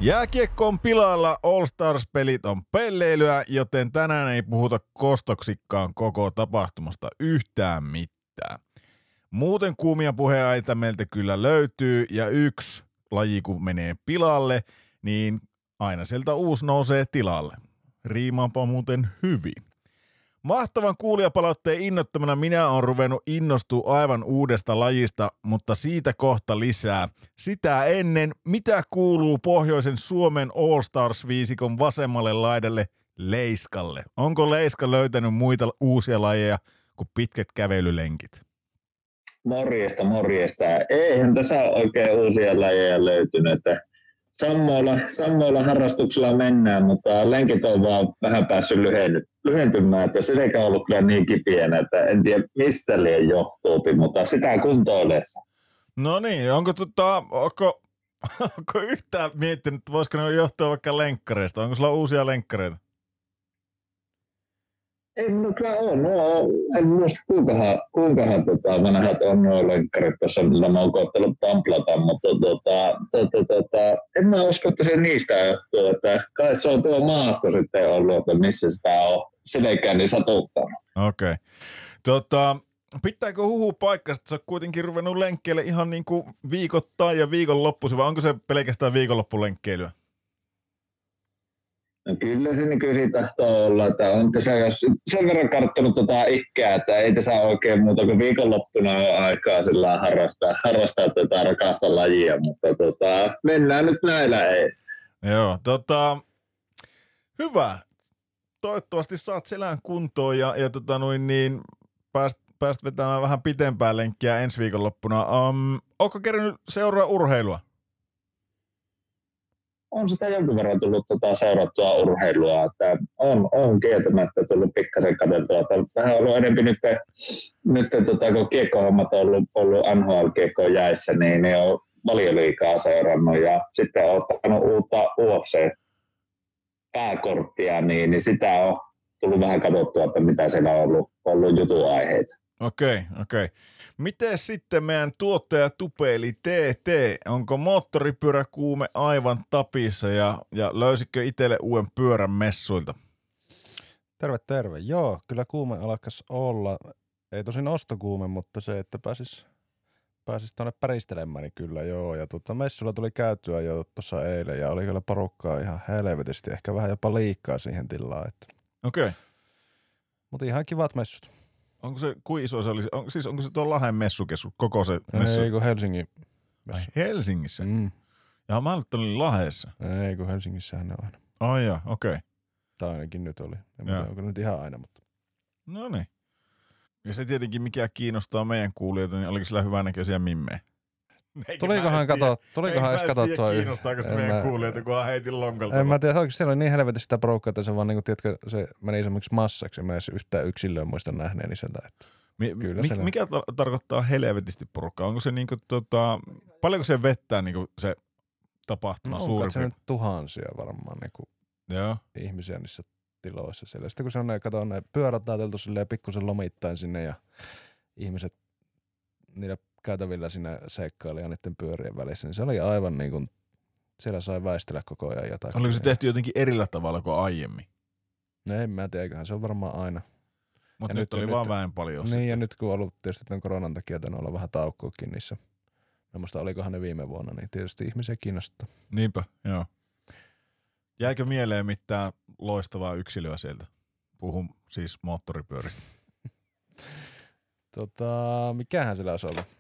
Jääkiekko on pilalla, All Stars-pelit on pelleilyä, joten tänään ei puhuta kostoksikkaan koko tapahtumasta yhtään mitään. Muuten kuumia puheenaiheita meiltä kyllä löytyy, ja yksi laji kun menee pilalle, niin aina sieltä uusi nousee tilalle. Riimaanpa muuten hyvin. Mahtavan kuulijapalautteen innottamana minä olen ruvennut innostua aivan uudesta lajista, mutta siitä kohta lisää. Sitä ennen, mitä kuuluu pohjoisen Suomen All Stars-viisikon vasemmalle laidalle Leiskalle? Onko Leiska löytänyt muita uusia lajeja kuin pitkät kävelylenkit? Morjesta. Eihän tässä ole oikein uusia lajeja löytynyt. Samoilla harrastuksilla mennään, mutta lenkit on vaan vähän päässyt lyhentymään, että selkä on ollut kyllä niin kipiänä, että en tiedä mistä liian johtuu, mutta sitä kuntoilessa. No niin, onko yhtään miettinyt, että voisiko ne johtua vaikka lenkkareista? Onko sulla uusia lenkkareita? Ei no kyllä ole. En muista kuinkahan vanhat on nuo lenkkarit tuossa, millä mä oon koettanut tamplata, mutta en mä usko, että se niistä johtuu, että kai se on tuo maasto sitten ollut, että missä sitä on selkääni satuttanut. Okei. Pitääkö huhu paikkaa, että sä oot kuitenkin ruvennut lenkkeille ihan niin kuin viikoittain ja viikonloppuisin, vai onko se pelkästään viikonloppulenkkeilyä? No kyllä se nykyisiin tahtoo olla, että on tässä sen verran karttanut ikää, että ei tässä oikein muuta kuin viikonloppuna ole aikaa sillä harrastaa tätä rakasta lajia, mutta mennään nyt näillä ees. Joo, hyvä. Toivottavasti saat selän kuntoon ja pääst vetämään vähän pitempää lenkkiä ensi viikonloppuna. Ootko kerännyt seuraa urheilua? On sitä jonkun verran tullut seurattua urheilua, että on kieltämättä tullut pikkasen katseltua. Vähän ollut enemmän nyt kun kiekkohommat on ollut NHL-kiekko jäissä, niin ne on Valioliigaa seurannut ja sitten on ottanut uutta UFC-pääkorttia, niin sitä on tullut vähän katsottua, että mitä siellä on ollut jutuaiheita. Okei. Miten sitten meidän tuottaja Tupe eli TT, onko moottoripyöräkuume aivan tapissa ja löysitkö itselle uuden pyörän messuilta? Terve. Joo, kyllä kuume alkaisi olla. Ei tosin ostokuume, mutta se, että pääsis tuonne päristelemään, niin kyllä joo. Ja messuilla tuli käytyä jo tuossa eilen ja oli kyllä porukkaa ihan helvetisti, ehkä vähän jopa liikaa siihen tilaan. Okei. Mutta ihan kivat messut. Onko se, kuin iso se oli? Onko se tuo Lahden messukeskus, koko se messu? Ei, kun Helsingin messu. Ai, Helsingissä? Ja mä olin Lahdessa. Ei, kun Helsingissähän ne on aina. Ai jaa, okei. Tai ainakin nyt oli. En tiedä, onko nyt ihan aina, mutta. No niin. Ja se tietenkin, mikä kiinnostaa meidän kuulijoita, niin oliko sillä hyvänäköisiä mimmejä? Tulikohan edes katsottua? Kiinnostaako se meidän kuulijoita, kunhan heitin lonkalta? En mä tiedä, oikeasti siellä oli niin helvetisti sitä porukkaa, että se vaan niinku, tiedätkö, se meni esimerkiksi massaksi. Mä en yhtään yksilöä muista nähneeni sieltä. Mikä tarkoittaa helvetisti porukkaa? Onko se niinku paljonko se vettää niinku se tapahtuma suurin? Onko se nyt tuhansia varmaan niinku ihmisiä niissä tiloissa siellä. Sitten kun se on ne pyörät ajateltu silleen pikkusen lomittain sinne ja ihmiset niillä käytävillä siinä seikkailijaa niiden pyörien välissä, niin se oli aivan niin kuin, siellä sai väistellä koko ajan jotain. Oliko se tehty jotenkin erillä tavalla kuin aiemmin? No en mä tiedä, eiköhän se on varmaan aina. Mutta nyt oli vaan vähän paljon. Niin, ja nyt kun on ollut tietysti tämän koronan takia, että on ollut vähän taukoakin niissä. Mä muista, olikohan ne viime vuonna, niin tietysti ihmisiä kiinnostaa. Niinpä, joo. Jäikö mieleen mitään loistavaa yksilöä sieltä? Puhun siis moottoripyöristä. Mikähän sillä olisi ollut?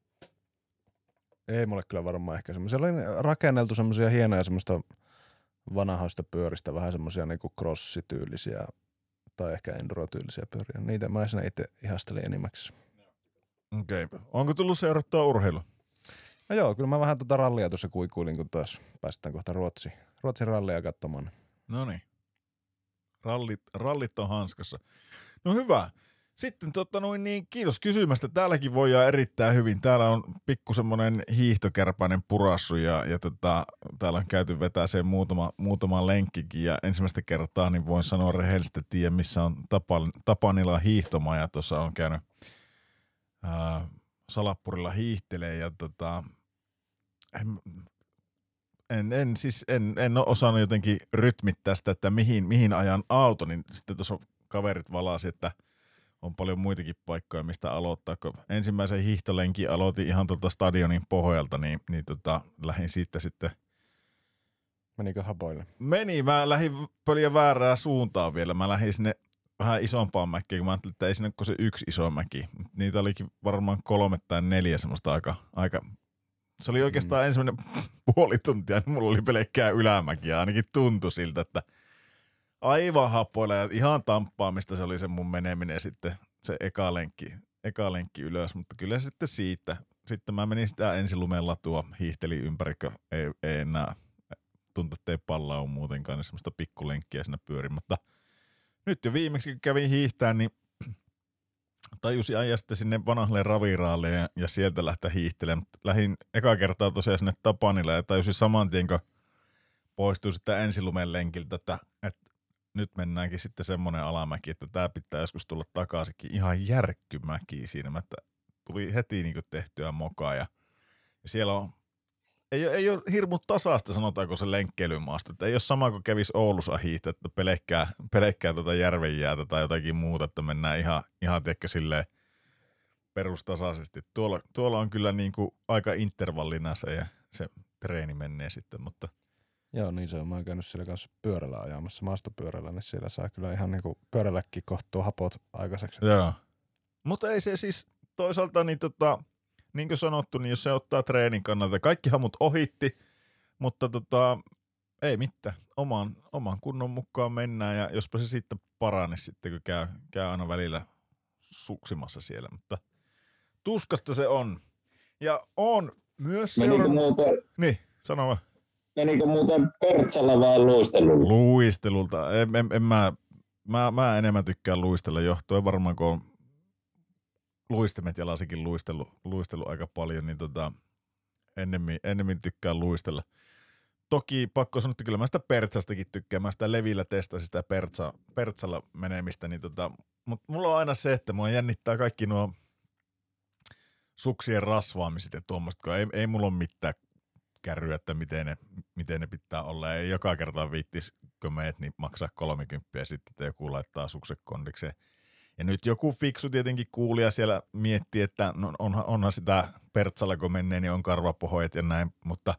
Ei mulle kyllä varmaan ehkä semmoisia. Oli rakenneltu semmoisia hienoja semmoista vanhoista pyöristä, vähän semmoisia niinku crossityylisiä tai ehkä enduro-tyylisiä pyöriä. Niitä mä siinä itse ihastelin enimmäkseen. Okei. Onko tullut seurattua urheilua? No joo, kyllä mä vähän rallia tuossa kuikuilin, kun taas päästään kohta Ruotsin rallia katsomaan. No niin. Rallit on hanskassa. No hyvä. Sitten kiitos kysymästä. Täälläkin voidaan erittäin hyvin. Täällä on pikku semmoinen hiihtokärpäinen purassu ja täällä on käyty vetää sen muutama lenkkikin. Ja ensimmäistä kertaa niin voin sanoa rehellisesti, että tiedä missä on Tapanilan hiihtomaja. Tuossa on käynyt Salappurilla hiihtelee ja En ole osannut jotenkin rytmittää sitä, että mihin ajan auto, niin sitten tuossa kaverit valasi, että on paljon muitakin paikkoja, mistä aloittaa. Kun ensimmäisen hiihtolenkin aloitin ihan tuolta stadionin pohjalta, niin lähdin siitä sitten. Menikö hapoille? Mä lähdin pöliä väärää suuntaan vielä. Mä lähdin sinne vähän isompaan mäkeen, kun mä ajattelin, että ei sinne kuin se yksi iso mäki. Niitä olikin varmaan 3 tai 4 semmoista aika. Se oli oikeastaan ensimmäinen puoli tuntia, niin mulla oli pelkkää ylämäkiä. Ainakin tuntui siltä, että aivan hapoilla ja ihan tamppaamista se oli se mun meneminen sitten se eka lenkki ylös. Mutta kyllä sitten siitä. Sitten mä menin sitä ensilumeen latua, hiihtelin ympärikö, ei enää tuntuu, että ei pallaa ole muutenkaan, niin semmoista pikkulenkkiä siinä pyöri. Mutta nyt jo viimeksi, kun kävin hiihtään, niin tajusin ajaa sitten sinne vanhalle raviraalle ja sieltä lähteä hiihtelemään. Lähdin eka kertaa tosiaan sinne Tapanille ja tajusin saman tien, kun poistui sitä ensilumen lenkiltä, että nyt mennäänkin sitten semmoinen alamäki, että tää pitää joskus tulla takaisinkin. Ihan järkkymäki siinä, että tuli heti niin kuin tehtyä mokaa ja siellä on ei ole hirmu tasaista, sanotaanko se lenkkeilymaasta. Että ei ole sama kuin kävisi Oulussa hiihtää, että pelkkää tuota järvenjäätä tai jotakin muuta, että mennään ihan tekkö silleen perustasaisesti. Tuolla on kyllä niin kuin aika intervallina se treeni menee sitten, mutta joo, niin se on. Mä oon käynyt siellä kanssa pyörällä ajamassa, maastopyörällä, niin siellä saa kyllä ihan niin kuin pyörälläkin kohtuu hapot aikaiseksi. Joo. Mutta ei se siis toisaalta niin kuin sanottu, niin jos se ottaa treenin kannalta, kaikki hamut ohitti, mutta ei mitään. Oman kunnon mukaan mennään ja jospa se sitten parane sitten, kun käy aina välillä suksimassa siellä, mutta tuskasta se on. Ja on myös seurannut. Niin, sano vaan. Menikö muuten Pertsalla vai luistelulla? Luistelulta. Mä enemmän tykkään luistella johtuen varmaan, kun on luistimet jalasikin luistelu aika paljon, niin ennemmin tykkään luistella. Toki pakko sanoa, että kyllä mä sitä Pertsastakin tykkään. Mä sitä Levillä testasin sitä Pertsalla menemistä, niin mutta mulla on aina se, että mua jännittää kaikki nuo suksien rasvaamiset ja tuommoista, kun ei mulla ole mitään kärryä, että miten ne pitää olla. Ei joka kerta viittis, kun meet, niin maksaa 30 ja sitten että joku laittaa sukset kondikseen. Ja nyt joku fiksu tietenkin kuulija siellä miettii, että no onhan sitä Pertsalla, kun menee, niin on karvapohjat ja näin, mutta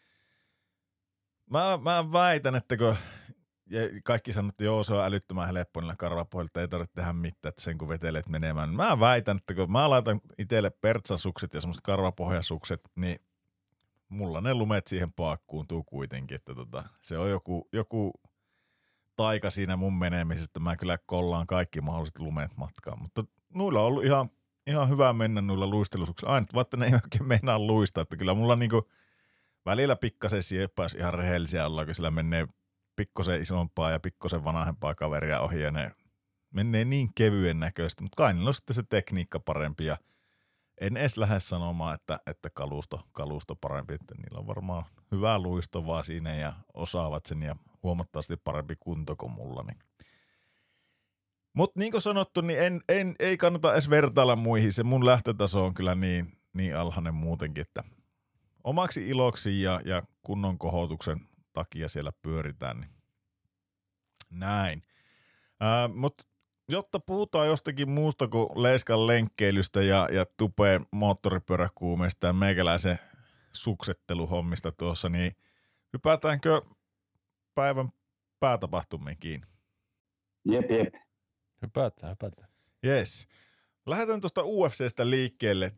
mä väitän, että kun kaikki sanoo, että joo, se on älyttömän helppo niillä karvapohjilta, ei tarvitse tehdä mitään, että sen kun vetelet menemään. Mä väitän, että kun mä laitan itselle Pertsan sukset ja semmoiset karvapohjasukset, niin mulla ne lumet siihen paakkuuntuu kuitenkin, että se on joku taika siinä mun menemisestä. Mä kyllä kollaan kaikki mahdolliset lumeet matkaan, mutta nuilla on ollut ihan hyvä mennä nuilla luistelusuksilla. Aina vaikka ne ei oikein meinaa luistaa, että kyllä mulla niinku välillä pikkasen sieppaus ihan rehellisiä ollaan, kun sillä menee pikkosen isompaa ja pikkosen vanhempaa kaveria ohi ja ne menee niin kevyen näköistä, mutta kai niillä on sitten se tekniikka parempi ja en edes lähde sanomaan, että kalusto parempi, että niillä on varmaan hyvä luisto vaan siinä ja osaavat sen ja huomattavasti parempi kunto kuin mulla. Niin. Mutta niin kuin sanottu, niin ei kannata edes vertailla muihin. Se mun lähtötaso on kyllä niin alhainen muutenkin, että omaksi iloksi ja kunnon kohotuksen takia siellä pyöritään. Niin. Näin. Mutta jotta puhutaan jostakin muusta kuin Leiskan lenkkeilystä ja Tupeen moottoripyöräkuumeista ja meikäläisen suksetteluhommista tuossa, niin hypätäänkö päivän päätapahtumiin kiinni? Jep. Hypätään. Jes. Lähdetään tuosta UFCstä liikkeelle.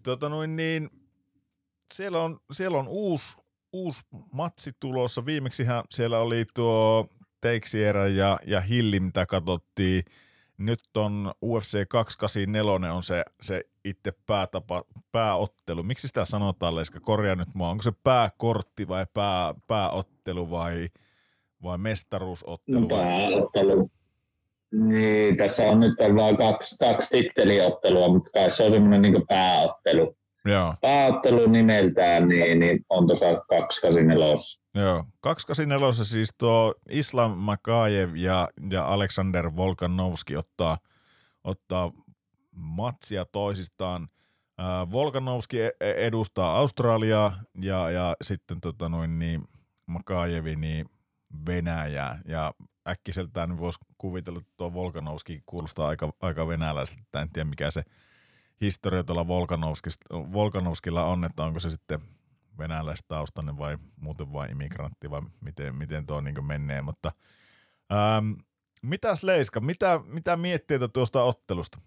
Siellä on uusi matsi tulossa. Viimeksihän siellä oli tuo Teixeira ja Hilli, mitä katsottiin. Nyt on UFC 284 on se itse pääottelu. Miksi sitä sanotaan, Leiska? Korjaa nyt mua. Onko se pääkortti vai pääottelu vai mestaruusottelu? Pääottelu. Niin, tässä on nyt vaan kaksi titteliottelua, mutta kai se on semmoinen niin pääottelu. Joo. Pääottelu nimeltään niin on tuossa 284. Joo, 284 siis tuo Islam Makhachev ja Alexander Volkanovski ottaa matsia toisistaan. Volkanovski edustaa Australiaa ja sitten Makajevi, niin Venäjää. Ja äkkiseltään voisi kuvitella, että tuo Volkanovski kuulostaa aika venäläiseltä. En tiedä, mikä se historia tuolla Volkanovskilla on, että onko se sitten venäläistaustainen vai muuten vain immigrantti vai miten tuo niin menee. Mutta mitäs Leiska, mitä mietteitä tuosta ottelusta?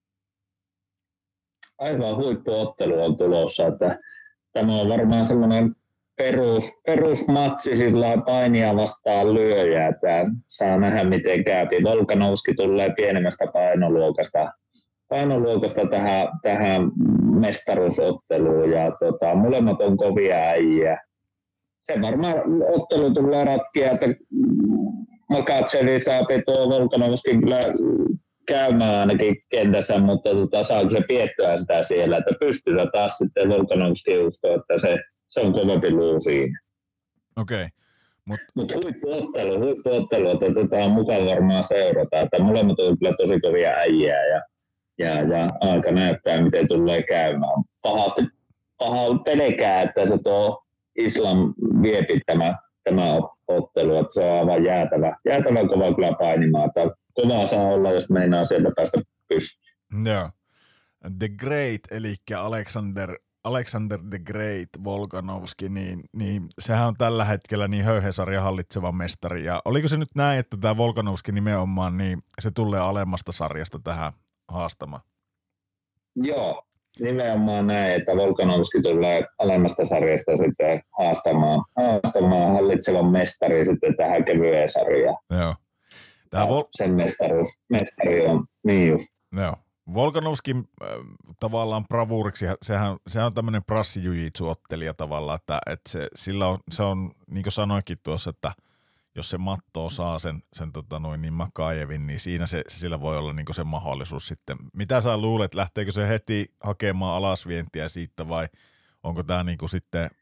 Aivan huippuottelu on tulossa, että tämä on varmaan semmoinen perusmatsi sillä painia vastaan lyöjää, että saa nähdä miten käypi. Volkanovski tulee pienemmästä painoluokasta tähän mestaruusotteluun ja molemmat on kovia äijä. Se varmaan ottelu tulee ratkia, että Makatsevi saa tuo Volkanovskin kyllä käymään ainakin kentässä, mutta saako se piettyä sitä siellä, että pystyy taas sitten Volkanovski uskoa, että se on kovempi luu siinä. Okei. Mutta huippuottelu, että tätä on mukava varmaan seurata, että molemmat on kyllä tosi kovia äijää ja aika näyttää, miten tulee käymään. Paha pelkää, että se tuo Islam viepi tämä ottelu, että se on aivan jäätävä kova kyllä painimaan, että kovaa saa olla, jos meinaa sieltä päästä pystyyn. Joo. The Great, eli Alexander the Great Volkanovski, niin sehän on tällä hetkellä niin höyhesarja hallitseva mestari. Ja oliko se nyt näin, että tämä Volkanovski nimenomaan, niin se tulee alemmasta sarjasta tähän haastamaan? Joo, nimenomaan näin, että Volkanovski tulee alemmasta sarjasta sitten haastamaan hallitsevan mestari sitten tähän kevyeen sarjaan. Joo. Sen mestari on niin just. Joo. Volkanovskin tavallaan bravuuriksi, sehän on tämmöinen brassijujitsu-ottelija tavallaan, että se on niin kuin sanoinkin tuossa, että jos se mattoon saa sen niin Makajevin, niin siinä sillä voi olla niin kuin se mahdollisuus sitten. Mitä sä luulet, lähteekö se heti hakemaan alasvientiä siitä vai onko tämä niin kuin sitten...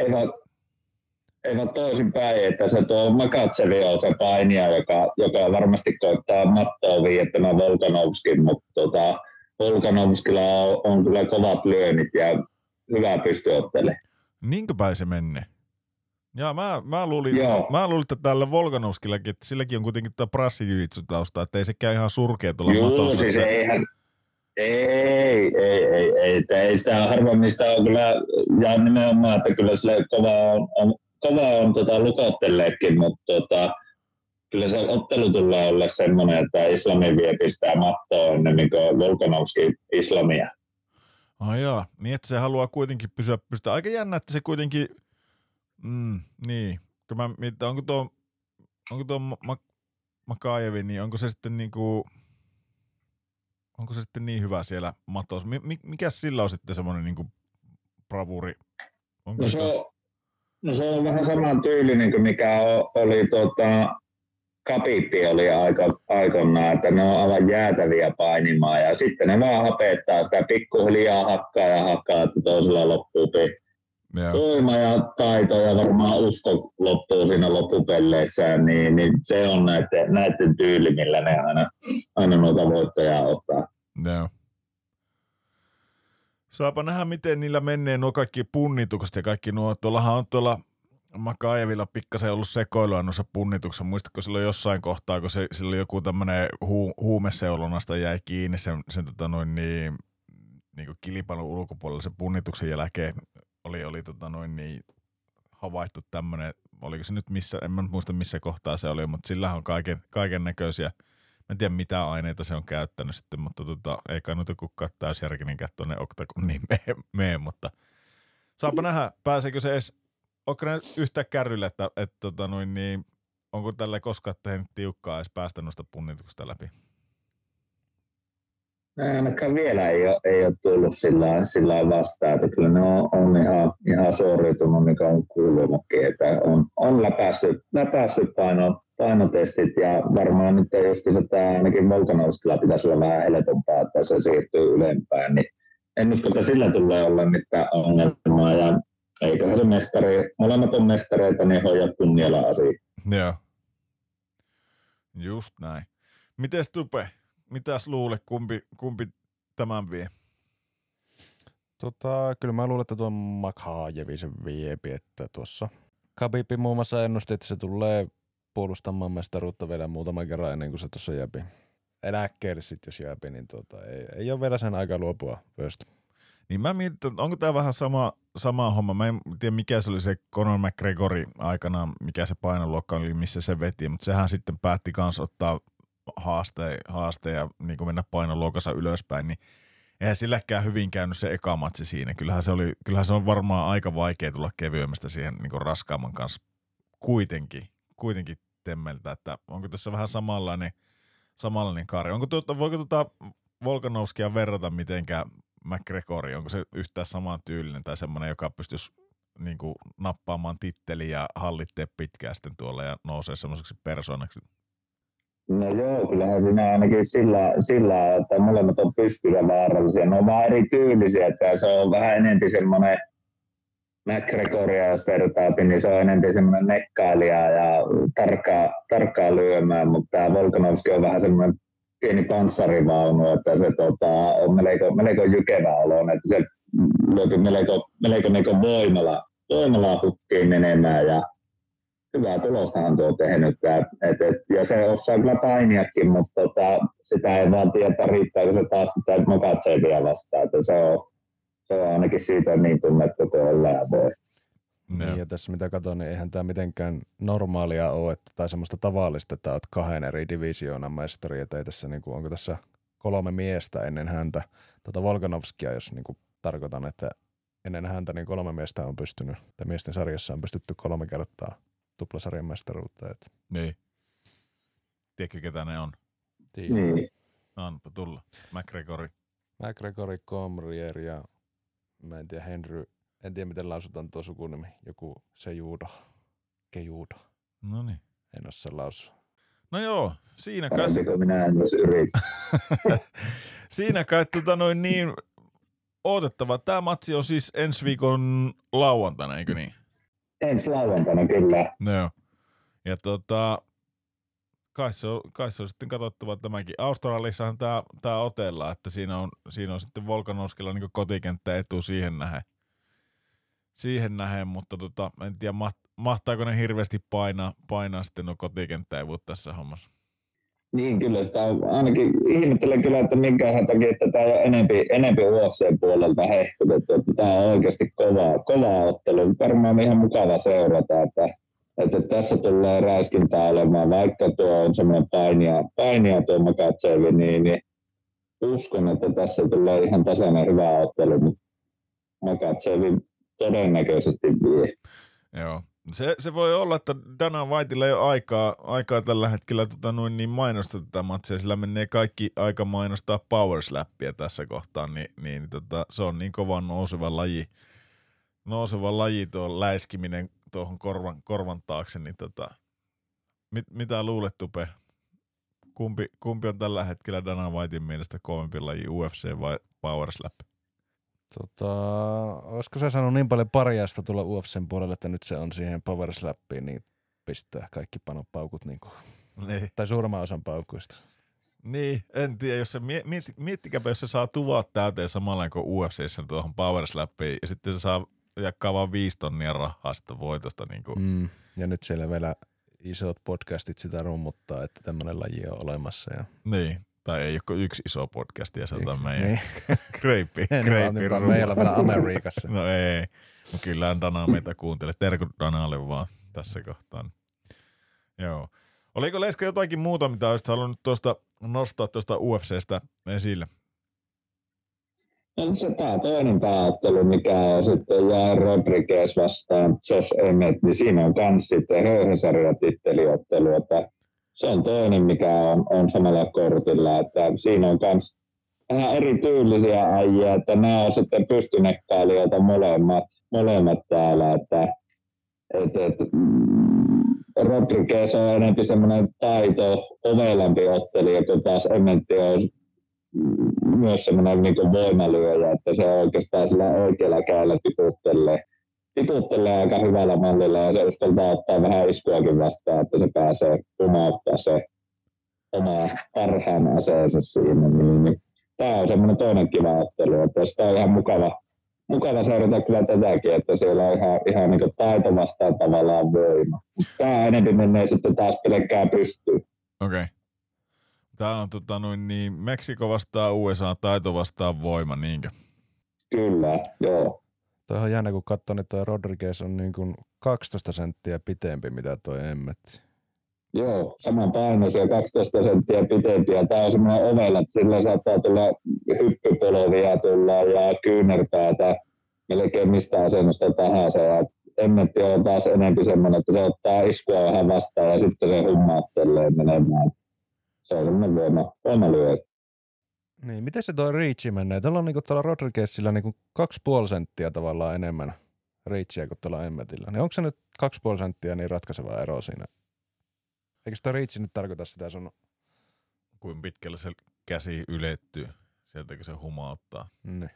Ei vaan toisinpäin, että se tuo Makatsevi on se painija, joka varmasti koittaa mattoa viedä tämän Volkanovskin, mutta Volkanovskilla on kyllä kovat lyönnit ja hyvä pystyottele. Niinkö päin se menee? Ja mä luulin, että tällä Volkanovskillakin, että silläkin on kuitenkin tämä brassijujitsu-tausta, että ei sekään ihan surkea tuolla matossa. Siis ei sitä harvemmin sitä on kyllä, ja nimenomaan, että kyllä sille kova on lukottelleekin, mutta kyllä se ottelu tulee olla semmoinen, että Islami vie pistää mattoa ennen kuin Volkanovski Islamia. Joo, niin että se haluaa kuitenkin pysyä. Aika jännä, että se kuitenkin, niin, kun mä mietin, onko tuo Makajevi, niin onko se sitten niin hyvä siellä matossa? Mikä sillä on sitten semmoinen niinku bravuuri? Se on vähän saman tyylinen kuin mikä oli Khabib oli aikoinaan, että ne on aivan jäätäviä painimaan ja sitten ne vaan hapettaa sitä pikkuhiljaa hakkaa, että toisella loppuu voima ja taito ja varmaan usko loppuu siinä loppupelleissä, niin se on näiden tyyli, millä ne aina noita voittoja ottaa. Joo. Saapa nähdä, miten niillä menee nuo kaikki punnitukset ja kaikki nuo. Tuollahan on tuolla Makajevilla pikkasen ollut sekoilua noissa punnituksissa. Muistatko silloin jossain kohtaa, kun silloin joku tämmöinen huumeseulonnasta jäi kiinni sen niin kuin kilpailun ulkopuolella sen punnituksen jälkeen oli havaittu tämmöinen, oliko se nyt missä, en mä muista missä kohtaa se oli, mutta sillähän on kaiken näköisiä. Mä en tiedä mitä aineita se on käyttänyt sitten, mutta ei kai nyt kukaan täysjärkinenkään tuonne oktagoniin mene, mutta saapa nähdä, pääseekö se edes, onko ne yhtään kärryllä, että onko tällä koskaan tehnyt tiukkaa edes päästä noista punnituksista läpi? Ainakaan vielä ei ole tullut sillä vastaan, että kyllä ne on ihan suoriutunut, mikä on kuulunutkin, että on läpäissyt painotestit ja varmaan nyt just tämä ainakin Volkanovskilla pitäisi olla vähän helpompaa, että se siirtyy ylempään, niin en usko, että sillä tulee olla mitään ongelmaa ja eiköhän se molemmat on mestareita, niin hoida kunnialla asia. Joo, just näin. Mites Tupe? Mitäs luulet, kumpi tämän vie? Kyllä mä luulen, että tuo Makajevi sen viepi, että tuossa Khabib muun muassa ennusti, että se tulee puolustamaan mestaruutta vielä muutaman kerran ennen kuin se tuossa jääpi eläkkeelle sit, jos jääpi, niin ei ole vielä sen aika luopua vyöstä. Niin mä mietin, että onko tää vähän sama homma. Mä en tiedä, mikä se oli se Conor McGregori aikanaan, mikä se painoluokka oli, missä se veti, mutta sehän sitten päätti kans ottaa haasteen ja niin kuin mennä painoluokassa ylöspäin, niin eihän silläkään hyvin käynyt se eka matsi siinä. Kyllähän se on varmaan aika vaikea tulla kevyemmästä siihen niin kuin raskaamman kanssa kuitenkin temmeltä, että onko tässä vähän samanlainen kaari. Voiko Volkanovskia verrata mitenkään McGregori, onko se yhtään saman tyylinen tai semmoinen, joka pystyisi niin kuin nappaamaan titteliä ja hallitteen pitkään sitten tuolla ja nousee semmoiseksi persoonaksi? No joo, kyllähän siinä ainakin sillä että molemmat on pystyllä vaarallisia. Ne on vähän eri tyylisiä, että se on vähän enempi semmoinen McGregoria, jos vertaapi, niin se on enempi semmoinen nekkailija ja tarkkaa lyömään, mutta tämä Volkanovski on vähän semmoinen pieni panssarivaunu, että se on melko jykevä olo, että se löytyy melko niin voimalla hukkiin menemään ja hyvää tulostahan tuo tehnyt. Ja se osaa kyllä painiakin, mutta sitä ei vaan tiedä, riittääkö se taas sitä Makatsevia vastaan. Että se on ainakin siitä niin tunnettu kuin ollaan voi. Niin, ja tässä mitä katson, niin eihän tämä mitenkään normaalia ole, tai semmoista tavallista, että olet 2 eri divisioonan mestari, että ei tässä, niin kuin, onko tässä 3 miestä ennen häntä, Volkanovskia, jos niin kuin, tarkoitan, että ennen häntä niin 3 miestä on pystynyt, tai miesten sarjassa on pystytty 3 kertaa tuplasarjan mestaruutta. Että. Niin. Tiedätkö, ketä ne on? Niin. Anpa tulla. McGregori, Cormier ja mä en tiedä, Henry. En tiedä, miten lausutaan tuo sukunimi. Joku Kejudo. No niin. En osaa lausua. No joo, siinä kai... minä en olisi yrittää. Siinä kai niin odotettava. Tämä matsi on siis ensi viikon lauantaina, eikö niin? Ensi lauantaina, kyllä. No joo. Ja kai se on sitten katsottava tämäkin. Australiassahan tämä otellaan, että siinä on sitten Volkanovskilla niin kotikenttä etu siihen nähen, mutta en tiedä mahtaako ne hirveästi painaa sitten nuo kotikenttäivut tässä hommassa. Niin kyllä, sitä on, ainakin ihmettelen kyllä, että minkähän takia, että tämä on enempi UFC-puolelta hehkutettu, että tämä on oikeasti kova ottelu. Varmaan ihan mukava seurata, että tässä tulee räiskintää olemaan, vaikka tuo on semmoinen painija tuo Makatsevi, niin uskon, että tässä tulee ihan tasainen hyvä ottelu, mutta Makatsevi todennäköisesti vie. Joo. Se voi olla, että Dana Whitella ei ole aikaa tällä hetkellä niin mainostaa tätä matsia, sillä menee kaikki aika mainostaa Power Slappia tässä kohtaa, niin se on niin kova nouseva laji tuo läiskiminen tuohon korvan taakse, niin mitä luulet, Tupe? Kumpi on tällä hetkellä Dana Whiten mielestä kovempi laji, UFC vai Power Slap? Olisiko sä saanut niin paljon parjaista tulla UFCn puolelle, että nyt se on siihen Power Slappiin, niin pistää kaikki paukut niin kuin, niin. Tai suurimman osan paukuista. Niin, en tiedä, jos se miettikääpä, jos se saa tuvat täyteen samalla kuin UFC:ssä tuohon Power Slappiin, ja sitten se saa jakkaa vaan 5 tonnia rahaa sitä voitosta. Niin kuin. Ja nyt siellä vielä isot podcastit sitä rummuttaa, että tämmöinen laji on olemassa. Ja. Niin. Tai ei ole kuin yksi iso podcast ja se on meidän niin. kreipi meillä vielä Amerikassa. No ei, mutta kyllä Dana meitä kuuntelee. Terkut Danalle vaan tässä kohtaa. Joo. Oliko Leska jotakin muuta, mitä olisit halunnut nostaa tuosta UFCstä esille? No se toinen pääottelu, mikä on sitten Jair Rodriguez vastaan Josh Emmett, niin siinä on myös sitten höyhensarjatitteliottelu, että se on toinen, mikä on samalla kortilla, että siinä on myös vähän erityylisiä äijä, että nämä on sitten pystynekkailijoita molemmat täällä, että Rodriguez on enemmän semmoinen ovelampi ottelija, kun taas Emmetti on myös semmoinen niin kuin voimalyöjä, että se oikeastaan sillä oikealla kädellä tiputtelee aika hyvällä mallilla ja se uskaltaa ottaa vähän iskuakin vastaan, että se pääsee pumauttaa se oma parhaan aseensa siinä. Niin. Tämä on semmoinen toinen kiva ottelu, että sitä on ihan mukava seurata kyllä tätäkin, että siellä on ihan niin taito vastaan tavallaan voima. Tämä enemmän menee sitten taas pelkkää pystyyn. Okei. Tämä on Meksiko vastaan USA, taito vastaan voima, niinkö? Kyllä, joo. Toi on jännä, kun katsoo, että toi Rodriguez on niin kuin 12 senttiä pitempi, mitä toi Emmet. Joo, saman painoisia 12 senttiä pitempiä. Tämä on semmoinen ovella, että sillä saattaa tulla hyppypolovia tulla ja kyynärpäätä melkein mistä asennosta tahansa. Ja Emmetti on taas enemmän semmoinen, että se ottaa iskua vähän vastaan ja sitten se hummaattelee menemään. Se on semmoinen voimalyö. Niin, miten se toi reachi menee? Tuolla on niinku tuolla Rodriguezilla niinku 2,5 senttiä tavallaan enemmän reachia kuin tuolla Emmetillä. Niin onko se nyt 2,5 senttiä niin ratkaiseva ero siinä? Eikö toi reachi nyt tarkoita sitä sun? Kuin pitkälle se käsi ylettyy, sieltäkö se humauttaa.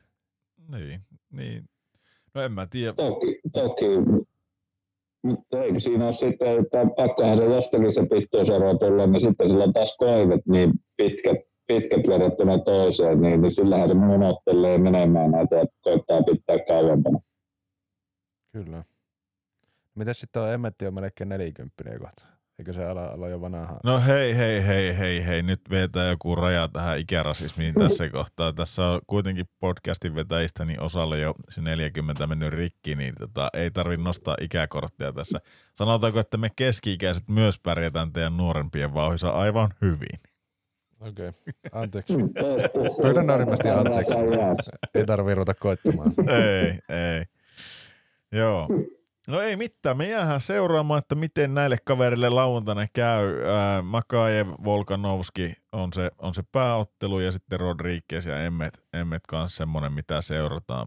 Niin. No en mä tiedä. Toki. Mutta eikö siinä ole sitten, että pakkohan se jostakin se pituusero tulla, niin sitten sillä on taas koivet niin pitkät verrattuna toiseen, niin sillähän se monottelee menemään näitä ja koittaa pitää kauempana. Kyllä. Mites sitten on Emmetti on melkein 40 kohta? Eikö se ala jo vanhaa? No hei, nyt vetää joku raja tähän ikärasismiin tässä kohtaa. Tässä on kuitenkin podcastin vetäjistä niin osalle jo se 40 mennyt rikki, niin ei tarvitse nostaa ikäkorttia tässä. Sanotaanko, että me keski-ikäiset myös pärjätään teidän nuorempien vauhissa aivan hyvin. Okei, anteeksi. Pyydän äärimmäisesti anteeksi. Ei tarvitse ruveta koittamaan. Ei. Joo. No ei mitään, me jäähän seuraamaan, että miten näille kaverille lauantaina käy. Makajev, Volkanovski on se pääottelu ja sitten Rodriguez ja Emmet kanssa semmoinen, mitä seurataan.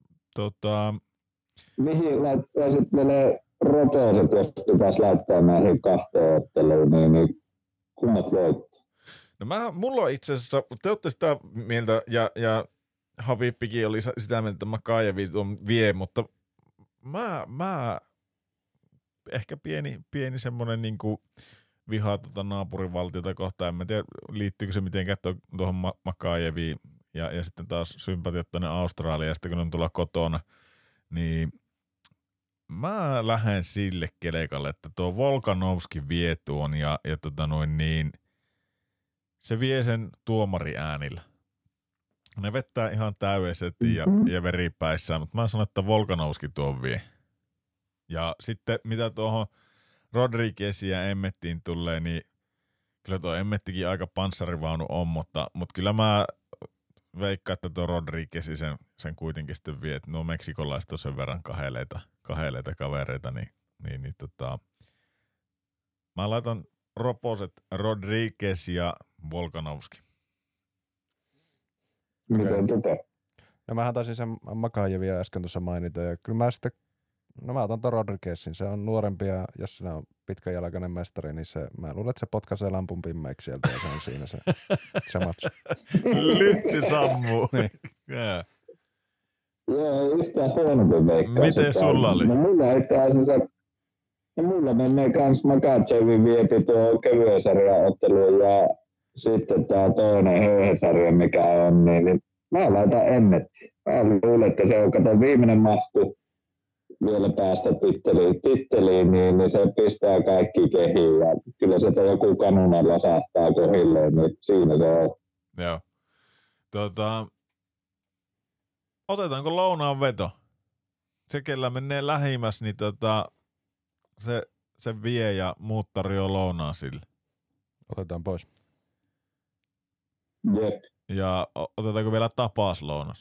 Mihin laittaisit ne rotoiset, jos pitäisi laittaa näihin kahteen otteluun, niin kummat voittaa? No mulla on itse asiassa, te olette sitä mieltä ja Habibbikin oli sitä mieltä, että Makajev vie, mutta mä ehkä pieni semmoinen niinku vihaa naapurivaltiota kohtaan. En mä tiedä, liittyykö se mitenkään tuohon Makajeviin ja sitten taas sympatiat tuonne Australiaan, sitten kun on tulla kotona, niin mä lähden sille kelekalle, että tuo Volkanovski vie tuon ja se vie sen tuomariäänillä. Ne vettää ihan täydesetti ja veripäissään, mutta mä sanon, että Volkanovski tuon vie. Ja sitten mitä tuohon Rodriguezin ja Emmettiin tulee, niin kyllä tuo Emmettikin aika panssarivaunu on, mutta kyllä mä veikkaan, että tuo Rodriguez sen kuitenkin sitten vie, että nuo meksikolaiset on sen verran kaheleita kavereita, niin mä laitan roposet Rodriguez ja Volkanovski. Miten No mähän taisin sen Makajevia äsken tuossa mainita ja kyllä mä otan ton Rodriguezin, se on nuorempi ja jos se on pitkäjalkainen mestari, niin mä luulen, että se potkaisee lampun pimmeiksi sieltä ja se on siinä se matsi. Lytti sammuu. Niin. Yeah. Joo, yhtään huonompi veikkaus. Miten sulla oli? No mulla menee kans Makajevin viepi tuo kevyen sarjan ottelu ja sitten tää toinen höyhesarja, mikä on, niin mä laitan Emmetti. Mä luulen, että se on viimeinen mahku vielä päästä titteliin, niin se pistää kaikki kehiin ja kyllä sieltä joku kanunalla saattaa kohilleen, niin siinä se on. Joo. Otetaanko lounaan veto? Se, kellä menee lähimmäs, niin se vie ja muut tarjoaa lounaan sille. Otetaan pois. Jep. Ja otetaanko vielä tapas lounas?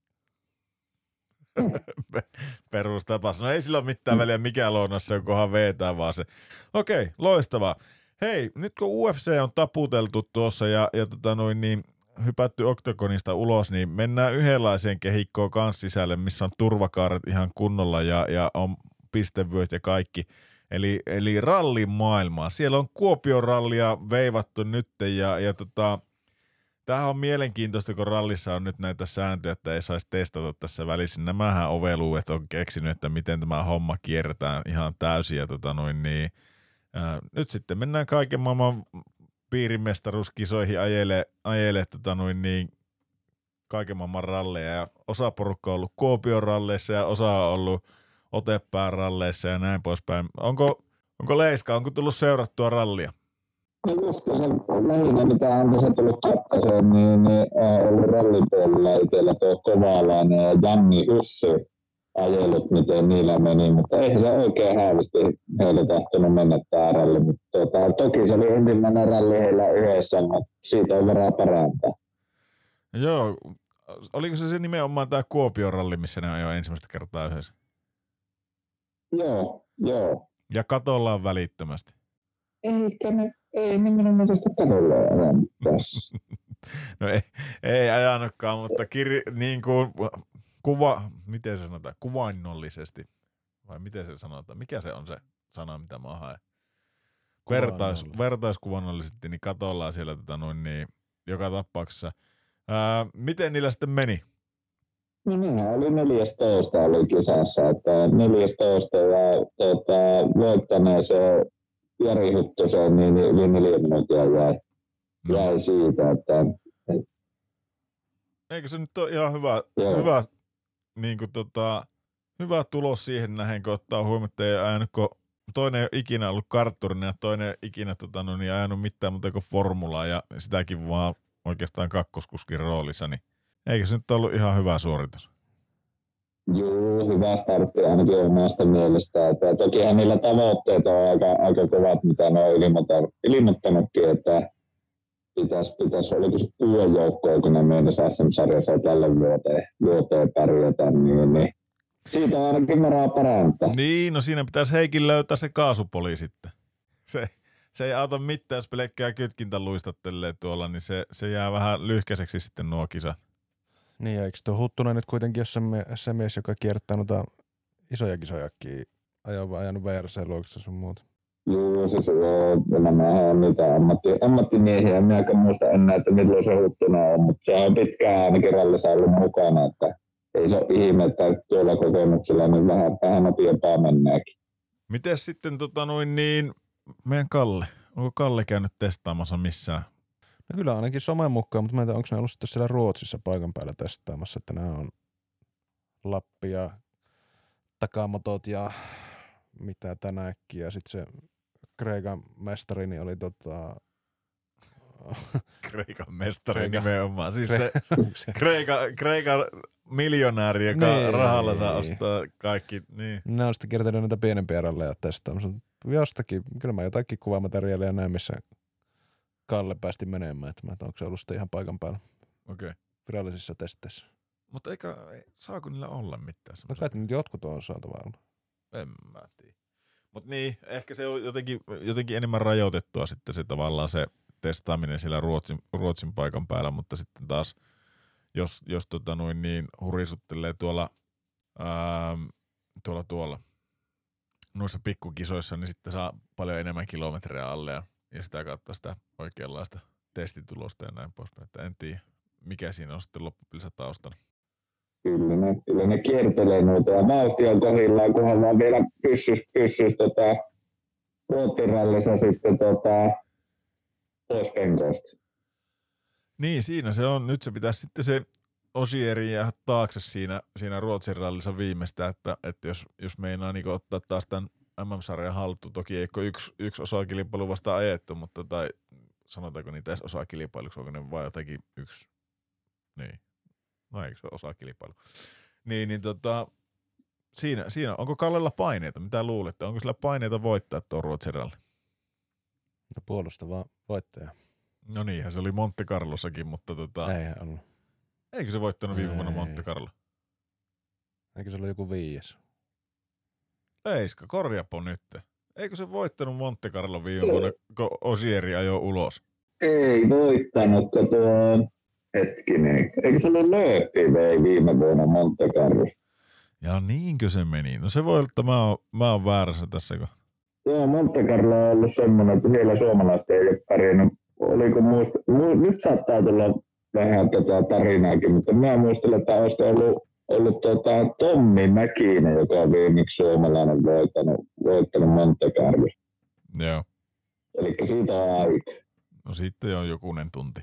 Perustapas. No ei sillä ole mitään väliä mikä lounas se on, kunhan vetää vaan se. Okei, loistavaa. Hei, nyt kun UFC on taputeltu tuossa ja hypätty Octagonista ulos, niin mennään yhdenlaiseen kehikkoon kanssa sisälle, missä on turvakaaret ihan kunnolla ja on pistevyöt ja kaikki. Eli rallin maailmaa. Siellä on Kuopion rallia veivattu nyt ja tämähän on mielenkiintoista, kun rallissa on nyt näitä sääntöjä, että ei saisi testata tässä välissä. Nämähän oveluet on keksinyt, että miten tämä homma kierretään ihan täysin. Ja nyt sitten mennään kaiken maailman piirimestaruuskisoihin ajelee kaiken maailman ralleja ja osa porukka on ollut Kuopion ralleissa ja osa on ollut Otepään ralleissa ja näin poispäin. Onko Leiska, onko tullut seurattua rallia? No just se lähinnä, mitä on tässä tullut kakkoseen, niin on ollut rallipuolella itsellä tuo Kovalainen ja Janni Hyssi ajellut, miten niillä meni, mutta eihän se oikein häävisti heille tahtonut mennä tämä ralli. Mutta toki se oli ensimmäinen ralli heillä yhdessä, mutta siitä on varaa parantaa. Joo, oliko se nimenomaan tämä Kuopion ralli, missä ne ajoi ensimmäistä kertaa yhdessä? Joo. Ja katollaan välittömästi. Ei minun mielestä katolla ajanut tässä. No ei ajanutkaan, mutta niin kuin miten se sanotaan, kuvainnollisesti, vai miten se sanotaan, mikä se on se sana, mitä mä haen? Vertaiskuvannollisesti, niin katollaan siellä niin, joka tapauksessa. Miten niillä sitten meni? No nehän oli 14 oli kisassa, että 14 ja voittaneeseen Jari Huttuseen niin yli 4 minuuttia jäi siitä, että eikö se nyt ole ihan hyvä niin kuin hyvä tulos siihen nähen, kun ottaa huomioon, että ei ajanut, kun toinen ei ole ikinä ollut kartturina ja toinen ei ole ikinä niin ajanut mitään muuta kuin formulaa ja sitäkin vaan oikeastaan kakkoskuskin roolissa, niin eikö se nyt ollut ihan hyvä suoritus? Joo, hyvä startti ainakin omasta mielestä. Että tokihan niillä tavoitteet on aika kovat, mitä ne on ilmoittanutkin, että pitäisi oliko se työn joukkoa, kun ne meinasi SM-sarjassa tälle vuoteen pärjätä, niin siitä on ainakin varaa parantaa. Niin, no siinä pitäisi Heikin löytää se kaasupoli sitten. Se ei auta mitään, jos pelkkää kytkintä luistattelee tuolla, niin se jää vähän lyhkäiseksi sitten nuo kisat. Niin, ja eikö tuo Huttunen nyt kuitenkin se mies, joka kiertää noita isoja kisojakin, ajanut VRC-luokissa sun muuta? Joo, siis nämä on niitä ammattimiehiä. Minäkään muista enää, että milloin se Huttunen on, mutta se on pitkään ainakin rallissa ollut mukana, että ei se ole ihme, että tuolla kokemuksella niin vähän nopeampaa mennääkin. Miten sitten meidän Kalle? Onko Kalle käynyt testaamassa missään? No kyllä ainakin somen mukaan, mutta mä en tiedä, onko ne ollut sitten siellä Ruotsissa paikan päällä testaamassa, että nämä on Lappi ja takamotot ja mitä tänäkin. Ja sitten se Kreikan mestari niin oli Kreikan mestari nimenomaan. Siis se Kreikan miljonääri, joka rahalla saa ostaa kaikki. Niin. Ne on sitten kiertänyt näitä pienempiä ralleja testaamassa. Jostakin, kyllä mä jotakin kuvamateriaalia näin, missä Kalle päästi menemään, että onko se ollut sitten ihan paikan päällä virallisissa testeissä. Mutta saako niillä olla mitään? No kai nyt jotkut on saatava olla. En mä tiedä. Mutta niin, ehkä se on jotenkin enemmän rajoitettua sitten se tavallaan se testaaminen siellä Ruotsin paikan päällä, mutta sitten taas jos hurisuttelee tuolla noissa pikkukisoissa, niin sitten saa paljon enemmän kilometrejä alle ja sitä kautta sitä oikeanlaista testitulosta ja näin poispäin. En tiedä, mikä siinä on sitten loppupelissä taustana. Kyllä ne kiertelee noita ja vauhti on kohdillaan, kunhan vaan vielä pyssyis Ruotsin-rallissa sitten pois penkoista. Niin, siinä se on. Nyt se pitäisi sitten se Osieri jäädä taakse siinä Ruotsin rallissa viimeistä, että jos meinaa niin ottaa taas tämän MM-sarjan haltuun, toki ei ole yksi osakilpailu vasta ajettu, mutta tai sanotaanko niitä edes osakilpailuksi, onko ne vai jotenkin yksi, niin, no eikö se ole osakilpailu. Siinä, onko Kallella paineita, mitä luulette, onko sillä paineita voittaa tuo Ruotsin ralli? No puolustava voittaja. No niinhän se oli Monte Carlossakin, mutta Eihän ollut. Eikö se voittanut viime vuonna Monte Carlo? Eikö se ollut joku 5? Eiska, korjapo nyt. Eikö se voittanut Monte Carlo viime vuonna, kun Osieri ajoi ulos? Ei voittanut, hetkinen. Eikö se ollut Lööppi vei viime vuonna Monte Carlo? Ja niinkö se meni? No se voi olla, että mä oon väärässä tässä. Joo, Monte Carlo on ollut semmoinen, että siellä suomalaiset ei ole pärjännyt. Oliko nyt saattaa tulla vähän tarinaakin, mutta minä muistelen, että olisi ollut Tommi Mäkinen, joka on viimeksi suomalainen voittanut Monte Carlo. Joo. Eli siitä on aika. No sitten on jokunen tunti.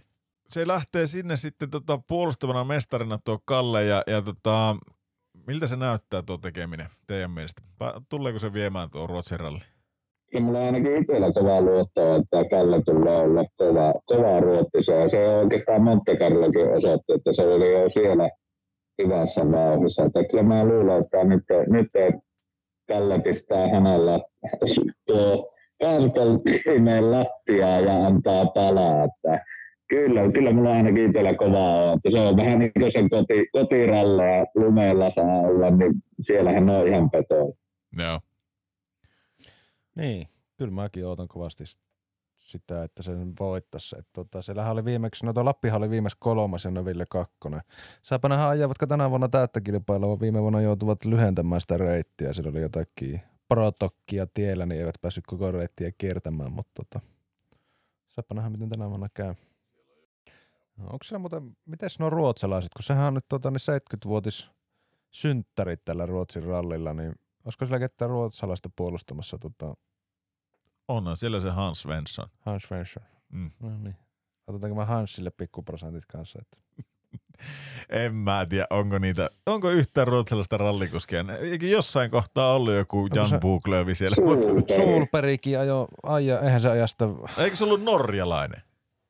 se lähtee sinne sitten puolustavana mestarina tuo Kalle ja miltä se näyttää tuo tekeminen teidän mielestä? Tuleeko se viemään tuo Ruotsin ralli? Ja mulla on ainakin itsellä kova luottoa, että Kalle tulee olla kova Ruotsissa. Se oikeastaan Monte Carlokin osoitti, että se oli jo siellä hyvässä vauhdissa. Että kyllä mä luulen, että nyt Kalle pistää hänellä tuo kaasupolttimeen lattiaa ja antaa palaa. Että kyllä mulla on ainakin itsellä kovaa. Että se on vähän niin kuin sen kotiralle ja lumeella saa olla, niin siellähän on ihan petoja. Joo. Niin, kyllä mäkin ootan kovasti sitä, että sen voittaisi. Siellähän oli viimeksi, tuo Lappihan oli viimeksi 3. ja Noville 2. Saapa nähdä ajavatko tänä vuonna täyttä kilpailua, viime vuonna joutuvat lyhentämään sitä reittiä. Siellä oli jotakin protokkia tiellä, niin eivät päässyt koko reittiä kiertämään, mutta saapa nähdä, miten tänä vuonna käy. No, onko siellä muuten, mites nuo ruotsalaiset, kun sehän on nyt niin 70-vuotis synttärit tällä Ruotsin rallilla, niin olisiko siellä ketään ruotsalaista puolustamassa? Onhan siellä se Hans Svensson. Hans Svensson. No niin. Otetaanko mä Hansille pikkuprosentit kanssa? Että... En mä tiedä, onko yhtään ruotsalaista rallikuskia? Eikö jossain kohtaa ollut joku Jan Buklövi siellä? Solbergkin eihän se ajasta... Eikö se ollut norjalainen?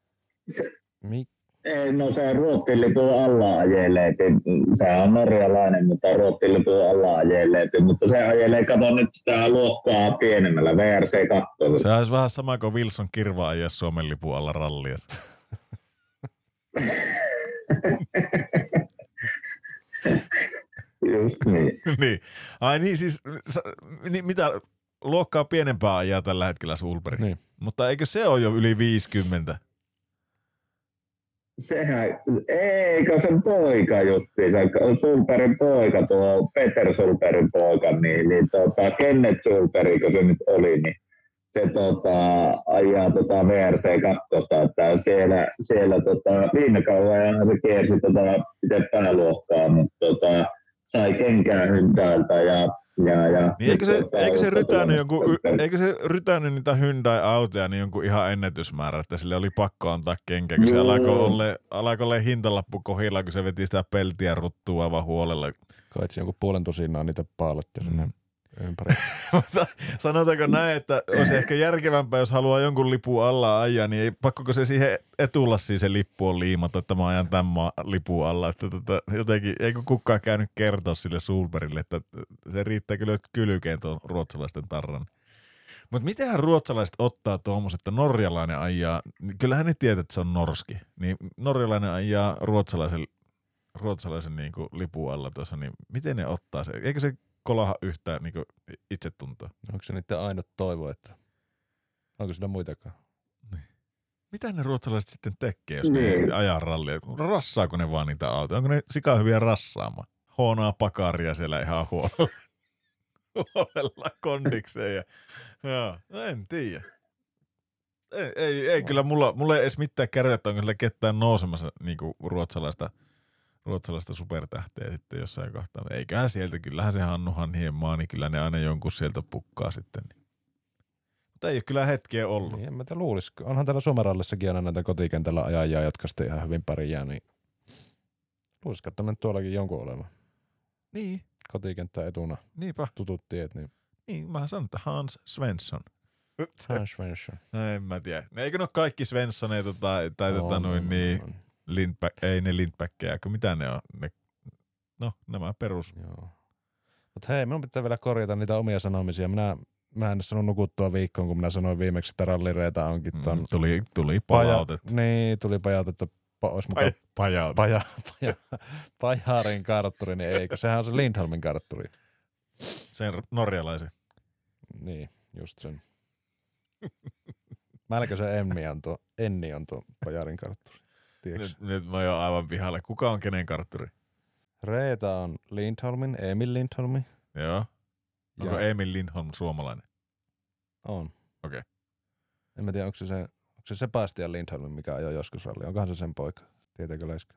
Ei, no se Ruotsin lipun alla ajelee. Sehän on norjalainen, mutta Ruotsin lipun alla ajelee. Mutta se ajelee, kato nyt sitä luokkaa pienemmällä, VRC2. Se olisi vähän sama kuin Wilson Kirva ajaa Suomen lipun alla rallia. Just niin. Niin. Ai niin siis, mitä luokkaa pienempää ajaa tällä hetkellä Solberg? Niin. Mutta eikö se ole jo yli 50? Sehän, eikö sen poika justiinsa, Solbergin poika, tuo Peter Solbergin poika, niin Kenneth Solberg, kun se nyt oli, niin se ajaa VRC2, että siellä viime kaudella se kiersi itse pääluokkaa, mutta sai kenkää Hyndältä ja niin eikö se rytänyt niitä Hyundai-autoja niin jonkun ihan ennätysmäärä, että sille oli pakko antaa kenkä, kun se alkoi olla hintalappu kohdilla, kun se veti sitä peltiä ruttua aivan huolella. Kaitsi jonkun 500 niitä paalettiin sinne ympäri. Mutta sanotaanko näin, että olisi ehkä järkevämpää, jos haluaa jonkun lipun alla ajaa, niin ei pakkoko se siihen etulassiin se lippu on liimata, että mä ajan tämän lipun alla. Että jotenkin, eikö kukaan käynyt kertoa sille Solbergille, että se riittää kyllä kylkeen tuon ruotsalaisten tarran. Mutta mitenhän ruotsalaiset ottaa tuommoisen, että norjalainen ajaa, kyllähän ne tietää, että se on norski, niin norjalainen ajaa ruotsalaisen niin kuin lipun alla tuossa, niin miten ne ottaa se? Eikö se kolaha yhtään niin itsetuntoa? Onko se niiden ainut toivo, että onko sitä muitakaan? Niin. Mitä ne ruotsalaiset sitten tekee, jos ne ajaa rallia? Rassaako ne vaan niitä autoja? Onko ne sikaa hyviä rassaamaan? Hoonaa pakaria siellä ihan huolella kondikseen. Joo, no en tiedä. Ei kyllä mulla ei edes mitään kärryä, että onko sillä ketään nousemassa niinku ruotsalaista supertähteä sitten jossain kohtaa. Eiköhän sieltä, kyllähän se Hannuhan hiemaa, niin kyllä ne aina jonkun sieltä pukkaa sitten. Mutta ei ole kyllä hetkeä ollut. Niin, en mä tiedä luulisi. Onhan täällä Suomenrallissakin aina näitä kotikentällä ajajia, jotka sitten ihan hyvin pärjää, niin luulisiko tämmöinen tuollakin jonkun olema. Niin. Kotikenttä etuna. Niinpä. Tutut tiet. Niin mä sanon, että Hans Svensson. Hans Svensson. En mä tiedä. Eikö ne ole kaikki Svenssoneita tai ei ne Lindbäckejä, kun mitä ne on? Nämä perus. Joo. Mut hei, minun pitää vielä korjata niitä omia sanomisia. Mä en sanonut nukuttua viikkoon, kun minä sanoin viimeksi, että rallireita onkin ton... Tuli palautetta. Niin, tuli palautetta. Pajarin kartturi, niin eikö? Sehän on se Lindholmin kartturi. Sen norjalaisen. Niin, just sen. Mälkö se Enni on tuo Pajarin kartturi. Nyt mä oon aivan pihalle. Kuka on kenen kartturi? Reeta on Emil Lindholmi. Joo. Onko Emil Lindholm suomalainen? On. Okei. En mä tiedä, onko se Sebastian Lindholm, mikä ajoi joskus rallia. Onkohan se sen poika? Tietääkö läiskä?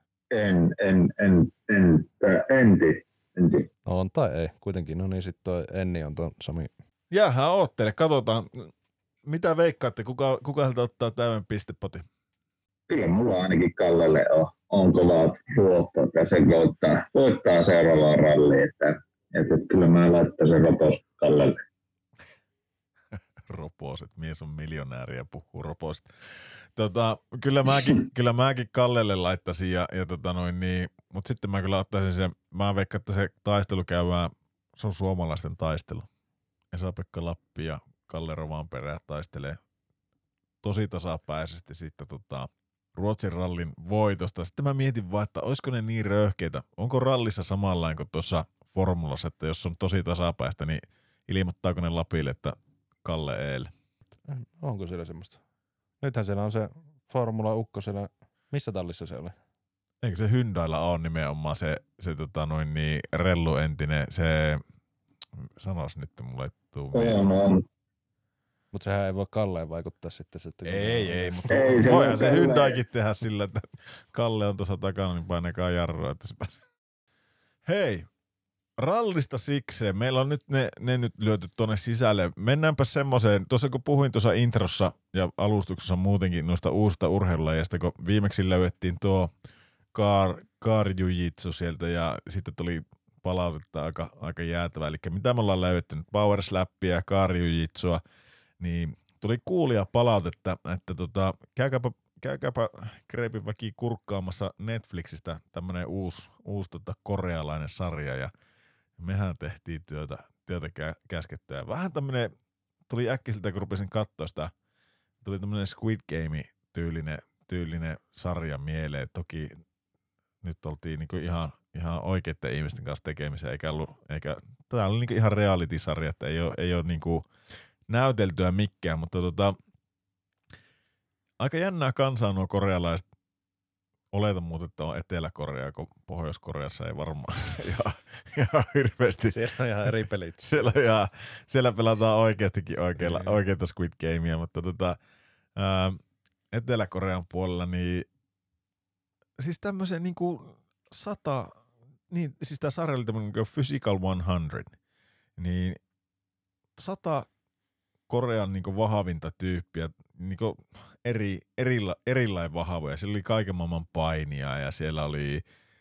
En tiedä. On tai ei. Kuitenkin. No niin, sitten toi Enni on tuon Sami. Jäähän oottele. Katsotaan. Mitä veikkaatte? Kuka heiltä ottaa täyden pistepotin? kyllä mulla ainakin Kallelle on kovat luottaa, että se voittaa seuraavaan ralliin. Että kyllä mä laittaisin Ropos Kallelle. Roposet, mies on miljonääri ja puhuu roposta. Kyllä mäkin Kallelle laittaisin, mutta sitten mä kyllä ottaisin sen, mä veikkaan, että se taistelu käydään, se on suomalaisten taistelu. Esa-Pekka Lappi ja Kalle Rovanperä taistelee tosi tasapäisesti sitten Ruotsin rallin voitosta. Sitten mä mietin vaan, että olisiko ne niin röyhkeitä, onko rallissa samanlainen kuin tuossa formulassa, että jos on tosi tasapäistä, niin ilmoittaako ne Lapille, että Kalle Eelle? Onko siellä semmoista? Nythän siellä on se Formula Ukkosella. Missä tallissa se oli? Eikö se Hyundailla ole nimenomaan se rellu entinen, se sanois nyt, mulle ei tuu mieleen. Mutta sehän ei voi Kalleen vaikuttaa sitten. Ei, mutta voihan se Hyundaikin tehdä sillä, että Kalle on tuossa takana, niin painakaa jarrua, että se pääsee. Hei, rallista sikseen. Meillä on nyt ne nyt lyöty tuonne sisälle. Mennäänpä semmoiseen, tuossa kun puhuin tuossa introssa ja alustuksessa muutenkin noista uusista urheilulajista, kun viimeksi löydettiin tuo car jiu-jitsu sieltä ja sitten tuli palautetta aika jäätävää. Eli mitä me ollaan löydetty nyt? Power slappia ja car jiu-jitsua. Niin tuli kuulia palautetta, että käykääpä Kreipin väki kurkkaamassa Netflixistä tämmönen uusi korealainen sarja ja mehän tehtiin työtä käskettyä. Vähän tämmönen, tuli äkkiseltä kun rupesin katsoa sitä, tuli tämmönen Squid Game tyylinen sarja mieleen. Toki nyt oltiin niinku ihan oikeitten ihmisten kanssa tekemisiä, tää oli niinku ihan reality-sarja, että ei oo niinku näyteltyä mikään, mutta aika jännää kansaa nuo korealaiset. Oletan muuten, että on Etelä-Korea, kun Pohjois-Koreassa ei varmaan ihan hirveästi. Siellä on ihan eri pelit. Siellä pelataan oikeastikin oikeita Squid Gamea, mutta Etelä-Korean puolella niin siis tämmöisen niinku siis tää sarja oli tämmönen niinku Physical 100, niin 100 Korean niinku vahvinta tyyppiä, niinku erilainen vahvoja. Siellä oli kaiken maailman painia ja siellä oli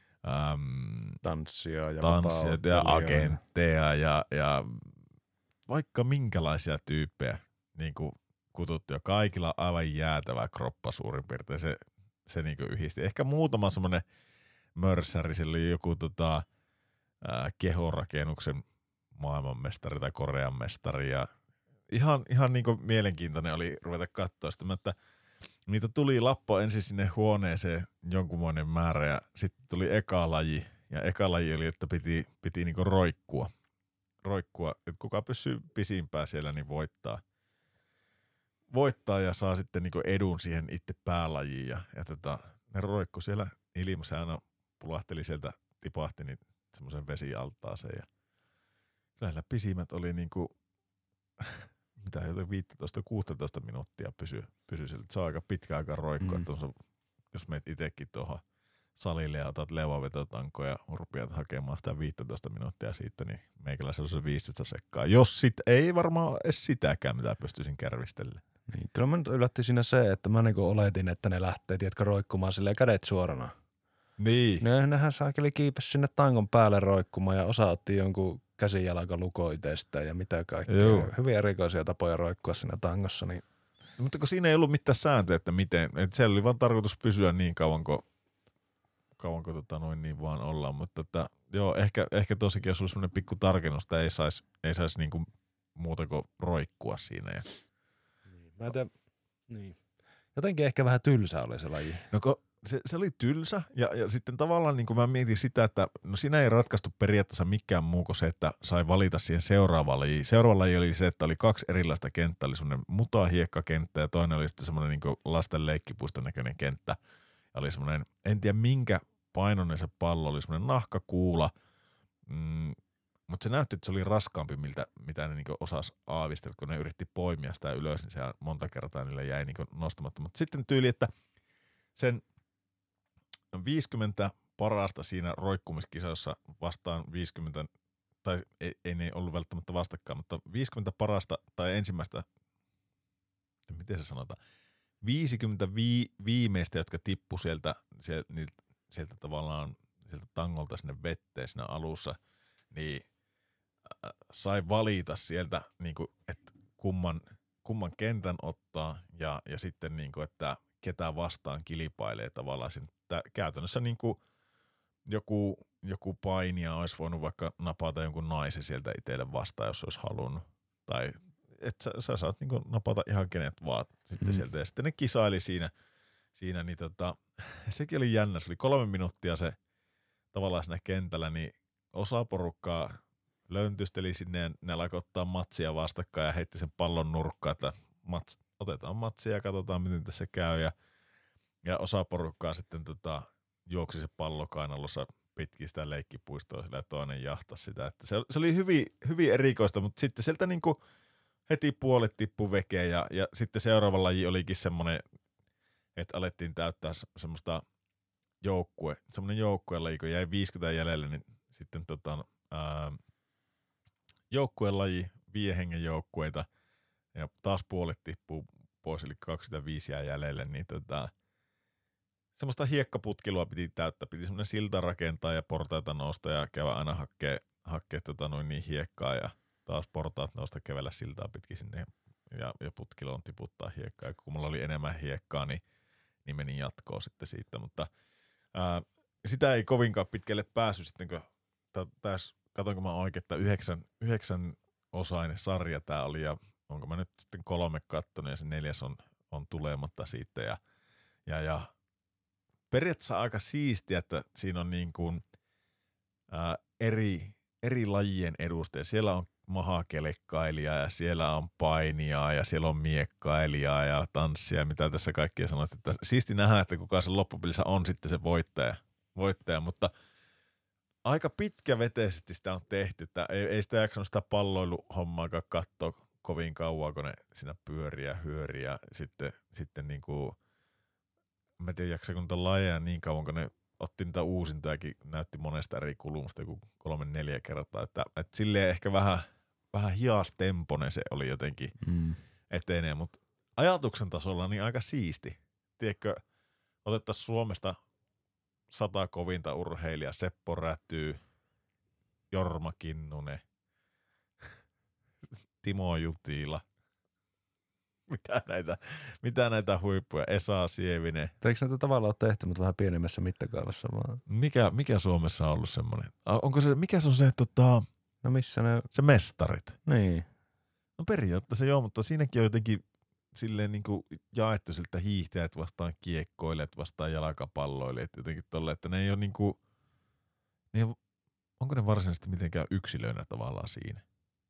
tanssia ja agentteja ja vaikka minkälaisia tyyppejä niinku kututtu. Ja kaikilla on aivan jäätävä kroppa suurin piirtein. Se niinku yhdisti. Ehkä muutama semmonen mörssäri, siellä oli joku kehorakennuksen maailmanmestari tai Korean mestari ja ihan niinku mielenkiintoinen oli ruveta katsoa sitä, että niitä tuli lappo ensin sinne huoneeseen jonkunmoinen määrä ja sitten tuli eka laji. Ja eka laji oli, että piti niinku roikkua, että kuka pysyy pisimpään siellä, niin voittaa ja saa sitten niinku edun siihen itse päälajiin. Ja ne roikku siellä ilmassa aina pulahteli sieltä, tipahti niin semmoisen vesialtaaseen. Ja näillä pisimmät oli niinku mitä jotain 15-16 minuuttia pysyy sieltä. Se on aika pitkä aika roikkua, että jos menet itsekin tuohon salille ja otat leuavetotankoa ja rupeat hakemaan sitä 15 minuuttia siitä, niin meikäläisellä on se 15 sekkaa. Jos ei varmaan edes sitäkään, mitä pystyisin kärvistelemään. Niin, kyllä mä nyt yllätti siinä se, että mä niinku oletin, että ne lähtee, tiedätkö, roikkumaan silleen kädet suorana. Niin. Nehän saakeli kiipesi sinne tangon päälle roikkumaan ja osa otti jonkun käsijalkaluko itsestään ja mitä kaikkea. Joo. Hyvin erikoisia tapoja roikkua siinä tangossa. Niin. Mutta kun siinä ei ollut mitään sääntöä, että miten, että siellä oli vaan tarkoitus pysyä niin kauan kuin niin vaan ollaan, mutta joo, ehkä tosikin jos olisi sellainen pikku tarkennus, että ei saisi niinku muuta kuin roikkua siinä. Ja. Niin, mä en tiedä, niin. Jotenkin ehkä vähän tylsä oli se laji. No se oli tylsä ja sitten tavallaan niin kuin mä mietin sitä, että no siinä ei ratkaistu periaatteessa mikään muu kuin se, että sai valita siihen seuraavaan lajiin. Seuraava laji oli se, että oli 2 erilaista kenttää, oli semmoinen mutahiekkakenttä ja toinen oli sitten semmoinen niin kuin lasten leikkipuiston näköinen kenttä. Ja oli semmoinen, en tiedä minkä painoinen se pallo, oli semmoinen nahkakuula, mutta se näytti, että se oli raskaampi, mitä ne niinku osasi aavistella, kun ne yritti poimia sitä ylös, niin se monta kertaa niille jäi niinku nostamatta. Mutta sitten tyyli, että sen 50 parasta siinä roikkumiskisassa vastaan 50, tai ei ne ollut välttämättä vastakkain, mutta 50 parasta tai ensimmäistä, miten se sanotaan, 50 viimeistä, jotka tippu sieltä tavallaan sieltä tangolta sinne vetteen siinä alussa, niin sai valita sieltä, niinku, että kumman kentän ottaa ja sitten, niinku, että ketä vastaan kilpailee tavallaan. Käytännössä niinku, joku painija olisi voinut vaikka napata jonkun naisen sieltä itselle vastaan, jos olisi halunnut. Tai että sä saat niinku napata ihan kenet vaan sitten sieltä. Ja sitten ne kisaili siinä niin sekin oli jännä. Se oli 3 minuuttia se tavallaan siinä kentällä, niin osa porukkaa löntysteli sinne ja ne alkoi ottaa matsia vastakkain ja heitti sen pallon nurkkaan, että otetaan matsia ja katsotaan miten tässä käy. Ja osa porukkaa sitten juoksi se pallo kainalossa pitkin sitä leikkipuistoa ja toinen jahtasi sitä. Että se oli hyvin erikoista, mutta sitten sieltä niinku heti puolet tippui vekeen ja sitten seuraava laji olikin semmoinen, että alettiin täyttää semmoista semmoinen joukkuelaji, kun jäi 50 jäljelle, niin sitten joukkuelaji, 5 hengen joukkueita ja taas puolet tippuu pois, eli 25 jää jäljelle, niin semmoista hiekkaputkilua piti täyttää, piti semmoinen silta rakentaa ja portaita nousta ja käydä aina hakkee niin hiekkaa ja taas portaat nousta kävellä siltaa pitkin sinne ja putkiloon tiputtaa hiekkaa. Ja kun mulla oli enemmän hiekkaa, niin menin jatkoon sitten siitä, mutta sitä ei kovinkaan pitkälle päässyt sitten, kun katsonko mä oikein, että 9 osainen sarja tää oli ja onko mä nyt sitten 3 kattonut ja se 4 on tulematta siitä ja periaatteessa aika siistiä, että siinä on niin kuin eri lajien edustajia. Siellä on mahakelekkailija ja siellä on painijaa ja siellä on miekkailijaa ja tanssia, mitä tässä kaikkia sanoit. Että siisti nähdä, että kuka sen loppupelissä on sitten se voittaja, mutta aika pitkäveteisesti sitä on tehty. Että ei sitä jaksanut sitä palloiluhommaakaan katsoa kovin kauan, kun ne siinä pyörii ja hyörii ja sitten niinku mä en tiedä, jaksaako niitä lajeja niin kauan, kun ne otti niitä uusintojakin, näytti monesta eri kulmasta joku 3-4 kertaa. Että silleen ehkä vähän hiastemponen se oli jotenkin etenee, mutta ajatuksen tasolla niin aika siisti. Tiedätkö, otettaisiin Suomesta 100 kovinta urheilijaa, Seppo Räty, Jorma Kinnunen, Timo Jutila. Mitä näitä huippuja? Esa Sievinen. Eikö näitä tavallaan ole tehty, mutta vähän pienemmässä mittakaavassa vaan? Mikä Suomessa on ollut semmoinen? Onko se, mikä se on se, no missä ne? Se mestarit. Niin. No periaatteessa joo, mutta siinäkin on jotenkin silleen niin kuin jaettu siltä hiihtäjät vastaan kiekkoilijat vastaan jalkapalloilijat jotenkin tolle, että ne ei ole niinku, onko ne varsinaisesti mitenkään yksilöinä tavallaan siinä?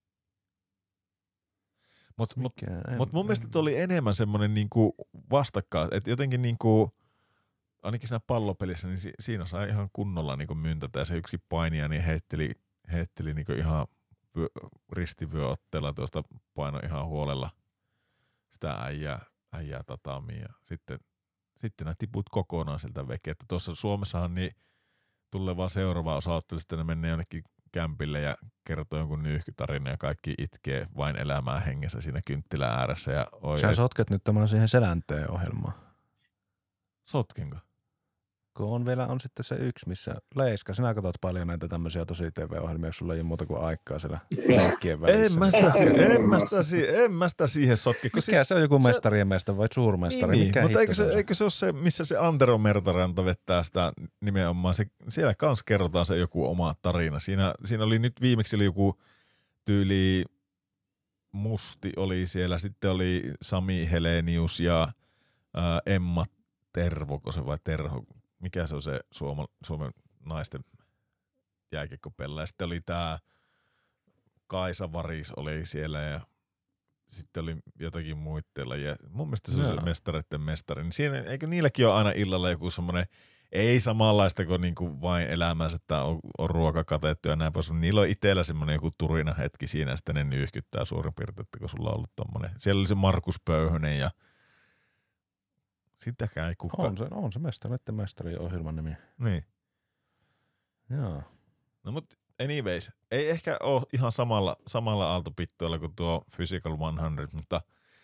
Mutta mun mielestä tuo oli enemmän semmoinen niinku vastakkain, että jotenkin niinku, ainakin siinä pallopelissä, niin siinä sai ihan kunnolla niinku myntätä ja se yksi painija niin heitteli niinku ihan ristivyöotteella tuosta paino ihan huolella sitä äijää tatamiin ja sitten nämä tiput kokonaan sieltä veke, että tuossa Suomessahan niin tulee vaan seuraava osa-ottelu, sitten ne menee jonnekin kämpille ja kertoo jonkun nyyhkytarina ja kaikki itkee vain elämää hengessä siinä kynttilän ääressä. Ja sä sotket nyt tämän siihen Selänteen ohjelmaan. Sotkenko? Kun on sitten se yksi, missä Leiska, sinä katsot paljon näitä tämmöisiä tosi TV-ohjelmia, jos sulla ei ole muuta kuin aikaa siellä leikkien välissä. En mä sitä siihen sotke. Mikä se on joku mestarien mestari vai suurmestari? Niin, mutta eikö se ole se, missä se Antero Mertaranta vettää sitä nimenomaan, siellä kans kerrotaan se joku oma tarina. Siinä oli nyt viimeksi oli joku tyyli Musti oli siellä, sitten oli Sami Helenius ja Emma Tervoko se vai Terho, mikä se on se Suomen naisten jääkiekkopelaaja. Sitten oli tää Kaisa Varis oli siellä ja sitten oli jotakin muitteilla. Ja mun mielestä se on se mestareiden mestari. Niin siinä, eikö niilläkin ole aina illalla joku semmoinen, ei samanlaista kuin niinku vain elämänsä, että on ruoka katettu ja näin pois. Niillä on itsellä semmoinen joku turina hetki siinä ja sitten ne nyyhkyttää suurin piirtein, kun sulla on ollut tommonen. Siellä oli se Markus Pöyhönen ja sitäkään ei kukaan. On se mestareiden mestarien ohjelman nimi. Niin. Joo. No mut anyways, ei ehkä ole ihan samalla aaltopittoilla kuin tuo Physical 100, mutta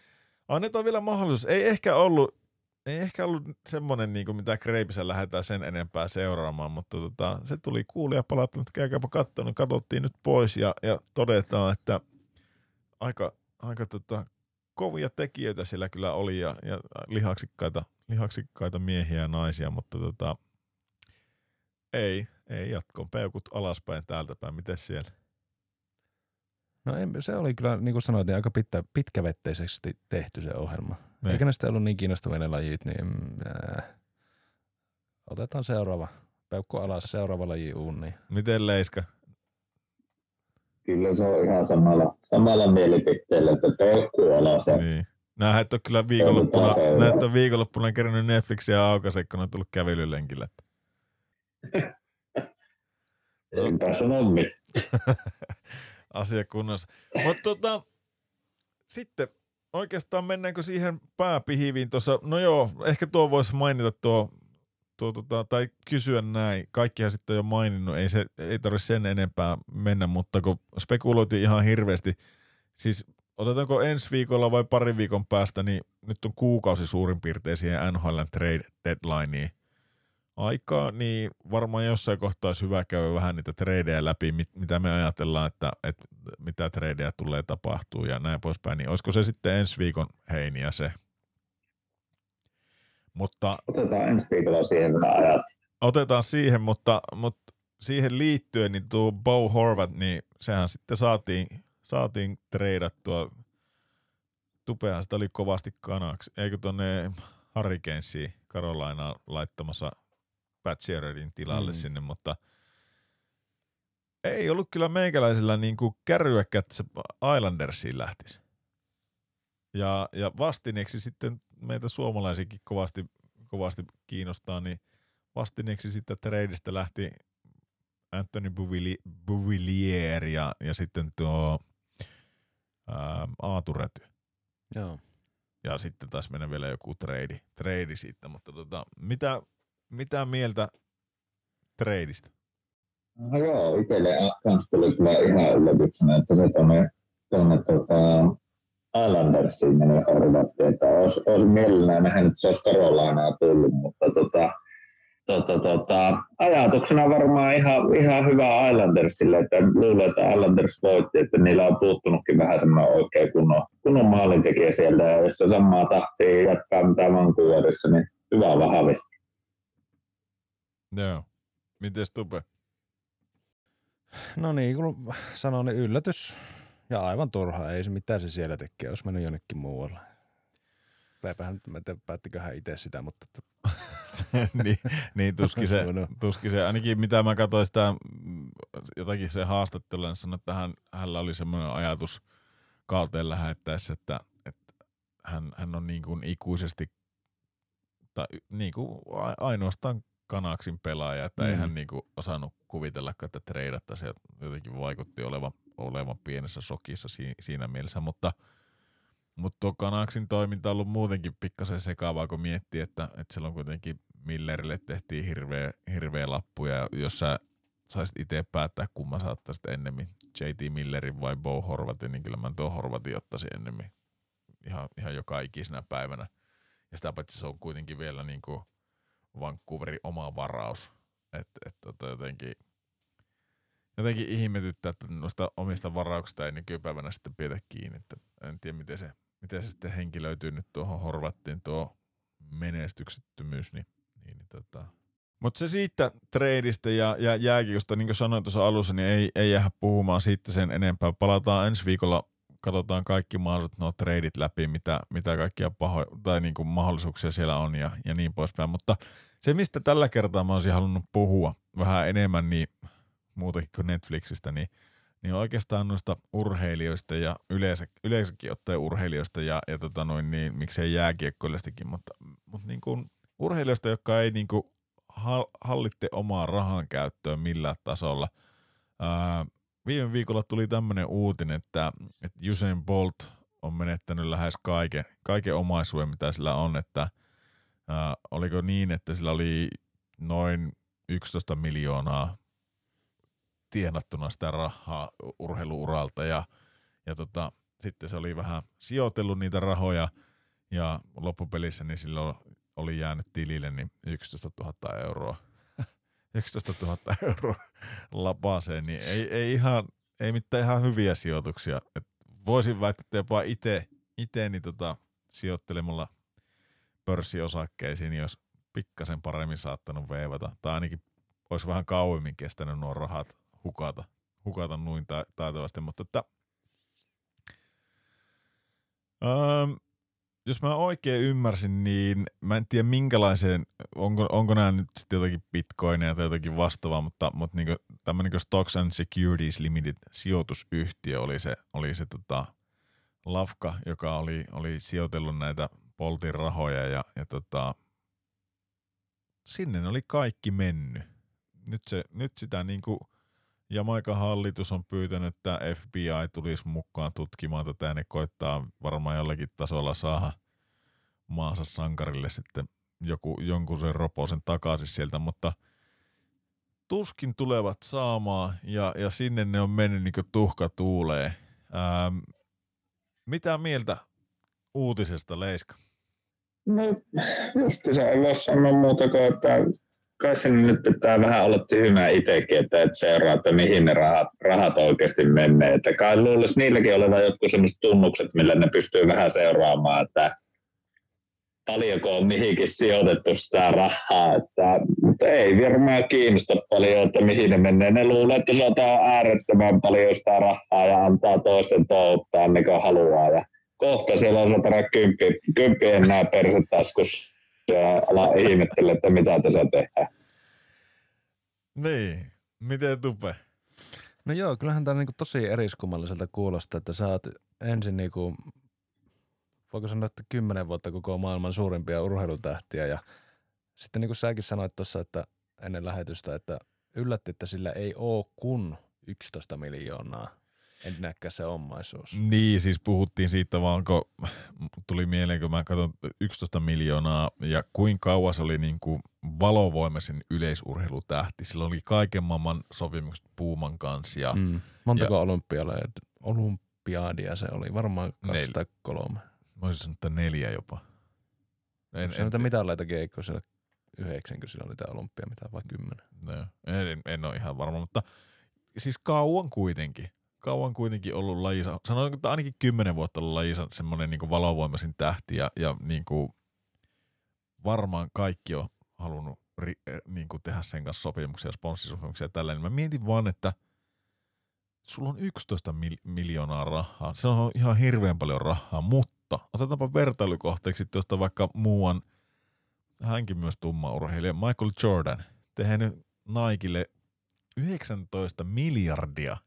Annetaan vielä mahdollisuus. Ei ehkä ollut semmonen, niin kuin mitä Kreipissä lähdetään sen enempää seuraamaan, mutta se tuli kuulijapalautetta, että käykääpä katsomaan. Katsottiin nyt pois ja todetaan, että aika kovia tekijöitä siellä kyllä oli ja lihaksikkaita miehiä ja naisia, mutta ei jatkoon. Peukut alaspäin täältä päin. Mites siellä? No se oli kyllä, niin kuin sanoitin, aika pitkävetteisesti tehty se ohjelma. Ne. Eikä ne sitten ollut niin kiinnostavia ne lajit, niin otetaan seuraava. Peukku alas, seuraava laji uuniin. Miten Leiska? Kyllä se on ihan samalla mielipiteellä, että peukku alas. Niin. Nää et ole kyllä viikonloppuna kerännyt Netflixiä aukaise, kun on tullut kävelylenkillä. Enpä sano mitään. Asia kunnossa. Mutta sitten oikeastaan mennäänkö siihen pääpihiviin tuossa? No joo, ehkä tuo voisi mainita tai kysyä näin. Kaikkihan sitten on jo maininnut, ei tarvitse sen enempää mennä, mutta kun spekuloitiin ihan hirveästi, siis otetaanko ensi viikolla vai parin viikon päästä, niin nyt on kuukausi suurin piirtein siihen NHL:n trade deadlineen aikaa, niin varmaan jossain kohtaa olisi hyvä käydä vähän niitä tradeja läpi, mitä me ajatellaan, että mitä tradeja tulee tapahtuu ja näin poispäin, niin olisiko se sitten ensi viikon heiniä se? Mutta otetaan ensi viikolla siihen ajat. Otetaan siihen, mutta siihen liittyen, niin tuo Bo Horvat, niin sehän sitten saatiin treidattua. Tupehan sitä oli kovasti kanaksi. Eikö tuonne Hurricanesiin Carolinaan laittamassa Pat Sherrodin tilalle sinne, mutta ei ollut kyllä meikäläisellä niin kuin kärryäkään, että se Islandersiin lähtisi. Ja vastineeksi sitten meitä suomalaisiakin kovasti kiinnostaa, niin vastineeksi sitten tradeista lähti Anthony Beauvillier ja sitten tuo Aatu Räty. Joo. Ja sitten taisi mennä vielä joku trade siitä, mutta mitä mieltä tradeista? No joo, itselle kans tuli kyllä ihan yllätyksenä, että se tuonne Islandersiin meni Horvatti, että olisi mielellään nähnyt, että se olisi Carolinaa tullut, mutta ajatuksena varmaan ihan hyvä Islandersille, että luulen, että Islanders voitti, että niillä on puuttunutkin vähän semmoinen oikein kunnon maalintekijä sieltä, ja jos se samaa tahtia jatkaa mitä Vancouverissa, niin hyvä vahvistaa. Joo. Mites Tupe? No niin, kun sanoin, niin yllätys ja aivan turha. Ei se mitään se siellä tekee, jos mennyt jonnekin muualle. Päättikö hän itse sitä, mutta niin tuskin se, ainakin mitä mä katsoin sitä, jotakin se haastattelun sanoi, että hänellä oli semmoinen ajatus kauteen lähettäessä, että hän on niin kuin ikuisesti, tai niin kuin ainoastaan Canucksin pelaaja, että ei hän niin kuin osannut kuvitellakaan, että treidattaisiin, jotenkin vaikutti olevan pienessä shokissa siinä mielessä, mutta tuo Canucksin toiminta on ollut muutenkin pikkasen sekaavaa, kun miettii, että silloin kuitenkin Millerille tehtiin hirveä lappu, ja jos sä saisit itse päättää, kumman sä ottaisit ennemmin, J.T. Millerin vai Bo Horvatin, niin kyllä mä tuon Horvatin ottaisin ennemmin ihan joka ikisenä päivänä. Ja sitä paitsi se on kuitenkin vielä niin kuin Vancouverin oma varaus, että jotenkin ihmetyttää, että noista omista varauksista ei nykypäivänä sitten pidetä kiinni, että en tiedä miten se sitten henkilöityy nyt tuohon Horvattiin tuo menestyksettömyys. Mutta se siitä tradeista ja jääkiekosta, niin kuin sanoin tuossa alussa, niin ei jäädä puhumaan siitä sen enempää. Palataan ensi viikolla, katsotaan kaikki mahdolliset nuo tradeit läpi, mitä kaikkia niin kuin mahdollisuuksia siellä on ja niin poispäin. Mutta se, mistä tällä kertaa mä olisin halunnut puhua vähän enemmän, niin muutakin kuin Netflixistä, niin oikeastaan noista urheilijoista ja yleensäkin ottaen urheilijoista ja niin miksei jääkiekkoilijoistakin, mutta niin kuin urheilijoista, jotka ei niin kuin hallitte omaa rahan käyttöön millään tasolla. Viime viikolla tuli tämmöinen uutinen, että Usain Bolt on menettänyt lähes kaiken omaisuuden, mitä sillä on, että oliko niin, että sillä oli noin 11 miljoonaa tienattuna sitä rahaa urheiluuralta ja sitten se oli vähän sijoitellut niitä rahoja Ja loppupelissä niin silloin oli jäänyt tilille niin 11 000 euroa. 11 000 euroa lapaseen, niin ei mitään ihan hyviä sijoituksia. Et voisin väittää, että jopa itse niin sijoittelemalla pörssiosakkeisiin, niin jos pikkasen paremmin saattanut veivata, tai ainakin olisi vähän kauemmin kestänyt nuo rahat hukata noin taitavasti, mutta että jos mä oikein ymmärsin, niin mä en tiedä minkälaiseen, onko nämä nyt sitten jotakin bitcoineja tai jotakin vastaavaa, mutta niinku, tämmöinen niin Stocks and Securities Limited sijoitusyhtiö oli se lafka, joka oli sijoitellut näitä Boltin rahoja ja sinne ne oli kaikki mennyt. Nyt sitä niinku Jamaikan hallitus on pyytänyt, että FBI tulisi mukaan tutkimaan tätä ja ne koittaa varmaan jollakin tasolla saada maansa sankarille sitten jonkun sen roposen takaisin sieltä, mutta tuskin tulevat saamaan ja sinne ne on mennyt niin kuin tuhka tuuleen. Mitä mieltä uutisesta, Leiska? No just se en voi sanoa muuta kuin, että kai sinne nyt pitää vähän olla tyhmää itsekin, että et seuraa, että mihin ne rahat oikeasti menee. Että kai luulisi niilläkin olevan jotkut sellaiset tunnukset, millä ne pystyy vähän seuraamaan, että paljonko on mihinkin sijoitettu sitä rahaa. Mutta ei varmaan kiinnosta paljon, että mihin ne menee. Ne luulee, että saadaan äärettömän paljon sitä rahaa ja antaa toisten touttaa niin kuin haluaa. Ja kohta siellä on 110 enää persetaskussa ja ala ihmettele, että mitä tässä tehdään. Niin, miten Tupe? No joo, kyllähän tämä niinku tosi eriskummalliselta kuulostaa, että sä oot ensin niinku, voiko sanoa, että 10 vuotta koko maailman suurimpia urheilutähtiä ja sitten niin kuin säkin sanoit tuossa, että ennen lähetystä, että yllätti, että sillä ei ole kun 11 miljoonaa ensinnäkään se omaisuus. Niin, siis puhuttiin siitä vaan, kun tuli mieleen, kun mä katson 11 miljoonaa ja kuinka kauan se oli niin kuin valovoimaisin yleisurheilutähti. Sillä oli kaiken maailman sopimukset Puuman kanssa. Ja, montako olympiaadia se oli? Varmaan 2 tai 3. Mä olisin sanonut, että 4 jopa. En niitä mitaleitakin, eikö siellä 9, kun sillä oli niitä olympiaa, vai 10? No, en ole ihan varma, mutta siis kauan kuitenkin ollut lajissa. Sanoin, että ainakin 10 vuotta ollut lajissa semmoinen niin kuin valovoimaisin tähti ja niin kuin varmaan kaikki on halunnut niin kuin tehdä sen kanssa sopimuksia, sponssisopimuksia ja tällainen. Mä mietin vaan, että sulla on 11 miljoonaa rahaa. Se on ihan hirveän paljon rahaa, mutta otetaanpa vertailukohteeksi tuosta vaikka muuan, hänkin myös tumma urheilija, Michael Jordan, tehnyt Nikelle 19 miljardia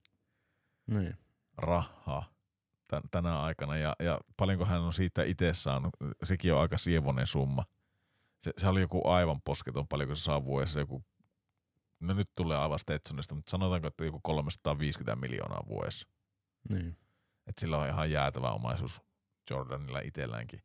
rahaa tänä aikana ja paljonko hän on siitä itse saanut, sekin on aika sievoinen summa. Se oli joku aivan posketon, paljonko se saa vuodessa, joku, no nyt tulee aivan Stetsonista, mutta sanotaanko, että joku 350 miljoonaa vuodessa. Niin. Että sillä on ihan jäätävä omaisuus Jordanilla itselläänkin.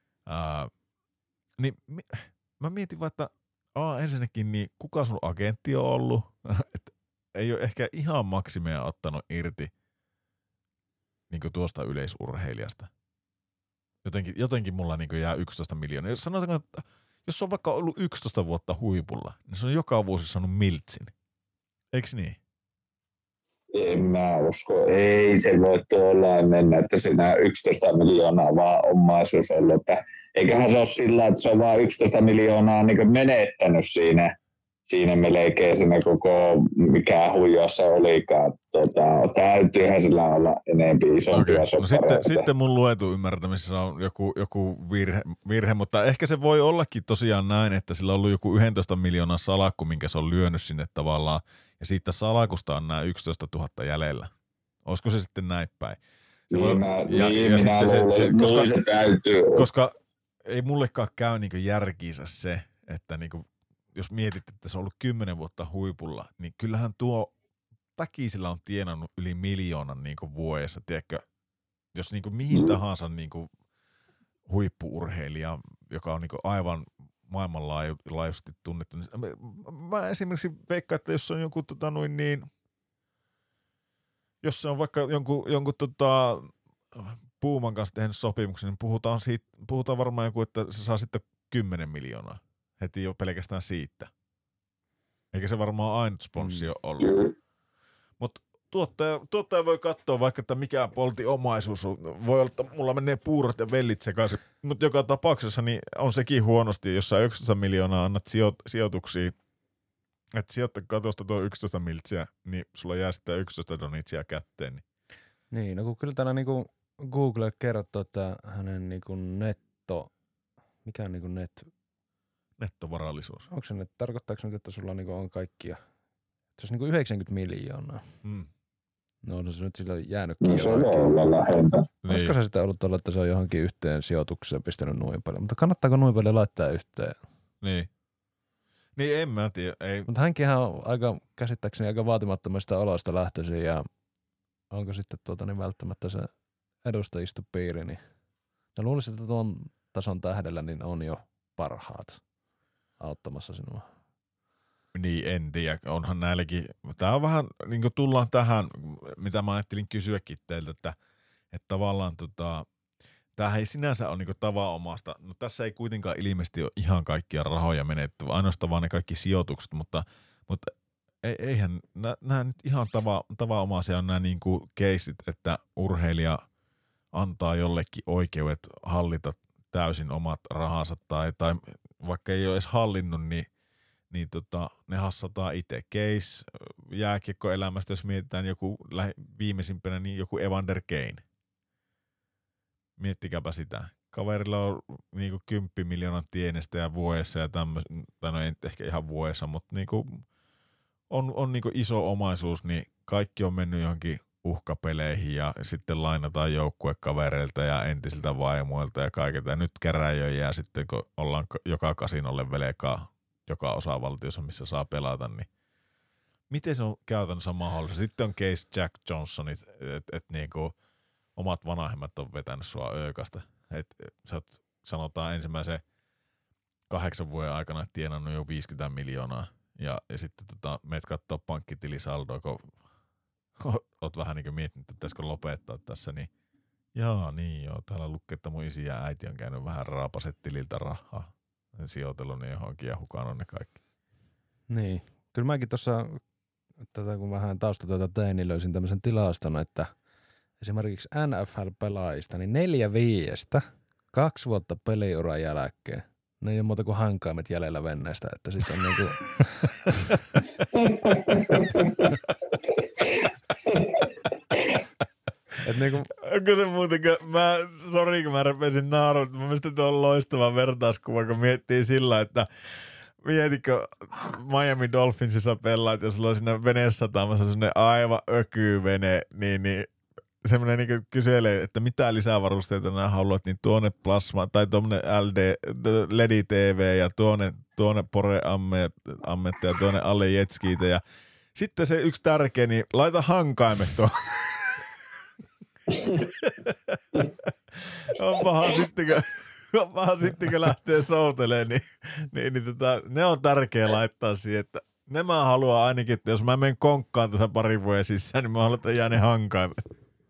Niin mä mietin vaan, että ensinnäkin, niin kuka sun agentti on ollut? Et ei ole ehkä ihan maksimia ottanut irti niin tuosta yleisurheilijasta. Jotenkin mulla niin jää 11 miljoonaa. Jos sanotaanko, että jos on vaikka ollut 11 vuotta huipulla, niin se on joka vuosi saanut miltsin. Eiks niin? En mä usko. Ei se voi tuolla mennä, että siinä 11 miljoonaa vaan omaisuus ollut. Että eiköhän se ole sillä, että se on vaan 11 miljoonaa niin menettänyt siinä melkein siinä koko mikä huijassa olikaan. Täytyyhän sillä olla enemmän isompia soppareita. No sitten mun luetun ymmärtämisessä on joku virhe, mutta ehkä se voi ollakin tosiaan näin, että sillä on ollut joku 11 miljoonan salakku, minkä se on lyönyt sinne tavallaan, ja siitä salakusta on nämä 11 000 jäljellä. Olisiko se sitten näin päin? Koska ei mullekaan käy niinku järkiinsä se, että niinku jos mietit, että se on ollut 10 vuotta huipulla, niin kyllähän tuo väkisellä on tienannut yli 1 miljoonan niin vuodessa, tiedätkö, jos niin mihin tahansa niin huippu-urheilija, joka on niin aivan maailmanlaajuisesti tunnettu, niin mä esimerkiksi veikkaan, että jos on jonkun jos se on vaikka jonkun Puuman kanssa tehnyt sopimuksen, niin puhutaan varmaan joku, että se saa sitten 10 miljoonaa heti jo pelkästään siitä. Eikä se varmaan ainut sponssi ole ollut. Mutta tuottaja voi katsoa vaikka, että mikä Boltin omaisuus on. Voi olla, että mulla menee puurot ja vellit sekaisin. Mutta joka tapauksessa niin on sekin huonosti, jos sä 11 miljoonaa annat sijoituksia. Että sijoittakaa tuosta tuo 11 miltsiä, niin sulla jää sitten 11 donitsia kätteen. Niin, no kun kyllä täällä niinku Google kertoo, että hänen niinku mikä on niinku nettovarallisuus. Onko se tarkoittaako nyt, että sulla niinku on kaikkia? Se olisi niinku 90 miljoonaa. No on se nyt sillä jäänytkin no, jotakin. Se voi olla lähempää. Olisiko se sitten ollut tuolla, että se on johonkin yhteen sijoitukseen pistänyt noin paljon? Mutta kannattaako noin paljon laittaa yhteen? Niin. Niin en mä tiedä. Ei. Mutta hänkin on käsittääkseni aika vaatimattomasta olosta lähtöisin ja onko sitten niin välttämättä se edustajistopiiri, niin mä luulisin, että tuon tason tähdellä niin on jo parhaat auttamassa sinua. Niin, en tiedä. Onhan näilläkin. Tää on vähän, niin kuin tullaan tähän, mitä mä ajattelin kysyäkin teiltä, että tavallaan tämähän ei sinänsä ole niin tavanomaista. No tässä ei kuitenkaan ilmeisesti ole ihan kaikkia rahoja menetty, ainoastaan vaan ne kaikki sijoitukset, mutta eihän nämä nyt ihan tavanomaisia on nämä niin kuin keisit, että urheilija antaa jollekin oikeudet hallita täysin omat rahansa tai vaikka ei ole edes hallinnut, niin ne hassataan itse. Case jääkiekkoelämästä, jos mietitään joku viimeisimpänä, niin joku Evander Kane. Miettikääpä sitä. Kaverilla on niinku 10 miljoonan tienestä ja vuodessa ja tämmöisen, tai no ei ehkä ihan vuodessa, mutta niinku on niinku iso omaisuus, niin kaikki on mennyt johonkin uhkapeleihin ja sitten lainataan joukkuekavereilta ja entisiltä vaimoilta ja kaikilta. Ja nyt käräjöön jää sitten, kun ollaan joka kasinolle velkaa joka osavaltiossa, missä saa pelata, niin miten se on käytännössä mahdollista? Sitten on case Jack Johnsonit, että niinku omat vanhemmat on vetänyt sua öökasta. Sä oot, sanotaan ensimmäisen 8 vuoden aikana tienannut jo 50 miljoonaa ja sitten meet kattoo pankkitilisaldoa, kun oot vähän niin kuin miettinyt, että pitäisikö lopettaa tässä, niin täällä lukee, että mun isi ja äiti on käynyt vähän raapaset tililtä rahaa. Sijoitellut ne johonkin ja hukannut ne kaikki. Niin. Kyllä mäkin tuossa, kun vähän taustatyötä tein, niin löysin tämmöisen tilaston, että esimerkiksi NFL-pelaajista, niin 4/5, 2 vuotta peliuran jälkeen, ne ei ole muuta kuin hankaimet jäljellä venneestä, että sit on niinku et niinku onko se muutenkaan, kun mä repesin naarun, mutta mä mielestäni tuo on loistava vertauskuva, kun miettii sillä, että mietitkö Miami Dolphinsissa pelaat, jos sulla on siinä venesatamassa semmoinen aivan ökyvene, niin semmoinen niin kyselee, että mitä lisävarusteita nämä haluat, niin tuonne plasma tai tuonne LED-TV ja tuonne Pore-ammetta ja tuonne alle jetskiitä ja sitten se yksi tärkeä, niin laita hankaimet tuohon. On paha sitten, kun lähtee soutelemaan, niin ne on tärkeä laittaa siihen, että ne mä haluan ainakin, että jos mä menen konkkaan tässä parin vuoden sisään, niin mä haluan, että jää ne hankaimet.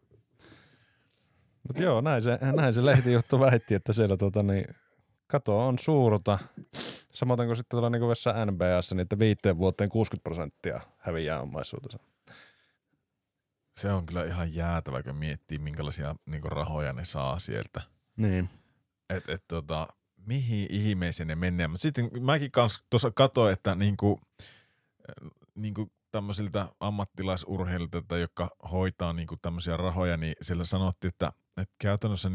Mutta joo, näin se lehtijuttu väitti, että siellä kato on suurta. Samoin kuin sitten tuolla niin vessa NBA:ssa, niin että 5 vuoteen 60% häviää omaisuutensa. Se on kyllä ihan jäätävä, kun miettii, minkälaisia niinku rahoja ne saa sieltä. Niin. Mihin ihmeeseen ne menee. Mutta sitten mäkin kanssa tuossa katsoin, että niinku tämmöisiltä ammattilaisurheilijoilta, jotka hoitaa niinku tämmöisiä rahoja, niin siellä sanottiin, että käytännössä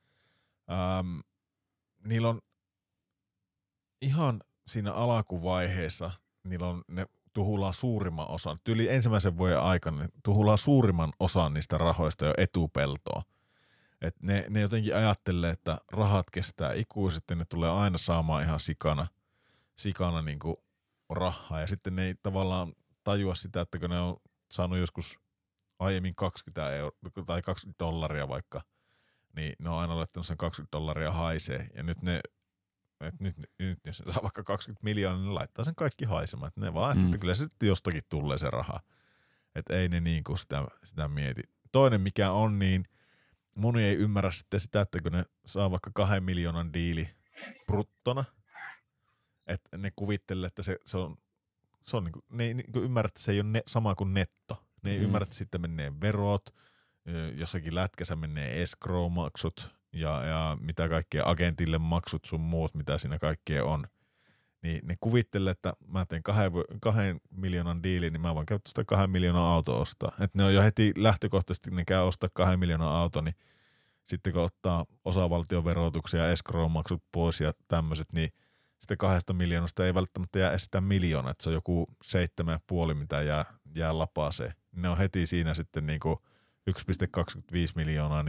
niillä on ihan siinä alkuvaiheessa, ne tuhulaa suurimman osan, yli ensimmäisen vuoden aikana ne tuhulaa suurimman osan niistä rahoista jo etupeltoon. Et ne jotenkin ajattelee, että rahat kestää ikuisesti, ne tulee aina saamaan ihan sikana niinku rahaa. Ja sitten ne ei tavallaan tajua sitä, että kun ne on saanut joskus aiemmin 20 € tai $20 vaikka, niin ne on aina laittanut sen $20 haisee. Ja nyt jos ne saa vaikka 20 miljoonaa, niin ne laittaa sen kaikki haisemaan. Ne vaan että kyllä se sitten jostakin tulee se raha. Että ei ne niinku sitä mieti. Toinen mikä on, niin moni ei ymmärrä sitten sitä, että kun ne saa vaikka 2 miljoonan diili bruttona, että ne kuvittelee, että se on niinku, ne ei niinku ymmärrä, että se ei ole sama kuin netto. Ne ei ymmärrä, että sitten menee verot, jossakin lätkässä menee escrow-maksut ja mitä kaikkea agentille maksut sun muut, mitä siinä kaikkea on. Niin ne kuvittelee, että mä teen 2 miljoonan diili, niin mä voin käyttää sitä 2 miljoonan auto ostaa. Että ne on jo heti lähtökohtaisesti, ne käy ostaa 2 miljoonan auto, niin sitten kun ottaa osavaltion verotuksia ja escrow-maksut pois ja tämmöiset, niin sitten 2 miljoonasta ei välttämättä jää sitä miljoonaa, että se on joku 7,5, mitä jää lapaseen. Ne on heti siinä sitten niinku 1,25 miljoonaa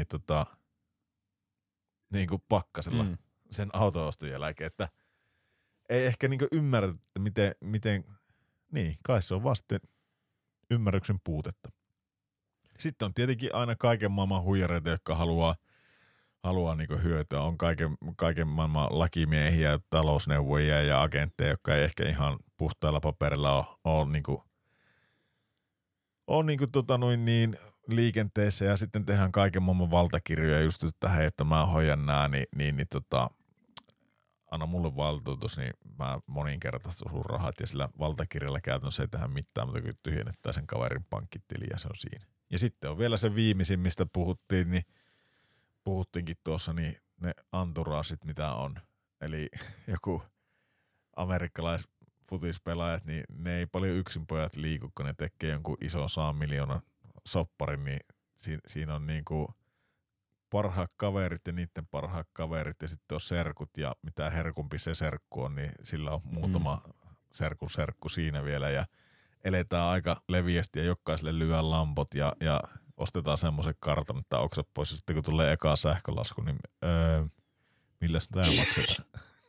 niin pakkasella sen auto-oston jälkeen, että ei ehkä niinku ymmärrä, että miten niin, kai se on vasta ymmärryksen puutetta. Sitten on tietenkin aina kaiken maailman huijareita, jotka haluaa niinku hyötyä. On kaiken maailman lakimiehiä, talousneuvojia ja agentteja, jotka ei ehkä ihan puhtailla paperilla ole niin liikenteessä ja sitten tehdään kaiken maailman valtakirjoja just, että hei, että mä hoidan nää, anna mulle valtuutus, niin mä moninkertaista sun rahat ja sillä valtakirjalla käytännössä ei tehdä mitään, mutta kun tyhjennetään sen kaverin pankkitili ja se on siinä. Ja sitten on vielä se viimeisin, mistä puhuttiinkin tuossa, niin ne anturaasit, mitä on. Eli joku amerikkalaisfutispelaajat, niin ne ei paljon yksinpojat liiku, kun ne tekee jonkun ison 100 miljoonan sopparin, niin siinä on niinku parhaat kaverit ja niiden parhaat kaverit ja sitten on serkut ja mitä herkumpi se serkku on, niin sillä on muutama serkku siinä vielä ja eletään aika leviästi ja jokaiselle lyö lampot ja ostetaan semmoisen kartan, että oksa pois ja sitten kun tulee eka sähkölasku, niin milläs tämä maksetaan?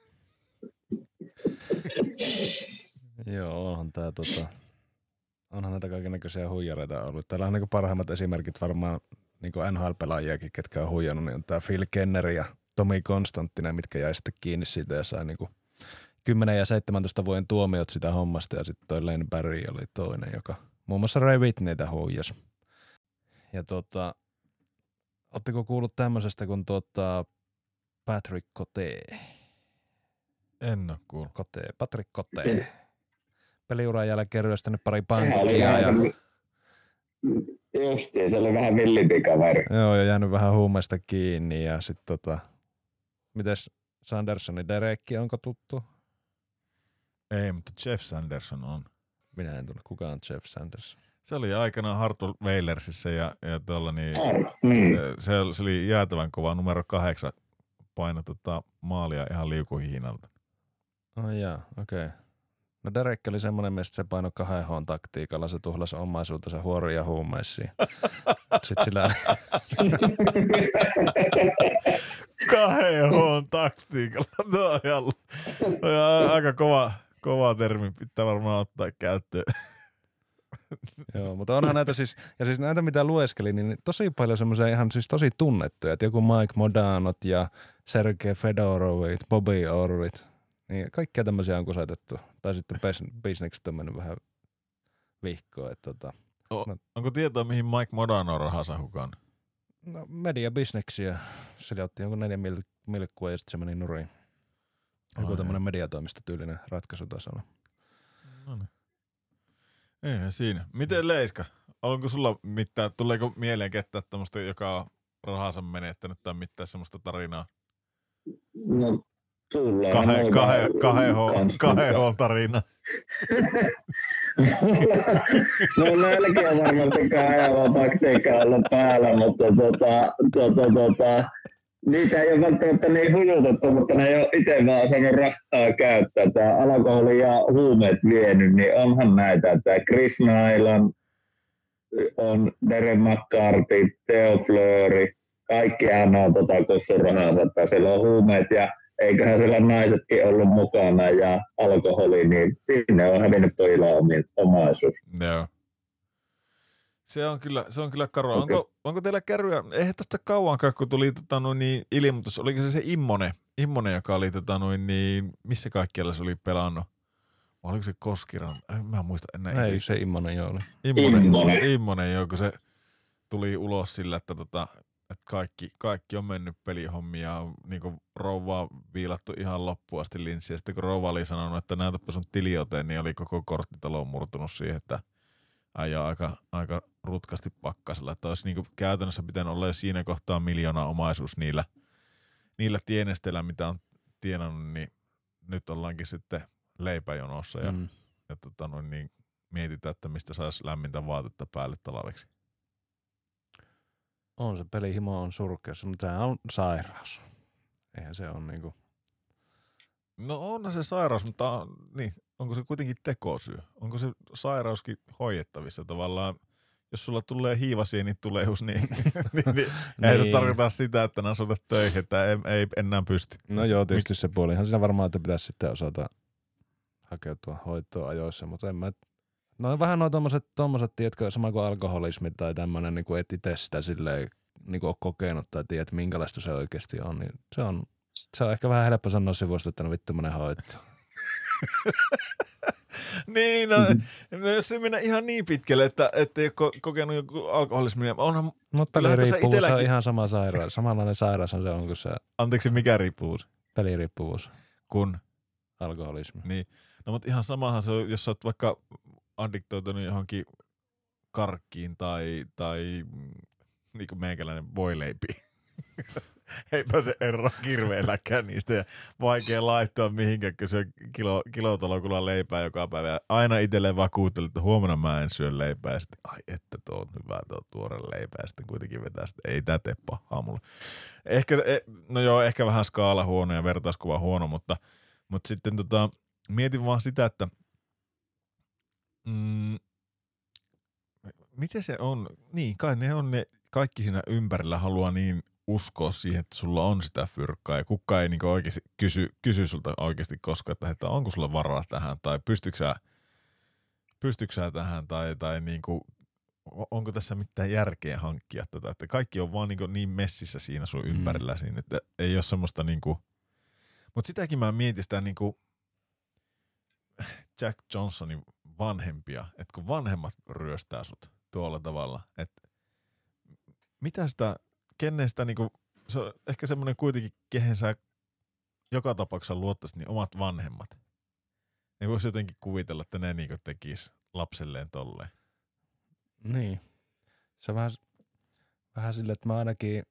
Joo, onhan näitä kaikennäköisiä huijareita ollut. Täällä on niinku parhaimmat esimerkit varmaan niinku NHL-pelaajiakin, ketkä on huijannut, niin on tää Phil Kenner ja Tomi Konstanttinen, mitkä jäi sitten kiinni siitä ja sai niinku 10 ja 17 vuoden tuomiot sitä hommasta ja sitten toi Lane Barry oli toinen, joka muun muassa Ray Whitneytä huijasi. Ja ootteko kuullut tämmöisestä kuin Patrick Cote? En ole kuullut. Patrick Cote. Peliuran jälkeen ryöstänyt pari pankkia. Justiin, se oli vähän villimpi kaveri. Joo, ja jäänyt vähän huumeista kiinni. Ja sitten mites Sandersonin Derekki, onko tuttu? Ei, mutta Jeff Sanderson on. Minä en tunne, kuka on Jeff Sanderson. Se oli aikanaan Hartwell Whalersissä ja tuolla se oli jäätävän kova numero 8 paino maalia ihan liukuhiinalta. Oh jaa, okei. Okay. No Derek oli semmoinen mies, että se paino 2H:n taktiikalla, se tuhlasi omaisuutensa huoriin ja huumeisiin. Sitten sillä 2H:n taktiikalla, tuo on aika kova termi, pitää varmaan ottaa käyttöön. Joo, mutta onhan näitä siis, ja siis näitä mitä lueskelin, niin tosi paljon semmoisia ihan siis tosi tunnettuja, että joku Mike Modanot ja Sergei Fedorovit, Bobby Orrit, niin kaikkia tämmöisiä on kusetettu. Tai sitten bisneksi tämmöinen vähän vihkoa. Onko tietoa, mihin Mike Modano on rahansa hukannut? No mediabisneksiä. Sillä otti jonkun 4 milkkua ja sitten se meni nurin. Joku tämmöinen mediatoimistotyylinen ratkaisu taas on. No niin. Eihän siinä. Miten Leiska? Onko sulla mitään, tuleeko mieleen ketään tämmöistä, joka on rahansa menettänyt tai mitään semmoista tarinaa? No tulee. 2H tarina. No näilläkin on varmasti 2H taktiikka ollut päällä, mutta niitä ei ole välttämättä niin hujutettu, mutta ne ei ole itse vaan osannut rahaa käyttää. Tämä alkoholi ja huumeet vienyt, niin onhan näitä. Tämä Chris Nyland on Darren McCarthy, Theo Fleury, kaikkihan on kussun rahansa, että siellä on huumeet ja eiköhän siellä naisetkin ollut mukana ja alkoholi, niin sinne on hävinnyt pojilla omaisuus. Joo. Se on kyllä karua. Okay. Onko teillä kärryä? Eihän tästä kauankaan, kun tuli ilmoitus. Oliko se Immonen, joka oli missä kaikkialla se oli pelannut? Vai oliko se Koskiran? Mä en muista enää. Ei, se Immonen jo oli. Immonen, joo, kun se tuli ulos sillä, että kaikki on mennyt pelihommia ja niinku rouvaa viilattu ihan loppuun asti linssiin. Sitten kun rouva oli sanonut, että näytäpä sun tilioteen, niin oli koko korttitalo murtunut siihen, että ajaa aika rutkasti pakkasella. Että olisi niinku käytännössä pitänyt olla jo siinä kohtaa miljoona omaisuus niillä tienesteillä, mitä on tienannut, niin nyt ollaankin sitten leipäjonossa ja niin mietitään, että mistä saisi lämmintä vaatetta päälle talveksi. On se pelihimo on surkeassa, mutta sehän on sairaus. Eihän se ole niinku... No onhan se sairaus, mutta niin, onko se kuitenkin tekosyy? Onko se sairauskin hoidettavissa tavallaan? Jos sulla tulee hiivasienitulehdus, niin ei se tarkoita sitä, että nämä sotat töihin, että ei enää pysty. No joo, tietysti se puolihan siinä varmaan, että pitäisi sitten osata hakeutua hoitoon ajoissa, mutta en mä... No vähän noin tommoset, tiedätkö, sama kuin alkoholismi tai tämmöinen, niin kuin et itse sitä silleen niin kuin ole kokenut tai tiedät, minkälaista se oikeasti on, niin se on ehkä vähän helppo sanoa sivuista, että no vittu monen hoito. Niin, no jos se mennä ihan niin pitkälle, että ei ole kokenut joku alkoholismia. Mutta peliriippuvuus on ihan sama sairaus. Samanlainen sairaus on se, onko se... Anteeksi, mikä riippuvuus? Peliriippuvuus. Kun? Alkoholismi. Niin. No mutta ihan samahan se on, jos sä oot vaikka addiktoitunut johonkin karkkiin tai niin kuin meikäläinen voileipiin. Eipä se ero kirveelläkään niistä ja vaikea laittaa mihinkään, kun se kilotalokulla leipää joka päivä. Ja aina itselleen vakuutteli, että huomenna mä en syö leipää. Ja sitten, ai että tuo on hyvä tuo tuore leipä. Ja sitten kuitenkin vetää, että ei tää tee pahaa mulle. Ehkä vähän skaala huono ja vertauskuva huono, mutta sitten mietin vaan sitä, että miten se on, niin kai ne on ne kaikki siinä ympärillä haluaa niin uskoa siihen, että sulla on sitä fyrkkaa ja kukaan ei niinku oikeasti kysy sulta oikeasti koskaan, että onko sulla varaa tähän tai pystytkö sä tähän tai niinku, onko tässä mitään järkeä hankkia tätä, että kaikki on vaan niin messissä siinä sun ympärillä siinä, että ei ole semmoista niinku, mutta sitäkin mä mietin sitä niinku Jack Johnsonin vanhempia, että kun vanhemmat ryöstää sut tuolla tavalla, että mitä sitä, kenen sitä niinku, se on ehkä semmoinen kuitenkin, kehen sä joka tapauksessa luottaisit, niin omat vanhemmat. Ne voisi jotenkin kuvitella, että ne niinku tekis lapselleen tolleen. Niin. Se on vähän silleen, että mä ainakin,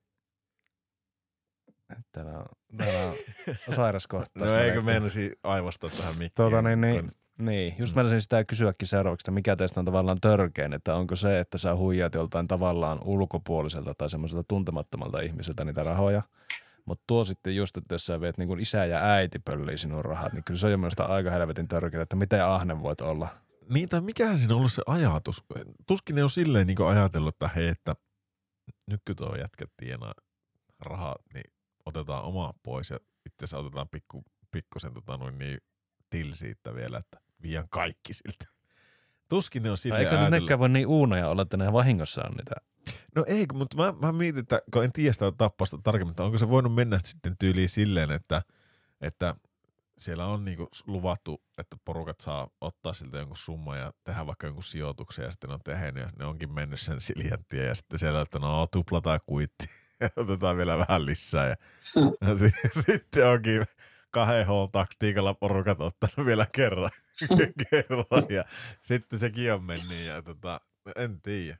täällä on sairaskohtaus. No eikö meinasi aivastaa tähän mikkiin? Niin, just meinasin sitä kysyäkin seuraavaksi, että mikä teistä on tavallaan törkein, että onko se, että sä huijaat joltain tavallaan ulkopuoliselta tai semmoiselta tuntemattomalta ihmiseltä niitä rahoja, mutta tuo sitten just, että jos sä veet niin kuin isä ja äiti pöllii sinun rahat, niin kyllä se on jo minusta aika helvetin törkeä, että miten ahne voit olla. Niin, tai mikähän siinä on ollut se ajatus? Tuskin ne on silleen niin kuin ajatellut, että hei, että nyt kun tuo jätkä tienaa rahaa, niin otetaan oma pois ja itse asiassa otetaan pikkusen tilsiittä vielä, että viian kaikki siltä. Tuskin ne on silleen ajatellut. Eikö nekään voi niin uunoja olla, että ne vahingossa on niitä? No ei, mutta mä mietin, että kun en tiedä sitä tappausta tarkemmin, että onko se voinut mennä sitten tyyliin silleen, että siellä on niinku luvattu, että porukat saa ottaa siltä jonkun summan ja tehdä vaikka jonkun sijoituksen ja sitten ne on tehnyt ja ne onkin mennyt sen siljantien ja sitten siellä, että no tuplataan kuitti ja otetaan vielä vähän lisää ja sitten onkin 2H-taktiikalla porukat ottanut vielä kerran ja sitten sekin on mennyt ja en tiedä.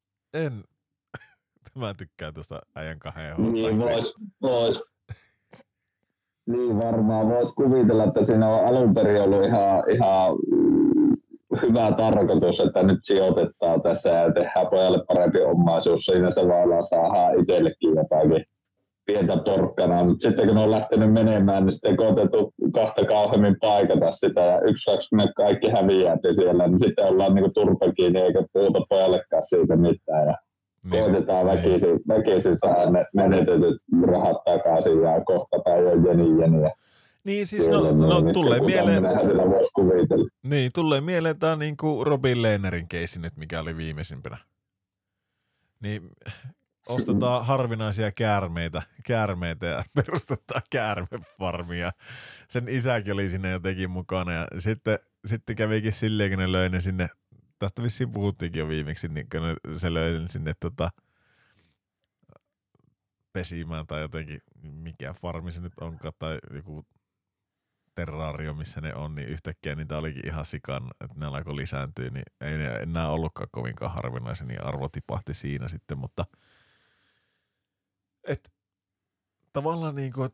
Mä tykkään tuosta äijän 2H-taktiikasta. Niin varmaan voisi kuvitella, että siinä on alun perin ollut ihan hyvä tarkoitus, että nyt sijoitetaan tässä ja tehdään pojalle parempi omaisuus. Siinä se vaan saadaan itsellekin jotakin pientä porkkanaa, mutta sitten kun ne on lähtenyt menemään, niin sitten koetettu kahta kauheammin paikata sitä ja kun ne kaikki häviää siellä, niin sitten ollaan niinku turpa kiinni eikä puhuta pojallekaan siitä mitään ja koetetaan väkisin saada ne menetetyt rahat takaisin ja kohta päivän jeni. Niin siis tulee mieleen tää niinku Robin Lehnerin keissi nyt, mikä oli viimeisimpänä. Niin ostetaan harvinaisia käärmeitä ja perustetaan käärmefarmia. Sen isäkin oli sinne jotenkin mukana ja sitten kävikin silleen, kun ne löi ne sinne, tästä vissiin puhuttiinkin jo viimeksi, niin kun se löi sinne pesimään tai jotenkin, mikä farmi se nyt onkaan, tai joku terrario, missä ne on, niin yhtäkkiä niitä olikin ihan sikan, että ne alkoi lisääntyä, niin ei ne enää ollutkaan kovinkaan harvinaisia, niin arvo tipahti siinä sitten, mutta et tavallaan niinku,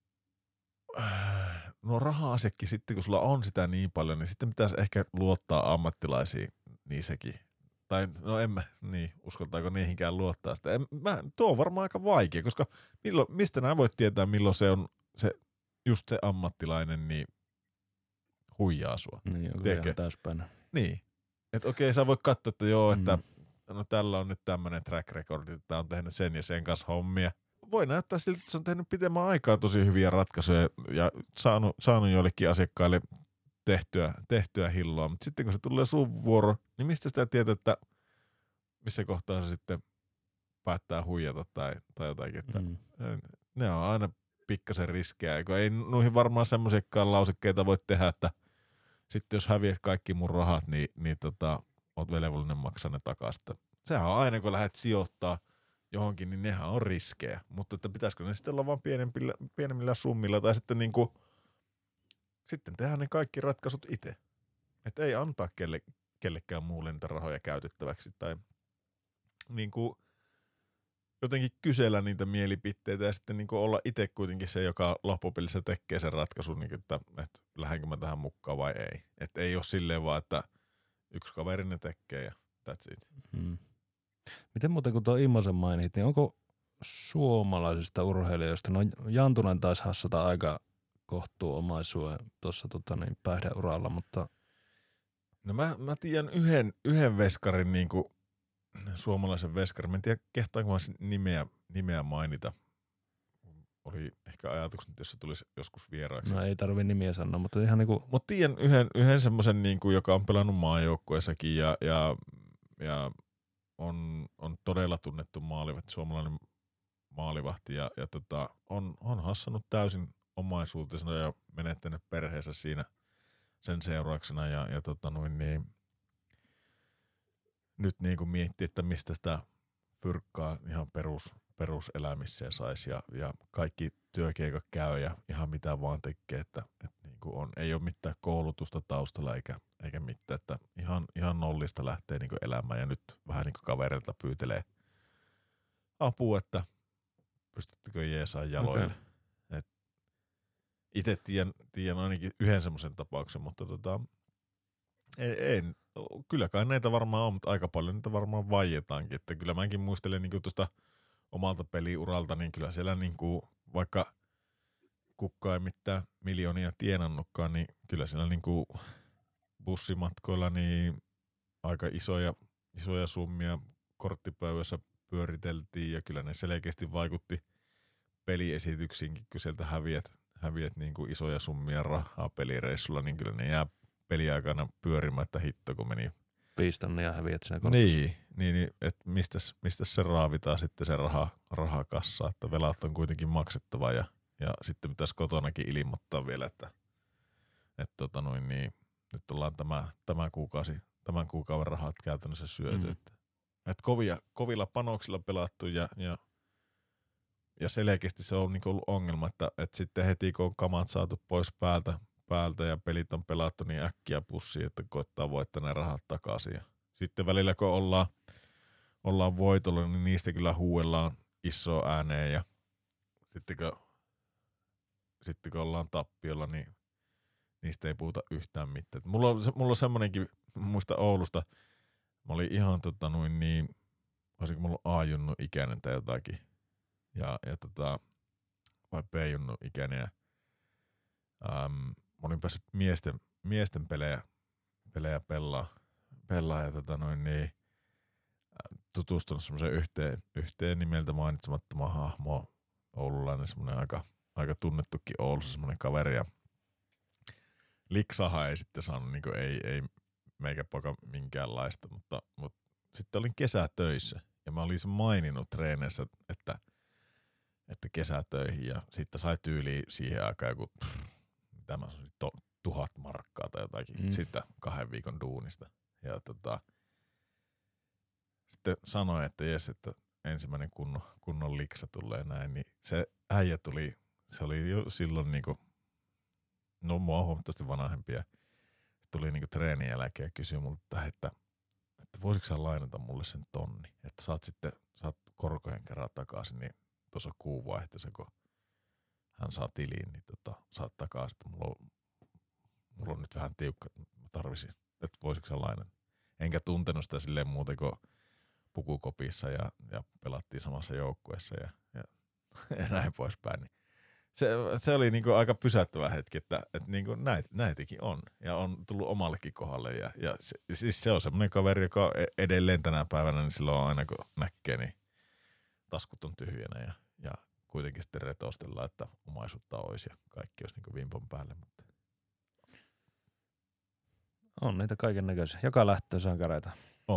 nuo raha-asiatkin sitten, kun sulla on sitä niin paljon, niin sitten pitäisi ehkä luottaa ammattilaisiin niissäkin. Tai no en mä, niin, uskaltaako niihinkään luottaa sitä. Tuo on varmaan aika vaikea, koska mistä nämä voit tietää, milloin se on just se ammattilainen, niin huijaa sua. Niin, onko ihan täyspäinen. Niin. Että okei, sä voit katsoa, että joo, että no tällä on nyt tämmönen track record, että tää on tehnyt sen ja sen kanssa hommia. Voi näyttää siltä, että se on tehnyt pitemmän aikaa tosi hyviä ratkaisuja ja saanut joillekin asiakkaille tehtyä hilloa, mutta sitten kun se tulee sun vuoro, niin mistä sitä tietää, että missä kohtaa se sitten päättää huijata tai jotakin, että ne on aina pikkasen riskejä, kun ei noihin varmaan semmoisiakaan lausekkeita voi tehdä, että sitten jos häviät kaikki mun rahat, niin oot velvollinen maksaa ne takaisin. Sehän on aina, kun lähdet sijoittaa johonkin, niin nehän on riskejä, mutta että pitäisikö ne sitten olla vaan pienemmillä summilla tai sitten niinku sitten tehdään ne kaikki ratkaisut itse. Että ei antaa kellekään muulle niitä rahoja käytettäväksi tai niinku jotenkin kysellä niitä mielipiteitä ja sitten niinku olla itse kuitenkin se, joka loppupelissä tekee sen ratkaisun, niin että lähdenkö mä tähän mukaan vai ei. Että ei ole silleen vaan, että yksi kaveri ne tekee ja that's it. Miten muuten kun tuo Immosen mainit, niin onko suomalaisista urheilijoista, no Jantunen taisi hassata aika kohtuuomaisuuden tuossa päihdeuralla, mutta no mä tiedän yhden veskarin, niinku, suomalaisen veskarin. Mä en tiedä, kehtaanko mä nimeä mainita. Oli ehkä ajatukset, jos se tulisi joskus vieraaksi. No ei tarvi nimiä sanoa, mutta ihan niinku. Mut tiedän yhden semmosen, niinku, joka on pelannut maajoukkueessakin ja on todella tunnettu maalivahti, suomalainen maalivahti ja on hassannut täysin omaisuutensa ja menettänyt perheensä siinä sen seurauksena ja nyt niinku miettii, että mistä sitä fyrkkaa ihan peruselämiseen saisi ja kaikki työkeikat käy ja ihan mitä vaan tekee, että niinku ei ole mitään koulutusta taustalla eikä mitään, että ihan nollista lähtee niinku elämään ja nyt vähän niinku kaverilta pyytelee apua, että pystyttekö jeesaa jaloille. Okay. Itse tiedän ainakin yhden semmoisen tapauksen, mutta kyllä kai näitä varmaan on, mutta aika paljon niitä varmaan vaietaankin. Että kyllä mäkin muistelen niin tuosta omalta peliuralta, niin kyllä siellä niin kuin, vaikka kukka ei mitään miljoonia tienannutkaan, niin kyllä siellä niin kuin bussimatkoilla niin aika isoja summia korttipöydässä pyöriteltiin ja kyllä ne selkeästi vaikutti peliesityksiinkin, kun sieltä häviät niin kuin isoja summia rahaa pelireissulla, niin kyllä ne jää peliaikana pyörimään, että hitto kun meni 5 tonnia häviät siinä kortissa. Niin että mistä se raavitaan sitten se rahakassa, että velat on kuitenkin maksettava ja sitten pitäisi kotonakin ilmoittaa vielä, että nyt ollaan tämän kuukauden rahat käytännössä syöty. Että kovilla panoksilla pelattu ja selkeästi se on niinku ollut ongelma, että sitten heti kun on kamat saatu pois päältä ja pelit on pelattu, niin äkkiä pussiin, että koittaa voittaa ne rahat takaisin. Ja sitten välillä kun ollaan voitolla, niin niistä kyllä huuellaan isoa ääneen ja sitten kun ollaan tappiolla, niin niistä ei puhuta yhtään mitään. Mulla on semmonenkin, muista Oulusta, mä olin ihan olisinko mulla A-junnu ikäinen tai jotakin. Vai B-junnu ikäinen. Ja, mä olin päässyt miesten pelejä pelaa ja tutustunut semmoiseen yhteen nimeltä mainitsemattomaan hahmoon. Oululainen semmoinen aika tunnettukin Oulussa semmoinen kaveri ja liksahan ei sitten saanut, niin ei meikä poika minkäänlaista, mutta sitten olin kesätöissä ja mä olin maininnut treeneissä, että kesätöihin ja sitten sai tyyliin siihen aikaan joku, mitä mä sanoisin, 1000 markkaa tai jotakin sitä 2 viikon duunista. Ja sitten sanoin, että jes, että ensimmäinen kunnon liksa tulee näin, niin se äijä tuli, se oli jo silloin niinku, no mua on huomattavasti vanhempia. Se tuli niinku treenin jälkeen ja kysyi multa, että voisitko sä lainata mulle sen tonni, että saat korkojen kerran takaisin, niin tuossa kuunvaihteessa, kun hän saa tiliin, niin saat takaisin, että mulla on nyt vähän tiukka, mä tarvisin, että voisitko sä lainata. Enkä tuntenut sitä silleen muuten kuin pukukopissa ja pelattiin samassa joukkueessa ja näin poispäin. Niin se oli niinku aika pysäyttävä hetki, että niinku näitäkin on ja on tullut omallekin kohdalle. Ja siis se on semmoinen kaveri, joka edelleen tänä päivänä, niin silloin aina kun näkee, niin taskut on tyhjänä ja kuitenkin sitten retostellaan, että omaisuutta olisi ja kaikki olisi niinku vimpan päälle. Mutta on niitä kaiken näköisiä. Joka lähtee sankareita.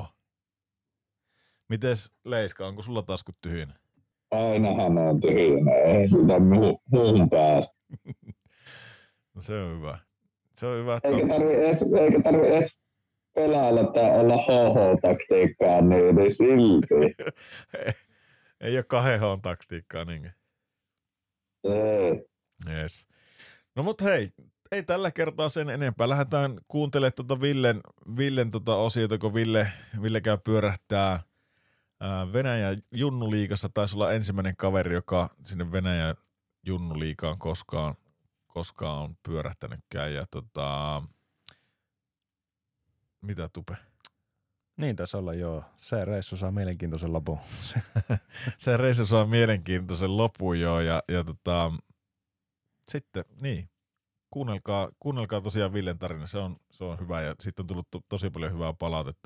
Mites Leiska, onko sulla taskut tyhjänä? Ainahan on tyhjänä, ei sitä muuhun pääse. No se on hyvä. Se on hyvä, että eikä tarvi edes pelailla tai olla HH-taktiikkaa, niin silti. Ei ole 2H-taktiikkaa niinkään. Ei. Yes. No mut hei, ei tällä kertaa sen enempää. Lähdetään kuuntelemaan Villen osiota, kun Ville käy pyörähtää Venäjän junnuliigassa. Taisi olla ensimmäinen kaveri, joka sinne Venäjän junnuliigaan koskaan on pyörähtänytkään. Ja mitä Tupe? Niin taisi olla, joo. Se reissu saa mielenkiintoisen lopun. Se reissu saa mielenkiintoisen lopun, joo. Ja sitten, niin, kuunnelkaa tosiaan Villen tarina. Se on hyvä ja sitten on tullut tosi paljon hyvää palautetta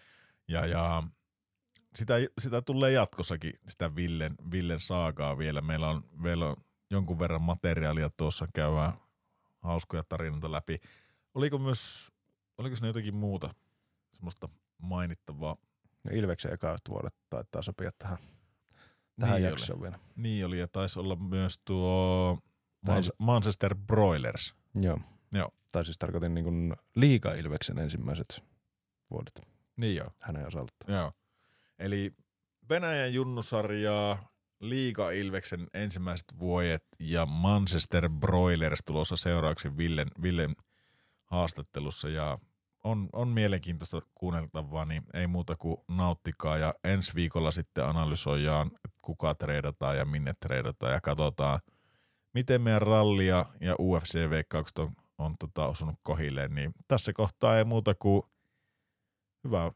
ja sitä tulee jatkossakin, sitä Villen saagaa vielä. Meillä on jonkun verran materiaalia tuossa, käydään hauskoja tarinoita läpi. Oliko se jotakin muuta semmoista mainittavaa? No Ilveksen ekat vuodet taitaa sopia tähän jaksoon vielä. Niin oli, ja taisi olla myös tuo Manchester Broilers. Joo. Tai siis tarkoitin niin kuin liiga Ilveksen ensimmäiset vuodet. Niin joo. Hänen osaltaan. Joo. Eli Venäjän junnusarjaa, liiga Ilveksen ensimmäiset vuodet ja Manchester Broilers tulossa seuraavaksi Villen haastattelussa. Ja on mielenkiintoista kuunneltavaa, niin ei muuta kuin nauttikaa. Ja ensi viikolla sitten analysoidaan, kuka treidataan ja minne treidataan ja katsotaan, miten meidän rallia ja UFC-veikkaukset on osunut kohilleen. Niin tässä kohtaa ei muuta kuin hyvää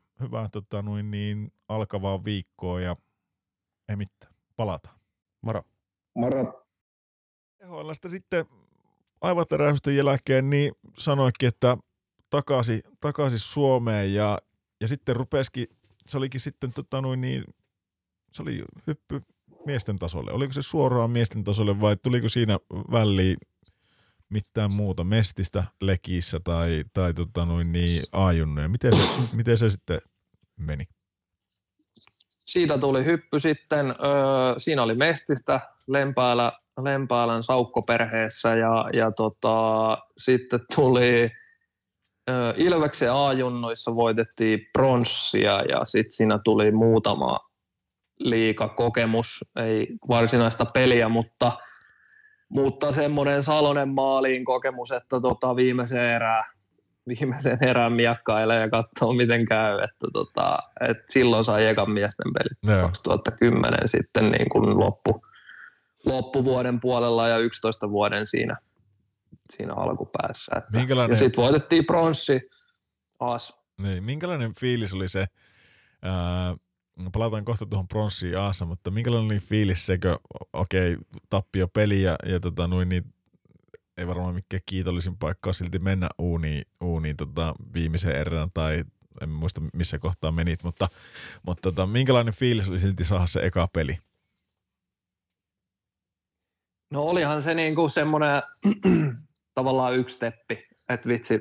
alkavaa viikkoa ja ei mitään. Palataan. Moro. Moro. EHL:stä sitten aivotärähysten jälkeen niin sanoikin, että takaisin Suomeen ja sitten rupesikin, se olikin sitten se oli hyppy miesten tasolle. Oliko se suoraan miesten tasolle vai tuliko siinä väliin mitään muuta mestistä lekissä tai A-junnuja? Miten se sitten meni? Siitä tuli hyppy sitten, siinä oli mestistä Lempäälän Saukko-perheessä ja sitten tuli Ilveksen A-junnuissa voitettiin pronssia ja sitten siinä tuli muutama liigakokemus, ei varsinaista peliä, mutta semmoinen Salonen maaliin kokemus, että viimeisen erään miakkailee ja katsoo miten käy, että silloin sai ekan miesten pelit 2010 sitten niin kuin loppuvuoden puolella ja 11 vuoden siinä alkupäässä. Ja sitten voitettiin pronssi Aas. Niin, minkälainen fiilis oli se, palataan kohta tuohon pronssiin Aassa, mutta minkälainen oli fiilis se, kun tappio peli ja niin ei varmaan mikään kiitollisin paikka silti mennä uuniin viimeiseen erään tai en muista missä kohtaa menit, mutta minkälainen fiilis oli silti saada se eka peli? No olihan se niinku semmoinen tavallaan yksi steppi, että vitsi,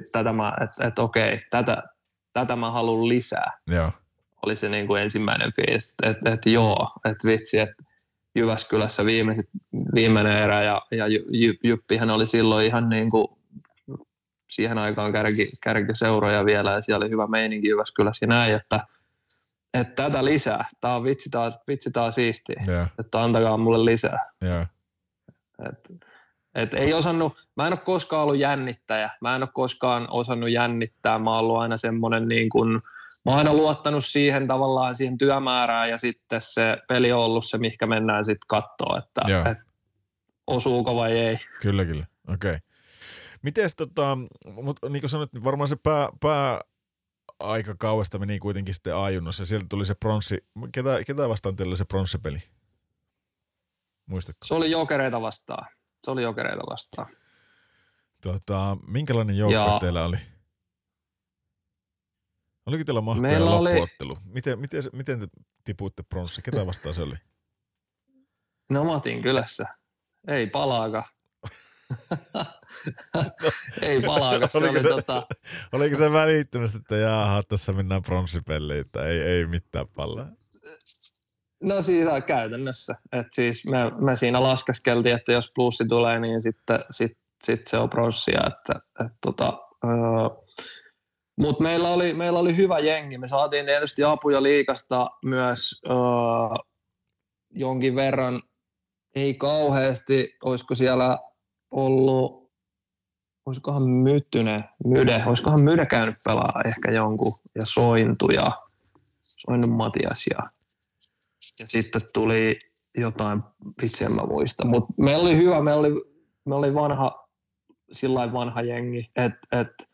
tätä mä haluan lisää. Joo. Oli se niinku ensimmäinen fiilis, että vitsi, että Jyväskylässä viimeinen erä ja Jyppihän oli silloin ihan niinku siihen aikaan kärkiseuroja vielä ja siellä oli hyvä meininki Jyväskylässä ja näin, että että tätä lisää. Tää on vitsi taas siistiä. Yeah. Että antakaa mulle lisää. Yeah. Et ei osannut, mä en ole koskaan ollut jännittäjä. Mä en ole koskaan osannut jännittää. Mä oon ollut aina semmonen niin kuin, mä oon aina luottanut siihen tavallaan siihen työmäärään ja sitten se peli on ollut se, mihinkä mennään sitten kattoo, että osuuko vai ei. Kyllä. Okei. Okay. Mites mutta niin kuin sanoit, niin varmaan se aika kauesta meni kuitenkin sitten A-junnossa ja sieltä tuli se pronssi. Ketä vastaan teillä oli se pronssipeli? Muistatko? Se oli Jokereita vastaan. Minkälainen joukko teillä oli? Oliko teillä mahkoja loppuottelu? Miten te tipuitte pronssi? Ketä vastaan se oli? No Matin kylässä. Ei palaakaan. Ei palaakaan. Oliko se välittömästi, että jaha, tässä mennään pronssipeliin, että ei mitään palaa? No siis käytännössä. Et siis me siinä laskeskeltiin, että jos plussi tulee, niin sitten se on pronssia. Mutta meillä oli hyvä jengi. Me saatiin tietysti apuja liigasta myös jonkin verran. Ei kauheasti, olisiko siellä ollut, olisikohan Myde käynyt pelaa ehkä jonkun ja Sointu Matias ja sitten tuli jotain, vitsi en mä muista. Mutta meillä oli hyvä, me oli sillain vanha jengi, että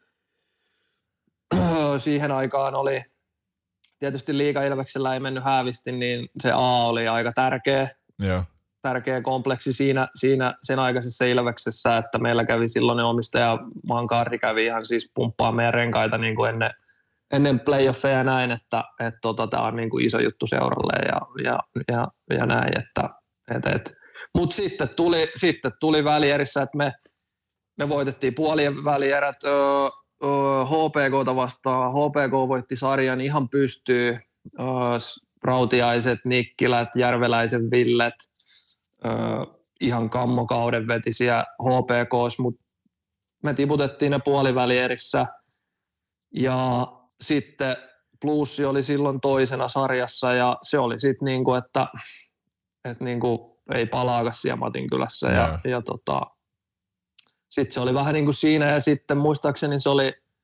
siihen aikaan oli, tietysti Liiga Ilveksellä ei mennyt häävisti, niin se A oli aika tärkeä. Yeah. Tärkeä kompleksi siinä sen aikaisessa Ilveksessä, että meillä kävi silloin omistaja Mankaari kävi ihan siis pumppaa meidän renkaita niin kuin ennen playoffeja ja näin, että tämä on niin kuin iso juttu seuralle ja näin, mutta sitten tuli välierissä, että me voitettiin puolien välierät HPK:ta vastaan. HPK voitti sarjan ihan pystyy. Rautiaiset, Nikkilät, Järveläisen Villet, ihan kammokauden vetisiä HPKs, mutta me tiputettiin ne puolivälierissä. Ja sitten plussi oli silloin toisena sarjassa ja se oli sitten niinku, että niinku ei palaakaan siellä Matin kylässä. Ja sitten se oli vähän niin kuin siinä ja sitten muistaakseni se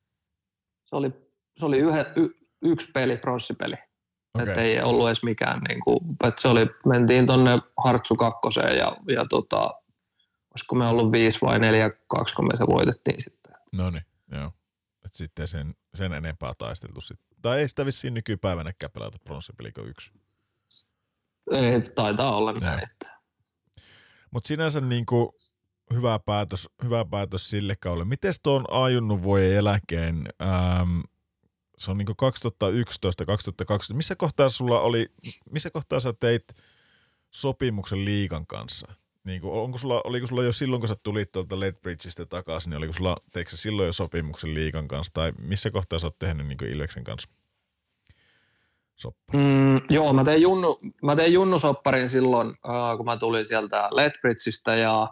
oli yksi peli, pronssipeli. Okay. Että ei ollut edes mikään, niin kuin, että se oli, mentiin tonne Hartsu 2 ja olisiko me ollut 5 vai 4-2, kun me se voitettiin sitten. Noniin, joo. Että sitten sen enempää taisteltu sitten. Tai ei sitä vissiin nykypäivänäkään pelata pronssipelikö 1. Ei, taitaa olla näin. Mutta sinänsä niinku hyvä päätös sille kaudelle. Mites tuon A-junnun vuoden jälkeen, se on niinku 2011-2012, missä kohtaa sä teit sopimuksen liigan kanssa? Niinku, oliko sulla jo silloin, kun sä tulit tuolta Lethbridgeistä takaisin, niin teikö sä silloin jo sopimuksen liigan kanssa, tai missä kohtaa sä oot tehnyt niinku Ilveksen kanssa sopparin? Joo, mä tein junnusopparin silloin, kun mä tulin sieltä Lethbridgeistä, ja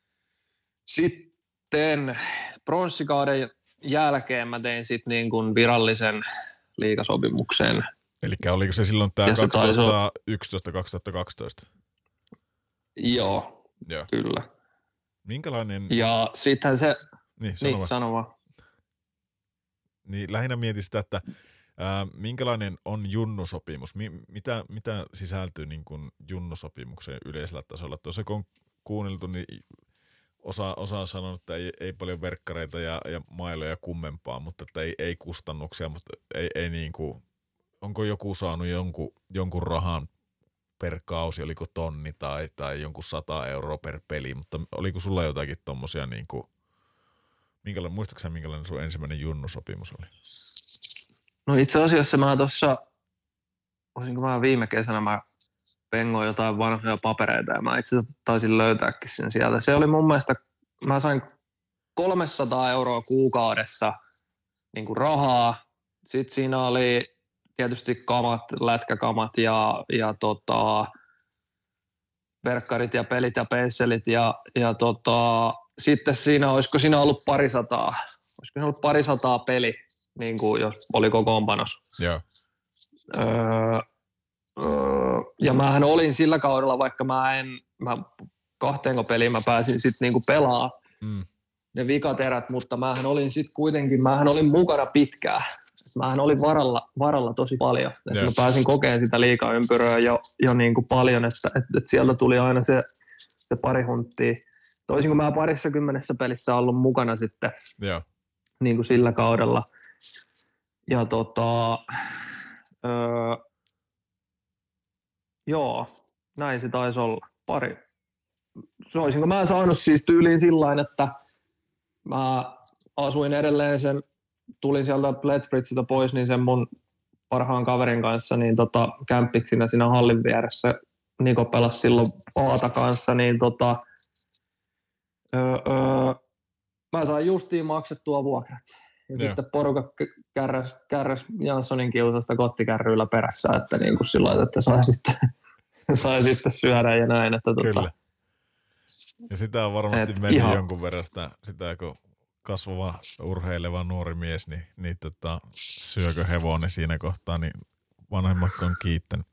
sitten pronssikauden jälkeen mä tein sitten niin kuin virallisen liigasopimuksen. Eli oliko se silloin tämä 2011-2012? Joo, kyllä. Minkälainen... Ja sittenhän se... Niin, sano vaan. Niin, lähinnä mietin sitä, että minkälainen on junnusopimus? Mitä sisältyy niin kuin junnusopimukseen yleisellä tasolla? Tuossa kun on kuunneltu, niin osa on sanonut, että ei paljon verkkareita ja mailoja kummempaa, mutta että ei kustannuksia, mutta ei niin kuin, onko joku saanut jonkun rahan per kausi, oliko tonni tai jonkun 100 € per peli, mutta oliko sulla jotakin tommosia niin kuin, muistatko minkälainen sun ensimmäinen junnusopimus oli? No itse asiassa mä olisinko mä viime kesänä mä pengoin jotain vanhoja papereita ja mä itse asiassa taisin löytääkin sen sieltä. Se oli mun mielestä, mä sain 300 € kuukaudessa niin kuin rahaa. Sitten siinä oli tietysti kamat, lätkäkamat ja verkkarit ja pelit ja pensselit ja sitten olisiko siinä ollut parisataa peli, niin kuin jos oli kokoonpanos. Joo. Ja mähän olin sillä kaudella, vaikka mä 2 peliin mä pääsin sitten niinku pelaa ne vikat erät, mutta mähän olin mukana pitkään. Mähän olin varalla tosi paljon. Mä pääsin kokemaan sitä liigaympyröä jo niinku paljon, että sieltä tuli aina se pari hunttia. Toisin kuin mä 20 pelissä ollut mukana sitten niin kuin sillä kaudella. Ja näin se taisi olla. Olisinko mä saanut siis tyyliin sillain, että mä asuin edelleen tulin sieltä Lethbridgeiltä pois, niin sen mun parhaan kaverin kanssa niin kämppiksinä siinä hallin vieressä. Niko pelasi silloin Aata kanssa, niin mä sain justiin maksettua vuokrat. Ja sitten porukka kärräs Janssonin kiusasta kottikärryillä perässä, että niin kuin sillä että sai sitten syödä ja näin. Että Kyllä. Ja sitä on varmasti mennyt jonkun verran sitä kun kasvava urheileva nuori mies, niin syökö hevonen siinä kohtaa, niin vanhemmat on kiittänyt.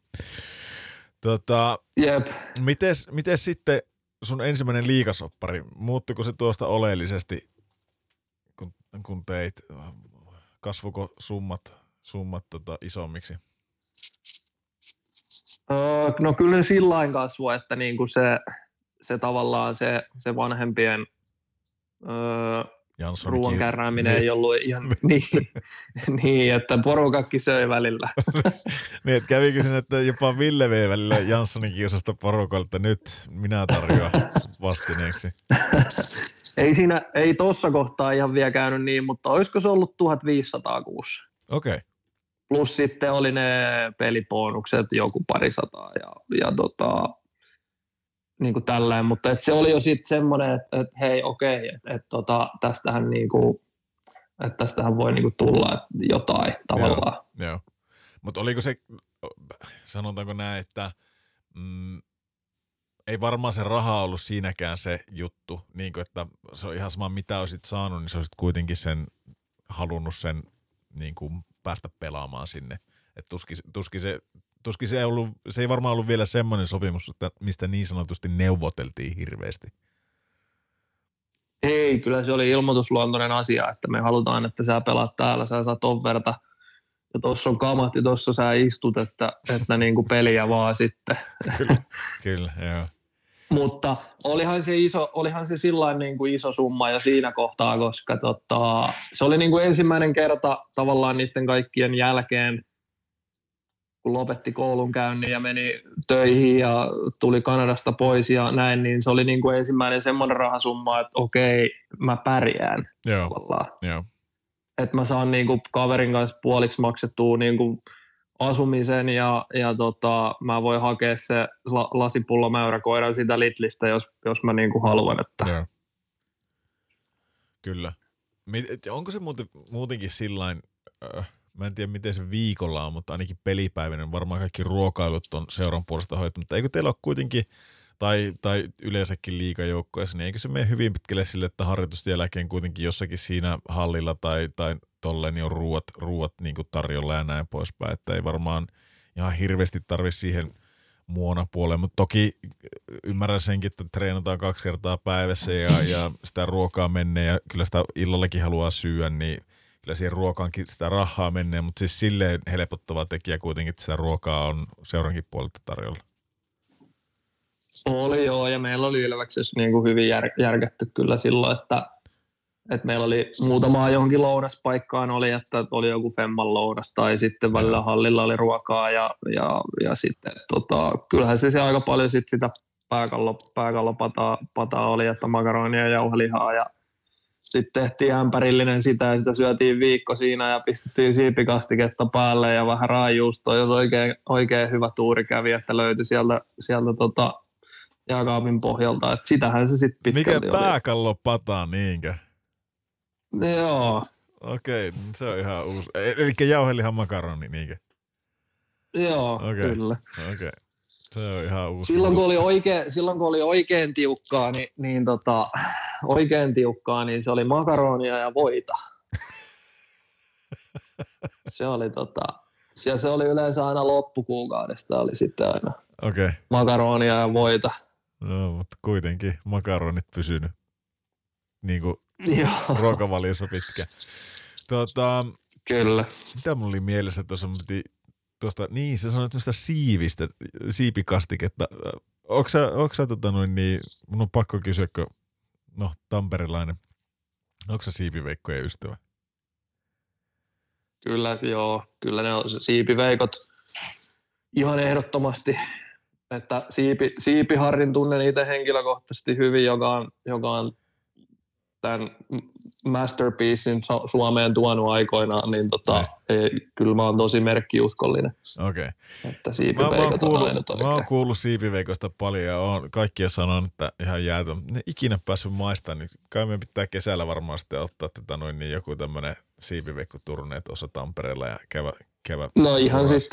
Jep. Mites sitten sun ensimmäinen liigasoppari, muuttuiko se tuosta oleellisesti, kun teit, kasvuko summat isommiksi? No kyllä ne sillain kasvoi, että niinku se tavallaan se vanhempien ruoan kärrääminen ei ollut ihan niin, että porukakki söi välillä. Niin, että kävikö sinne, että jopa Ville vei välillä Janssonin kiusasta porukalta, nyt minä tarjoan vastineeksi. Ei tossa kohtaa ihan vielä käynyt niin, mutta olisiko se ollut 1500 kuussa? Okei. Okay. Plus sitten oli ne pelibonukset joku 200 ja niin kuin tällainen, mutta et se oli jo sitten semmoinen, että hei okei, että tästähän niinku, että tästähän voi niinku tulla jotain tavallaan. Joo. Mutta oliko se, sanotaanko näin, että ei varmaan se raha ollut siinäkään se juttu, niin kuin, että se on ihan sama mitä olisit saanut, niin se olisit kuitenkin halunnut sen niin kuin päästä pelaamaan sinne. Että tuskin se ei varmaan ollut vielä semmoinen sopimus, että mistä niin sanotusti neuvoteltiin hirveästi. Ei, kyllä se oli ilmoitusluontoinen asia, että me halutaan, että sä pelaat täällä, sä saat ton verta, ja tossa on kamat, ja tossa sä istut, että niin kuin peliä vaan sitten. Kyllä, joo. Mutta olihan se sillain niin kuin iso summa jo siinä kohtaa, koska se oli niin kuin ensimmäinen kerta tavallaan niiden kaikkien jälkeen, kun lopetti koulunkäynnin ja meni töihin ja tuli Kanadasta pois ja näin, niin se oli niin kuin ensimmäinen semmoinen rahasumma, että okei, mä pärjään. Joo. Että mä saan niin kuin kaverin kanssa puoliksi maksettua niin kuin asumisen ja mä voin hakea se lasipullomäyräkoiran siitä Lidlistä, jos mä niin kuin haluan. Että. Joo. Kyllä. Onko se muutenkin sillain, mä en tiedä miten se viikolla on, mutta ainakin pelipäivänä varmaan kaikki ruokailut on seuran puolesta hoitu, mutta eikö teillä ole kuitenkin, tai yleensäkin liigajoukkoissa, niin eikö se mene hyvin pitkälle sille, että harjoitusten jälkeen kuitenkin jossakin siinä hallilla tai tolleen niin on ruuat niin kuin tarjolla ja näin poispäin, että ei varmaan ihan hirveästi tarvitse siihen muonapuoleen, mutta toki ymmärrän senkin, että treenataan 2 kertaa päivässä ja sitä ruokaa menee ja kyllä sitä illallakin haluaa syödä, niin kyllä siihen ruokaankin sitä rahaa menee, mutta siis silleen helpottava tekijä kuitenkin, että sitä ruokaa on seurankin puolelta tarjolla. Oli joo, ja meillä oli Ilveksessä niin kuin hyvin järkätty kyllä silloin, että meillä oli muutamaa johonkin lounaspaikkaan oli, että oli joku Femman lounas tai sitten välillä hallilla oli ruokaa ja sitten kyllähän se aika paljon sitten sitä pääkallopataa oli, että makaronia ja jauhelihaa ja sitten tehtiin ämpärillinen sitä ja sitä syötiin viikko siinä ja pistettiin siipikastiketta päälle ja vähän raajuustoa, jos oikein hyvä tuuri kävi, että löytyi sieltä jääkaapin pohjalta, että sitähän se sitten pitkälti oli. Mikä pääkallopata, niinkö? Joo. Okei, se on ihan uusi. Eli jauhelihan makaroni, niinkö? Joo, kyllä. Okei. Se on ihan uusi. Silloin kun oli oikein tiukkaa, niin se oli makaronia ja voita. Se oli Ja se oli yleensä aina loppukuukaudesta, oli sitten aina makaronia ja voita. No, mutta kuitenkin makaronit pysynyt niin kuin ruokavaliossa pitkä. Kyllä. Mitä mulla oli mielessä tuosta, niin sä sanoit tuosta siipikastiketta. Onko sä mun on pakko kysyä, kun tamperilainen, onko sä siipiveikkojen ystävä? Kyllä, joo. Kyllä ne on siipiveikot ihan ehdottomasti. Että Siipiharrin tunnen itse henkilökohtaisesti hyvin, joka on tämän Masterpiecein Suomeen tuonut aikoinaan, niin kyllä mä oon tosi merkkiuskollinen. Okei. Että siipiveikot on ainut oikein. Mä oon kuullut siipiveikosta paljon ja oon kaikkia sanonut, että ihan jäätö. Ne ikinä päässyt maistamaan, niin kai me pitää kesällä varmaan sitten ottaa niin joku tämmönen siipiveikkoturne tuossa Tampereella ja käydä. No ihan siis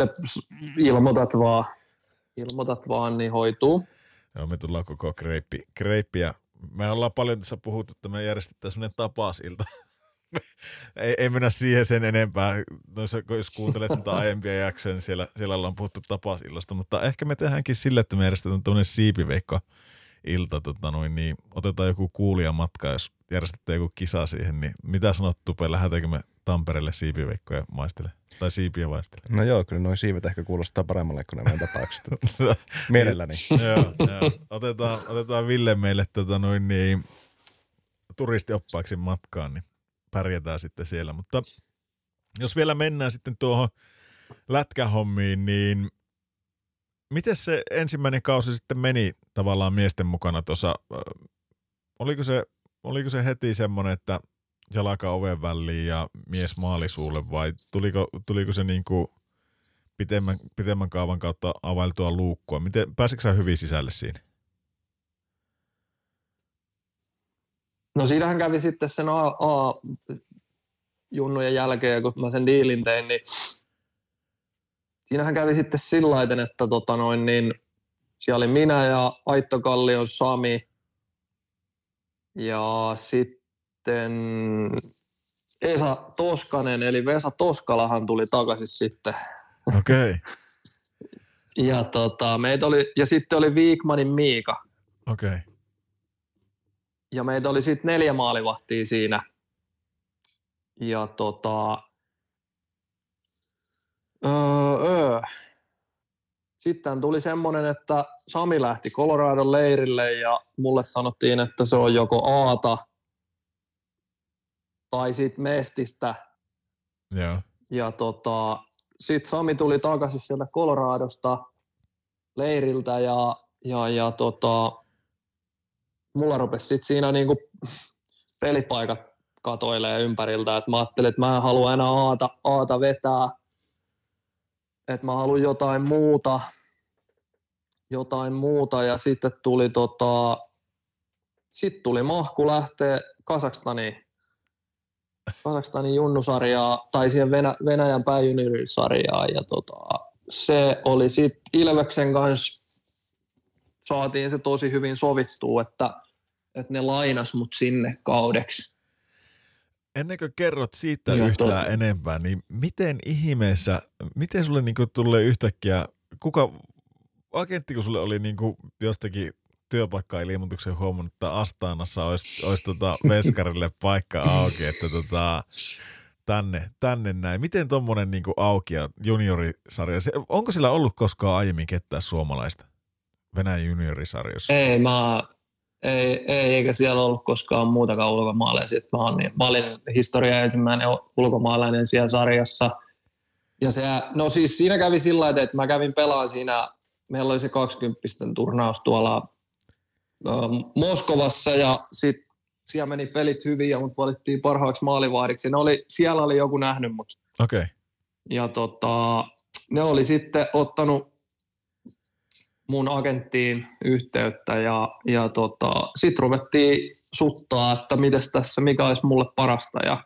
ilmoitat vaan, niin hoituu. Joo, me tullaan koko kreippi ja me ollaan paljon tässä puhuttu, että me järjestetään semmoinen tapasilta. ei mennä siihen sen enempää. Jos kuuntelet tätä aiempia jaksoja, niin siellä ollaan puhuttu tapasillasta, mutta ehkä me tehdäänkin sille, että me järjestetään tämmöinen siipiveikko-ilta. Niin otetaan joku kuulija matka, jos järjestetään joku kisa siihen, niin mitä sanot Tupe, lähdetäänkö me Tampereelle siipiveikkoja maistele? Tai siipiä maistele? No joo, kyllä nuo siivet ehkä kuulostaa paremmalle kuin nämä tapaukset. Mielelläni. Joo. Otetaan Ville meille turistioppaaksi matkaan, niin pärjätään sitten siellä. Mutta jos vielä mennään sitten tuohon lätkähommiin, niin miten se ensimmäinen kausi sitten meni tavallaan miesten mukana tuossa? Oliko se heti semmoinen, että jalka oven väliin ja mies maalisuulle vai tuliko se niinku pitemmän kaavan kautta availtua luukkua? Pääsitkö sä hyvin sisälle siinä? No siinähän kävi sitten sen A-junnujen jälkeen, kun mä sen diilin tein, niin siinähän kävi sitten sillaiten, että siellä oli minä ja Aitto Kallion Sami ja sitten Esa Toskanen, eli Vesa Toskalahan tuli takaisin sitten. Okei. Ja ja sitten oli Viikmanin Miika. Okei. Ja meitä oli sitten 4 maalivahtia siinä. Ja sitten tuli semmoinen, että Sami lähti Coloradon leirille ja mulle sanottiin, että se on joko Aata tai sitten Mestistä. Joo. Ja sitten Sami tuli takaisin sieltä Coloradosta leiriltä ja mulla rupesi sitten siinä niinku pelipaikat katoilee ympäriltä, että mä ajattelin, että mä en halua enää Aata vetää, että mä haluan jotain muuta ja sitten tuli mahku lähteä Kazakstanin junnusarjaa tai siihen Venäjän pääjuniorisarjaan ja se oli sitten Ilveksen kanssa saatiin se tosi hyvin sovittua, että ne lainas mut sinne kaudeksi. Ennen kuin kerrot siitä yhtään enempää, niin miten sulle niinku tulee yhtäkkiä, agenttiko sulle oli niinku jostakin työpaikka-ilmoituksen huomannut, että Astanassa olisi veskarille paikka auki, että tänne näin. Miten tommonen niinku auki ja juniorisarja, onko sillä ollut koskaan aiemmin ketään suomalaista Venäjän juniorisarjossa? Ei, eikä siellä ollut koskaan muutakaan ulkomaalaisia. Mä olin historian ensimmäinen ulkomaalainen siellä sarjassa. Ja siinä kävi sillä tavalla, että mä kävin pelaan siinä, meillä oli se 20 turnaus tuolla Moskovassa ja sitten siellä meni pelit hyvin ja mut valittiin parhaaksi maalivahdiksi. Siellä oli joku nähnyt mut. Okei. Ja ne oli sitten ottanut mun agenttiin yhteyttä ja sitten ruvettiin suttaa, että mitäs tässä, mikä olisi mulle parasta ja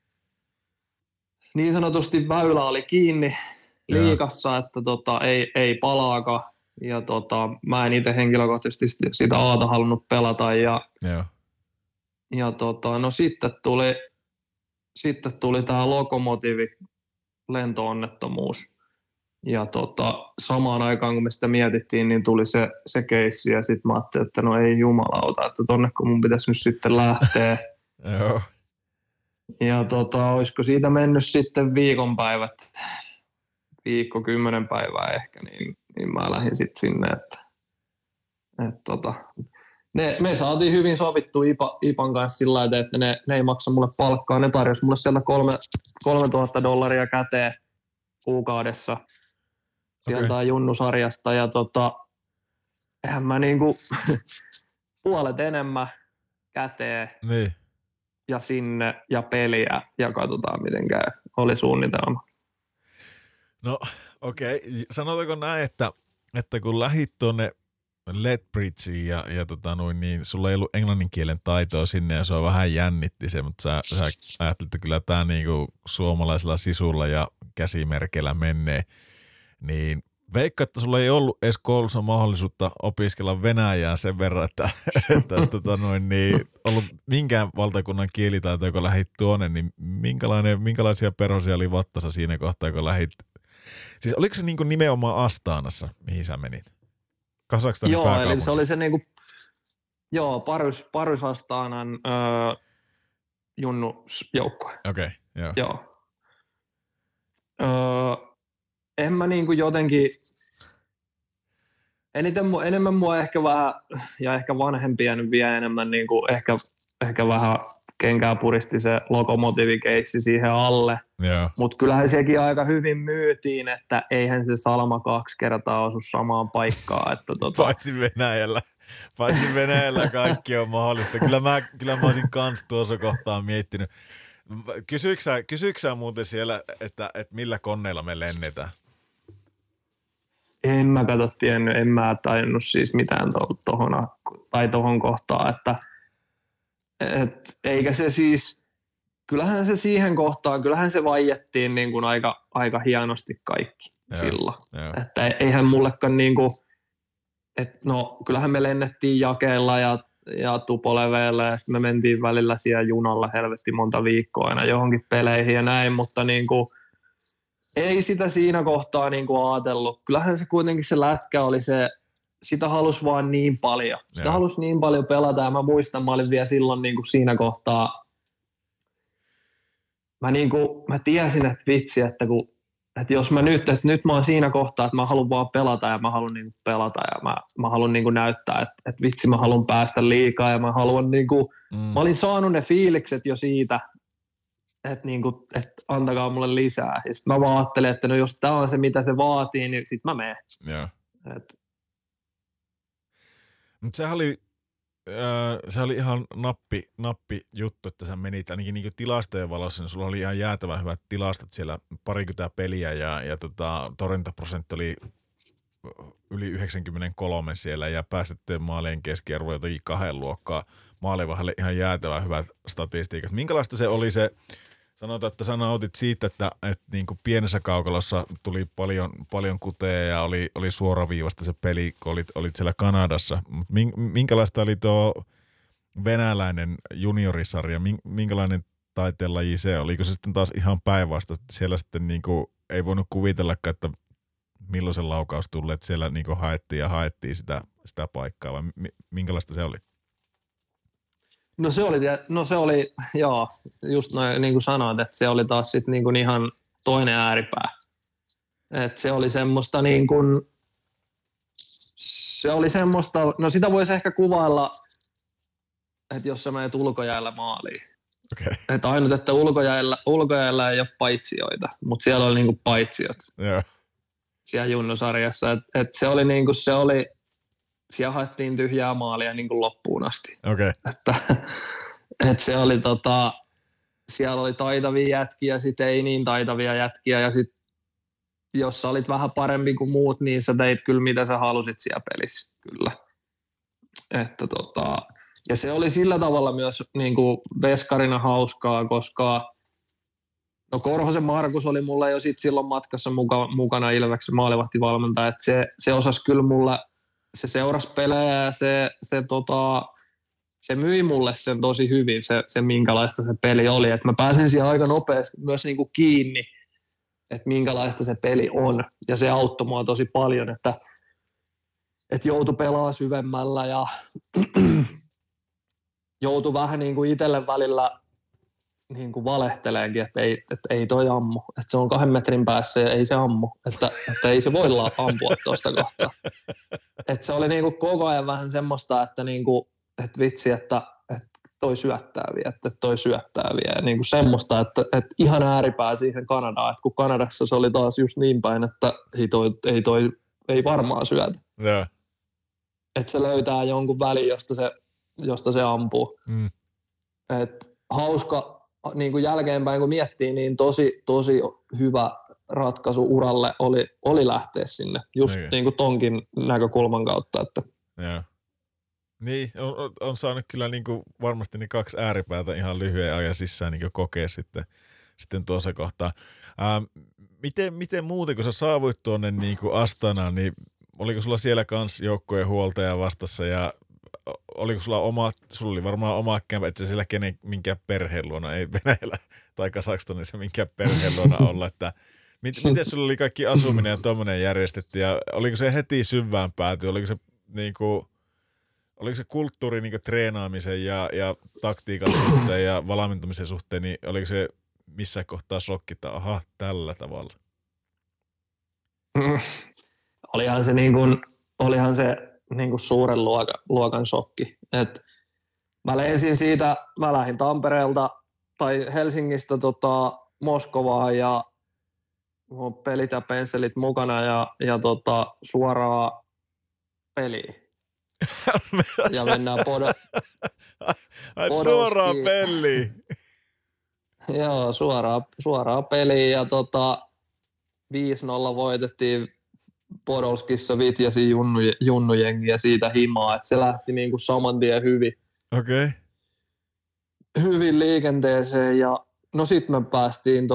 niin sanotusti väylä oli kiinni liigassa, että ei palaaka ja mä en itse henkilökohtaisesti sitä Aata halunnut pelata ja no sitten tuli tää Lokomotiivi lentoonnettomuus Ja samaan aikaan, kun me sitä mietittiin, niin tuli se keissi ja sitten mä ajattelin, että no ei jumalauta, että tonne kun mun pitäisi nyt sitten lähteä. Joo. Ja olisiko siitä mennyt sitten viikonpäivät, viikko 10 päivää ehkä, niin mä lähdin sitten sinne, me saatiin hyvin sovittua Ipan kanssa sillä tavalla, että ne ei maksa mulle palkkaa, ne tarjosi mulle sieltä $3,000 käteen kuukaudessa sieltä junnusarjasta ja eihän mä niinku puolet enemmän käteen niin. ja sinne ja peliä ja katsotaan miten käy. Oli suunnitelma. No okei, sanotaanko näin, että kun lähit tuonne Lethbridgeen ja niin sulla ei ollut englannin kielen taitoa sinne ja se on vähän jännitti se, mutta sä ajattelit, että kyllä tää niinku suomalaisella sisulla ja käsimerkeillä menee, niin veikka, että sulla ei ollut edes koulussa mahdollisuutta opiskella venäjää sen verran, että niin ollut minkään valtakunnan kielitaito, kun lähit tuonne, niin minkälaisia perhosia oli vattassa siinä kohtaa, kun lähit? Siis oliko se niinku nimenomaan Astanassa, mihin sä menit? Kazakstanin pääkaupunki? Joo, eli se oli se niinku, Parys Astanan junnusjoukkue. Okei, Joo. En mä niinku jotenkin, enemmän mua ehkä vähän, ja ehkä vanhempia nyt vielä enemmän niinku ehkä vähän kenkää puristi se lokomotiivikeissi siihen alle. Mutta kyllähän sekin aika hyvin myytiin, että eihän se Salma 2 kertaa osu samaan paikkaan. Että Paitsi Venäjällä kaikki on mahdollista. Kyllä mä olisin kans tuossa kohtaa miettinyt. Kysyikö sä muuten siellä, että millä koneilla me lennetään? En mä tiennyt, en mä tajunnut siis mitään tohon kohtaan, että eikä se siis, kyllähän se siihen kohtaan, kyllähän se vaiettiin niin kuin aika hienosti kaikki silloin. Että eihän mullekaan niin kuin, että no kyllähän me lennettiin jakeilla ja tupoleveillä ja sitten me mentiin välillä siellä junalla helvetti monta viikkoa aina johonkin peleihin ja näin, mutta niin kuin, ei sitä siinä kohtaa niin kuin ajatellut. Kyllähän se kuitenkin se lätkä oli se, sitä halusi vaan niin paljon. Sitä halusi niin paljon pelata ja mä muistan, mä olin vielä silloin niin kuin siinä kohtaa. Mä tiesin, että vitsi, että jos nyt mä oon siinä kohtaa, että mä haluan vaan pelata ja mä haluan niin kuin pelata ja mä haluan niin kuin näyttää, että vitsi mä haluan päästä liikaa ja mä haluan niin kuin, mä olin saanut ne fiilikset jo siitä, että antakaa mulle lisää. Ja sitten mä vaan ajattelin, että no jos tää on se mitä se vaatii, niin sit mä menen. Mutta se oli ihan nappi juttu, että sä menit ainakin niinku tilastojen valossa, niin sulla oli ihan jäätävän hyvät tilastot siellä, 20 peliä ja torjuntaprosentti oli yli 93 siellä ja päästettyjen maalien keskiarvo jotenkin 2 luokkaa. Maalivahdelle ihan jäätävän hyvät statistiikat. Minkälaista se oli se, sanotaan, että sä nautit siitä, että niin kuin pienessä kaukalossa tuli paljon kuteja ja oli suoraviivasta se peli, kun olit siellä Kanadassa. Mutta minkälaista oli tuo venäläinen juniorisarja, minkälainen taiteenlaji se? Oliko se sitten taas ihan päinvastaista, että siellä sitten niin kuin ei voinut kuvitellakaan, että milloin se laukaus tuli, että siellä niin kuin haettiin sitä paikkaa, vai minkälaista se oli? No se oli, joo, just noin niin kuin sanoit, että se oli taas sitten niin kuin ihan toinen ääripää. Että se oli semmoista niin kuin, no sitä voisi ehkä kuvailla, että jos sä menet ulkojäällä maaliin. Okay. Että ainut, että ulkojäällä ei ole paitsioita, mutta siellä oli niin kuin paitsiot. Yeah. Siellä junnusarjassa. Että se oli niin kuin siellä haettiin tyhjää maalia niin kuin loppuun asti. Okay. Että se oli siellä oli taitavia jätkiä, sitten ei niin taitavia jätkiä ja sitten jos sä olit vähän parempi kuin muut, niin sä teit kyllä mitä sä halusit siellä pelissä, kyllä. Että ja se oli sillä tavalla myös niin kuin veskarina hauskaa, koska no Korhosen Markus oli mulle jo sit silloin matkassa mukana Ilveksen maalivahtivalmentaja, että se osasi kyllä mulle, se seurasi pelejä ja se myi mulle sen tosi hyvin, se minkälaista se peli oli, että mä pääsin siihen aika nopeasti myös niinku kiinni että minkälaista se peli on. Ja se auttoi mua tosi paljon, että joutui pelaamaan syvemmällä ja joutui vähän niin kuin itselle välillä niin kuin valehteleenkin, että ei toi ammu. Että se on 2 metrin päässä ja ei se ammu. Että ei se voi ampua tuosta kohtaa. Että se oli niin kuin koko ajan vähän semmoista, että, niin kuin, että vitsi, että toi syöttää vielä. Ja niin kuin semmoista, että ihan ääripää siihen Kanadaan. Että kun Kanadassa se oli taas just niin päin, että ei varmaan syötä. Yeah. Että se löytää jonkun välin, josta se ampuu. Et hauska niin kuin jälkeenpäin, kun miettii, niin tosi hyvä ratkaisu uralle oli lähteä sinne, just niin kuin tonkin näkökulman kautta. Että. Yeah. Niin, on saanut kyllä niin kuin varmasti ne 2 ääripäätä ihan lyhyen ajan sisään niin kokea sitten tuossa kohtaa. Miten muuten, kun sä saavuit tuonne niin kuin Astanaan, niin oliko sulla siellä kans joukkojen huoltaja vastassa ja oliko sulla sulla oli varmaan oma kämpä, että siellä minkään perheen luona, ei Venäjällä tai Kazakstanissa minkään perheen luona olla, että miten sulla oli kaikki asuminen ja tommoinen järjestetty ja oliko se heti syvään pääty, oliko se kulttuuri niin treenaamisen ja taktiikan suhteen ja valmentamisen suhteen, niin oliko se missään kohtaa shokki, että aha, tällä tavalla? Olihan se niin kuin suuren luokan shokki. Et mä lähdin Tampereelta tai Helsingistä Moskovaan ja pelit ja pensselit mukana ja suoraan peliin. Ja mennään suoraan peliin. Joo, suoraan peliin ja 5-0 voitettiin Podolskissa Vitjasin junnujengi ja siitä himaa, että se lähti niinku saman tien hyvin. Okay. Hyvin liikenteeseen ja no sit me päästiin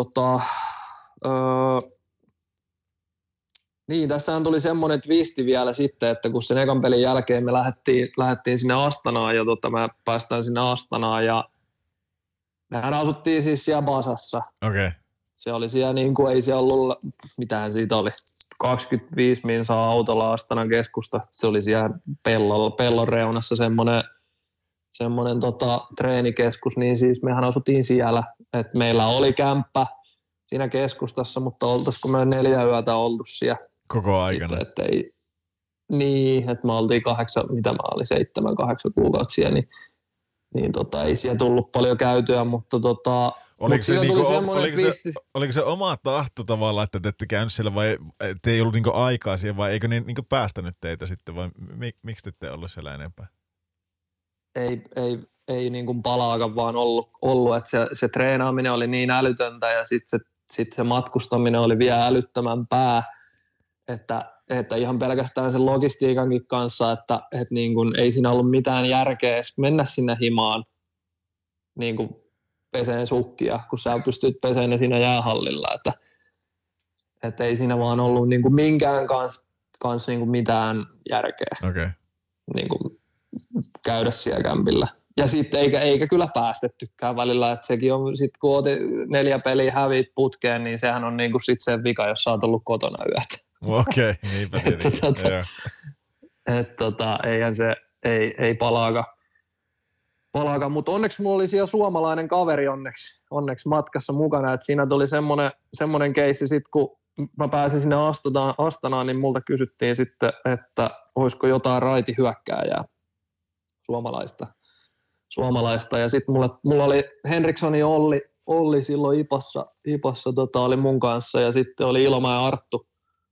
niin, tässähän tuli semmoinen twisti vielä sitten, että kun sen ekan pelin jälkeen me lähdettiin sinne Astanaan ja me päästään sinne Astanaan ja mehän asuttiin siis siellä Basassa. Okay. Se oli siellä niinku, ei siellä ollut, mitähän siitä oli, 25 minsaa autolla Astanan keskustasta. Se oli siellä pellon reunassa semmoinen treenikeskus, niin siis mehän asuttiin siellä. Et meillä oli kämppä siinä keskustassa, mutta oltaisiko me 4 yötä oltu siellä. Koko aikana? Niin, että me oltiin 7-8 kuukautta siellä, niin ei siellä tullut paljon käytyä, mutta oliko se oma tahto tavallaan, että te ette käynyt siellä vai te ei ollut niinku aikaa siihen vai eikö ne niinku päästänyt teitä sitten vai miksi te ette ollut siellä enempää? Ei niinku palaakaan vaan ollut, että se treenaaminen oli niin älytöntä ja sitten se matkustaminen oli vielä älyttömämpää, että ihan pelkästään sen logistiikankin kanssa, että niin kuin ei siinä ollut mitään järkeä edes mennä sinne himaan niin kuin peseen sukkia, kun sä pystyt peseen ne siinä jäähallilla, että ei siinä vaan ollut niin kuin minkään kanssa niin kuin mitään järkeä niin kuin käydä siellä kämpillä. Ja sitten eikä kyllä päästettykään välillä, että sekin on sitten kun 4 peliä hävit putkeen, niin sehän on niin kuin sit se vika, jos sä oot ollut kotona yötä. Okei, niinpä tietenkin. Eihän se, ei palaakaan, mutta onneksi mulla oli siellä suomalainen kaveri onneksi matkassa mukana, että siinä tuli semmoinen keissi sitten, kun mä pääsin sinne Astanaan, niin multa kysyttiin sitten, että olisiko jotain raitihyökkääjää suomalaista. Ja sitten mulla oli Henrikssoni Olli silloin Ipassa oli mun kanssa ja sitten oli Ilomäen Arttu.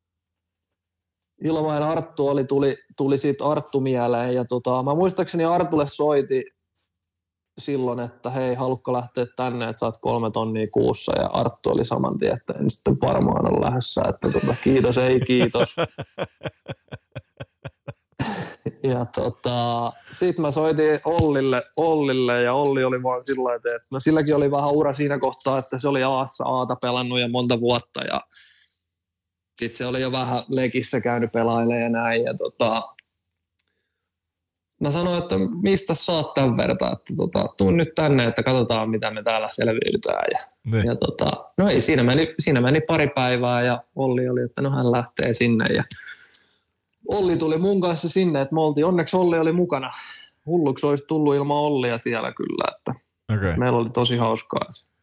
Tuli siitä Arttu mieleen ja mä muistaakseni Artulle soiti silloin, että hei, haluatko lähteä tänne, että saat 3 tonnia kuussa ja Arttu oli saman tien, että en sitten varmaan ole lähdössä, että kiitos, ei kiitos. Ja sit mä soitin Ollille ja Olli oli vaan sillä että no silläkin oli vähän ura siinä kohtaa, että se oli Aata pelannut ja monta vuotta ja sit se oli jo vähän lekissä käynyt pelailemaan ja näin ja Mä sanoin, että mistä saat tämän verran, että tuun nyt tänne, että katsotaan mitä me täällä selviydytään. Ja no ei, siinä meni pari päivää ja Olli oli, että no hän lähtee sinne ja Olli tuli mun kanssa sinne, että me oltiin, onneksi Olli oli mukana. Hulluksi olisi tullut ilman Ollia siellä kyllä, että meillä oli tosi hauskaa.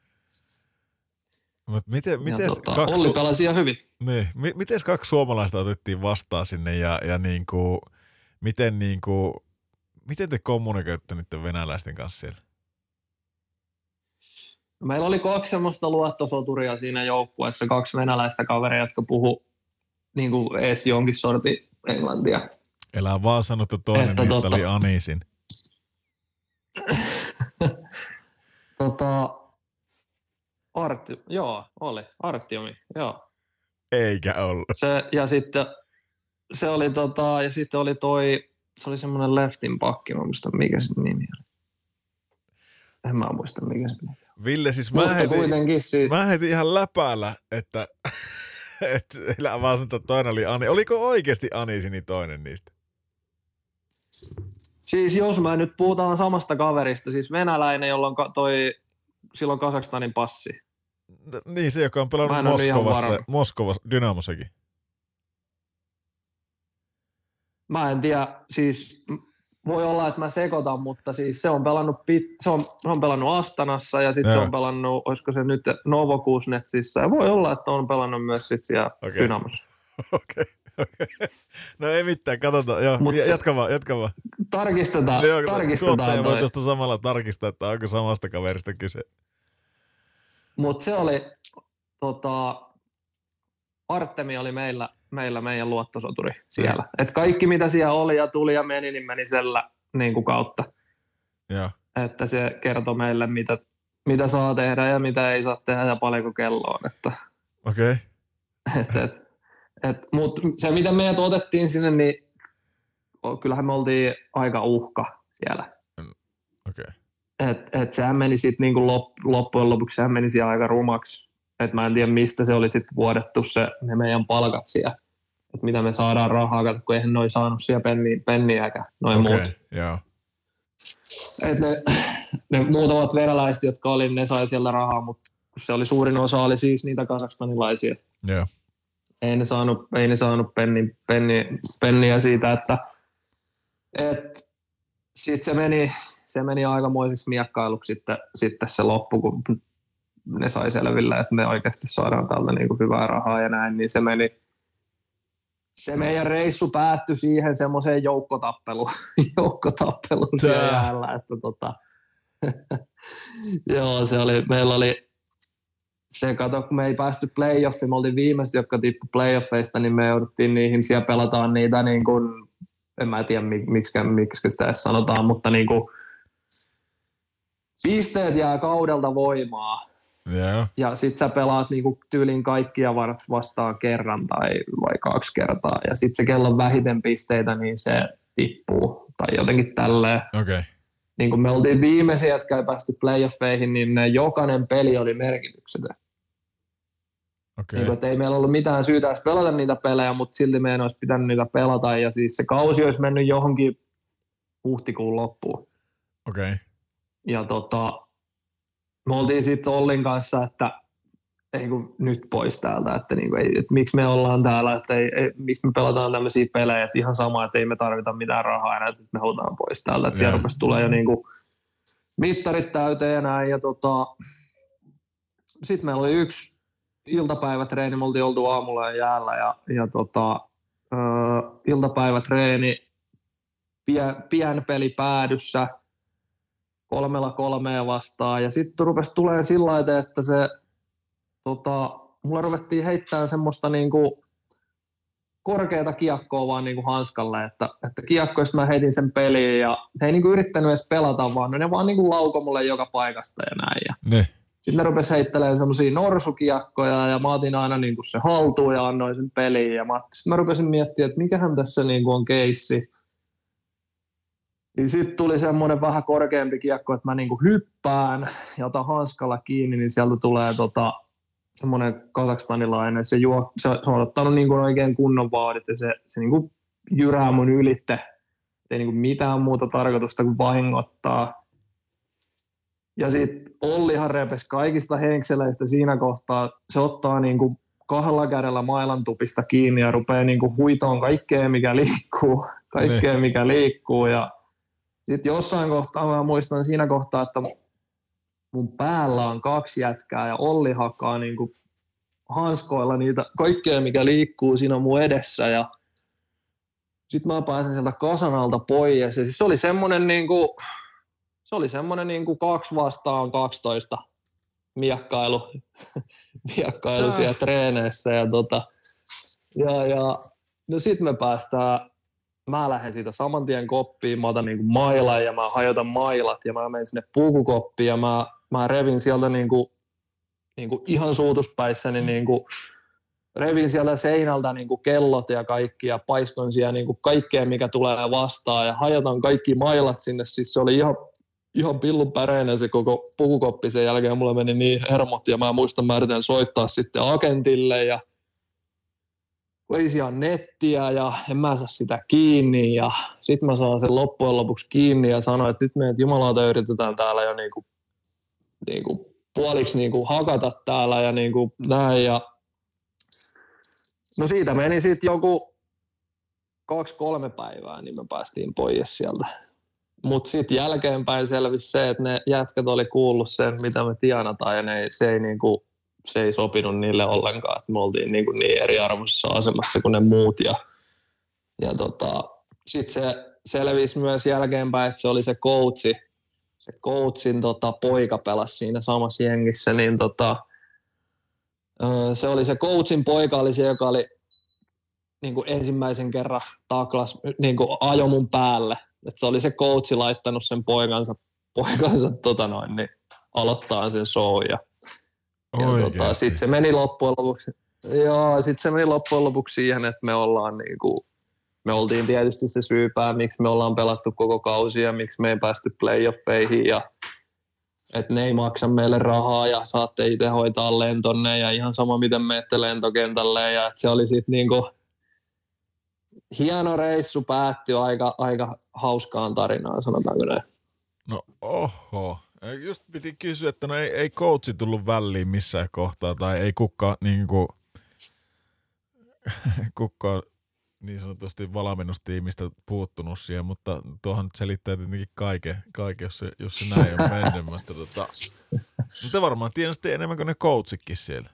Olli pelasi ihan hyvin. Niin, miten 2 suomalaista otettiin vastaan sinne ja niinku, miten te kommunikoitte niiden venäläisten kanssa siellä? Meillä oli 2 semmoista luottosoturia siinä joukkueessa, 2 venäläistä kaveria, jotka puhu niinku edes jonkin sortin englantia. Elää vaan sanoi, että toinen niistä oli Anisin. Oli. Artjomi, joo. Eikä ollut. Se oli semmoinen leftin pakki, mä muista mikä se nimi oli. En mä muista mikä se nimi. Ville, siis mä heitin ihan läpäällä, että elää vaan sanoi, että toinen oli Ani. Oliko oikeasti Anisini toinen niistä? Siis jos mä nyt puhutaan samasta kaverista, siis venäläinen, jolla on silloin Kazakstanin passi. Niin, se joka on pelannut Moskovassa Dynamossakin. Mä en tiedä, siis voi olla, että mä sekoitan, mutta siis se on pelannut Astanassa ja sitten se on pelannut, olisiko se nyt Novokuznetsissa ja voi olla, että on pelannut myös sitten siellä Dynamossa. Okei. No ei mitään, katsotaan. Joo, jatka vaan. Tarkistetaan. Tuottaja voi tuosta samalla tarkistaa, että onko samasta kaverista kyse. Mutta se oli, Artemi oli meidän luottosoturi siellä. Et kaikki mitä siellä oli ja tuli ja meni, niin meni sellä niin kuin kautta. Ja. Että se kertoi meille, mitä saa tehdä ja mitä ei saa tehdä ja paljonko kello on. Okei. Mutta se, mitä meidät otettiin sinne, niin kyllähän me oltiin aika uhka siellä. Okei. Et sehän meni sitten niinku loppujen lopuksi sehän meni siellä aika rumaksi. Et mä en tiedä, mistä se oli sitten vuodettu ne meidän palkat siellä. Et mitä me saadaan rahaa, kun eihän noi saanut siellä penniäkään, noin muut. Joo. Et ne muutamat venäläiset, jotka oli, ne sai siellä rahaa, mutta suurin osa oli siis niitä kazakstanilaisia. Joo. Ei ne saanut penniä siitä, että sitten se meni aikamoiseksi miekkailuksi sitten se loppu, kun ne sai selville, että me oikeasti saadaan täältä niin kuin hyvää rahaa ja näin, niin se meidän reissu päättyi siihen semmoiseen joukkotappeluun siellä jäällä, että joo, meillä oli se, kato, kun me ei päästy playoffiin, me oltiin viimeiset, jotka tippui playoffeista, niin me jouduttiin niihin, siellä pelataan niitä niin kuin, en mä tiedä miksi sitä edes sanotaan, mutta niin kuin pisteet jää kaudelta voimaa. Yeah. Ja sit sä pelaat niin kuin tyylin kaikkia vastaan kerran vai 2 kertaa. Ja sit se kellon vähiten pisteitä, niin se tippuu. Tai jotenkin tälleen. Okay. Niin kun me oltiin viimeisiä, jotka ei päästy playoffeihin, niin jokainen peli oli merkityksetön. Okay. Niin ei meillä ollut mitään syytä edes pelata niitä pelejä, mutta silti meidän olisi pitänyt niitä pelata. Ja siis se kausi olisi mennyt johonkin huhtikuun loppuun. Okei. Okay. Ja me oltiin sitten Ollin kanssa, että ei kun nyt pois täältä, että niinku että miksi me ollaan täällä, että miksi me pelataan tämmöisiä pelejä, että ihan sama, että ei me tarvita mitään rahaa enää, että me halutaan pois täältä. Että siellä rupesi tulee jo niinku mittarit täyteen ja näin. Ja sitten meillä oli 1 iltapäivätreeni, me oltiin oltu aamulla ja jäällä ja iltapäivätreeni, pian peli päädyssä, 3-3 vastaan. Ja sitten rupesi tulemaan sillä lailla, että se mulla ruvettiin heittämään semmoista niinku korkeata kiekkoa vaan niinku hanskalle, että kiekkoista mä heitin sen peliin ja he ei niinku yrittänyt edes pelata, vaan ne vaan niinku laukoi mulle joka paikasta ja näin. Ja sitten ne rupesi heittelemään semmosia norsukiekkoja ja mä otin aina niinku se haltuun ja annoin sen peliin. Ja sitten mä rupesin miettimään, että mikähän tässä niinku on keissi. Niin sitten tuli semmoinen vähän korkeampi kiekko, että mä niinku hyppään ja otan hanskalla kiinni, niin sieltä tulee semmoinen kazakstanilainen. Se on ottanut niinku oikein kunnon vaadit ja se niinku jyrää mun ylitte Ei niinku mitään muuta tarkoitusta kuin vahingoittaa. Ja sitten Ollihan repesi kaikista henkseleistä siinä kohtaa. Se ottaa niinku 2 kädellä mailan tupista kiinni ja rupeaa niinku huitoon kaikkea, mikä liikkuu. Mikä liikkuu. Ja sitten jossain kohtaa, mä muistan siinä kohtaa, että mun päällä on 2 jätkää ja Olli hakaa niinku hanskoilla niitä kaikkea, mikä liikkuu siinä mun edessä. Ja sitten mä pääsen sieltä kasan alta pois. Ja siis se oli semmoinen niinku 2 vastaan 12 miekkailu siellä treeneissä. Ja no sit mä lähden siitä saman tien koppiin, mä otan niinku mailan ja mä hajotan mailat ja mä menen sinne pukukoppiin ja mä revin sieltä niinku ihan suutuspäissäni niinku revin sieltä seinältä niinku kellot ja kaikki ja paiskon siellä niinku kaikkea, mikä tulee vastaan ja hajotan kaikki mailat sinne. Siis se oli ihan pillun päreinen se koko pukukoppi sen jälkeen. Mulla meni niin hermot ja mä muistan, mä yritän soittaa sitten agentille ja ei siellä nettiä ja en mä saa sitä kiinni ja sit mä saan sen loppujen lopuksi kiinni ja sanoin, että nyt meidät jumalauta yritetään täällä jo niinku puoliksi niinku hakata täällä ja niinku näin ja no siitä meni sitten joku 2-3 päivää, niin me päästiin pois sieltä. Mutta sitten jälkeenpäin selvisi se, että ne jätkät oli kuullut sen, mitä me tienataan, ja se ei sopinut niille ollenkaan. Et me oltiin niin eriarvoisessa asemassa kuin ne muut. Ja sitten se selvisi myös jälkeenpäin, että se oli se coachi. Se coachin poika pelasi siinä samassa jengissä. Niin se oli se coachin poika, oli se, joka oli ensimmäisen kerran taklas, ajo mun päälle. Et se oli se coachi laittanut sen poikansa niin aloittaa sen show. Sitten se meni loppujen lopuksi siihen, että me oltiin tietysti se syypää, miksi me ollaan pelattu koko kausi ja miksi me ei päästy playoffeihin ja että ne ei maksa meille rahaa ja saatte itse hoitaa lentonne ja ihan sama miten menette lentokentälle ja että se oli sitten hieno reissu päättyi aika hauskaan tarinaan, sanotaanko näin. No oho. Just piti kysyä, että no ei coachi tullut väliin missään kohtaa tai ei kukaan niin sanotusti valmennustiimistä puuttunut siihen, mutta tuohon nyt selittää tietenkin kaiken jos se näin on mennyt. Mutta varmaan tiedätte enemmän kuin ne coachikin siellä.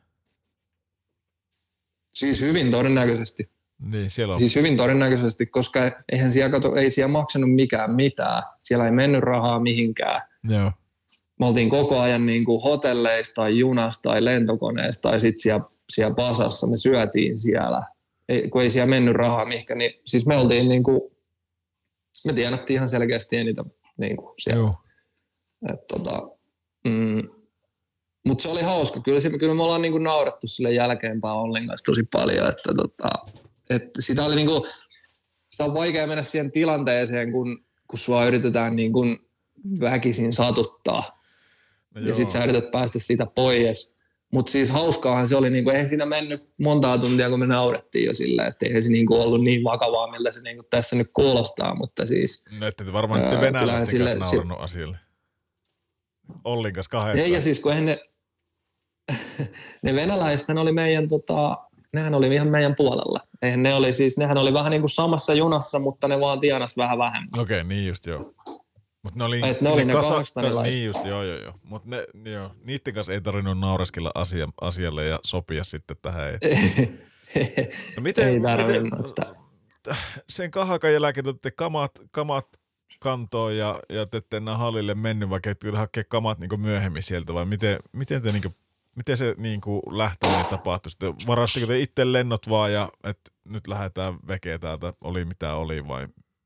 Siis hyvin todennäköisesti. Niin, siellä on. Siis hyvin todennäköisesti, koska ei siellä maksanut mitään. Siellä ei mennyt rahaa mihinkään. Joo. Me oltiin koko ajan hotelleissa tai junassa tai lentokoneessa tai sitten siellä basassa. Me syötiin siellä. Kun ei siellä mennyt rahaa mihinkään, niin siis me oltiin me tienattiin ihan selkeästi enitä siellä. Joo. Mutta se oli hauska. Kyllä me ollaan naurettu sille jälkeenpäin Ollin kanssa tosi paljon, että sitä oli sitä on vaikea mennä siihen tilanteeseen, kun sua yritetään väkisin satuttaa. No ja sit sä yrität päästä siitä pois. Mutta siis hauskaahan se oli, eihän siinä mennyt montaa tuntia, kun me naurettiin jo sillä, että eihän se ollut niin vakavaa, miltä se tässä nyt kuulostaa, mutta siis. No ette varmaan nyt venäläisten kanssa naurannut asialle. Ollin kanssa kahdestaan. Ei, ja siis kun ne venäläiset oli meidän, nehän oli ihan meidän puolella. Eihän nehän oli vähän samassa junassa, mutta ne vaan tienas vähän vähemmän. Okei, niin just joo. Mut ne oli ne kaheksanilaiset. Niin just, joo. Mut niitten kanssa ei tarvinnut naureskella asialle ja sopia sitten tähän. No ei tarvinnut. Sen kahakan jälkeen te kamat kantoon ja te enää hallille mennyt, vaikka ette hakea kamat myöhemmin sieltä, vai miten se lähteminen tapahtui? Sitten varastiko te itse lennot vaan ja että nyt lähdetään vekeä täältä, oli mitä oli vai?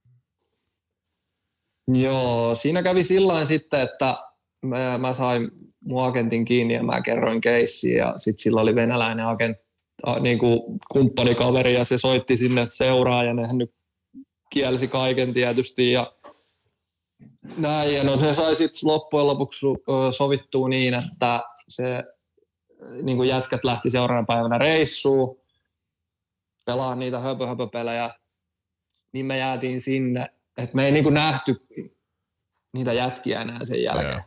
Joo, siinä kävi sillain sitten, että mä sain mun agentin kiinni ja mä kerroin keissiä ja sitten sillä oli venäläinen kumppanikaveri ja se soitti sinne seuraan ja nehän nyt kielsi kaiken tietysti ja näin. Ja no se sai sitten loppujen lopuksi sovittua niin, että se jätkät lähti seuraavana päivänä reissuun pelaa niitä höpöhöpöpelejä, niin me jäätiin sinne me ei niinku nähty niitä jätkiä enää sen jälkeen.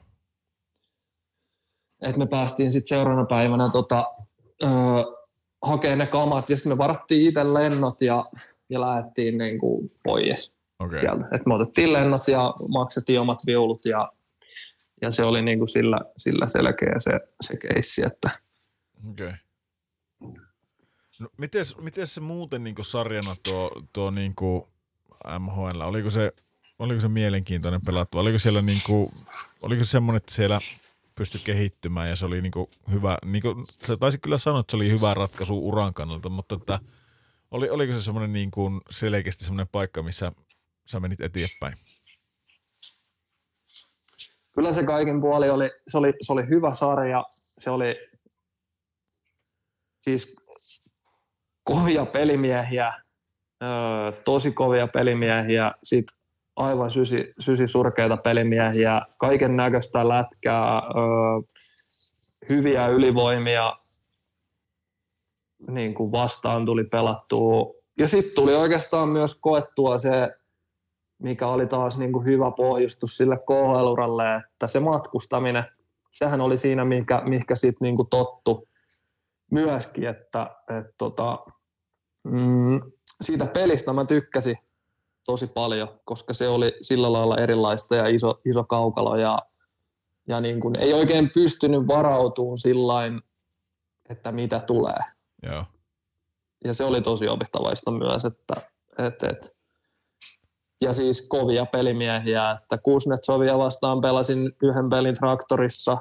Et me päästiin sitten seuraavana päivänä hakemaan ne kamat ja sitten me varattiin itse lennot ja lähdettiin niinku pois sieltä. Et me otettiin lennot ja maksettiin omat viulut ja se oli niinku sillä selkeä se keissi. Okei. No, miten se muuten niinku sarjana tuo niinku MHL, oliko se mielenkiintoinen pelattu? Oliko se semmoinen, että siellä pystyi kehittymään ja se oli niinku hyvä, niinku sä taisit kyllä sanoa, että se oli hyvä ratkaisu uran kannalta, mutta että oliko se semmoinen niinku selkeästi semmoinen paikka, missä sä menit eteenpäin? Kyllä se kaikin puoli se oli hyvä sarja, se oli siis kovia pelimiehiä, tosi kovia pelimiehiä, sit aivan surkeita pelimiehiä, kaiken näköistä lätkää, hyviä ylivoimia niin kuin vastaan tuli pelattua. Ja sitten tuli oikeastaan myös koettua se, mikä oli taas niin kuin hyvä pohjustus sille KHL-uralle, että se matkustaminen, sehän oli siinä, mihinkä sitten niin kuin tottu myöskin, että siitä pelistä mä tykkäsin tosi paljon, koska se oli sillä lailla erilaista ja iso kaukalo ja niin kuin ei oikein pystynyt varautumaan sillain, että mitä tulee. Joo. Ja se oli tosi opettavaista myös, ja siis kovia pelimiehiä, että Kuznetsovia vastaan pelasin yhden pelin Traktorissa,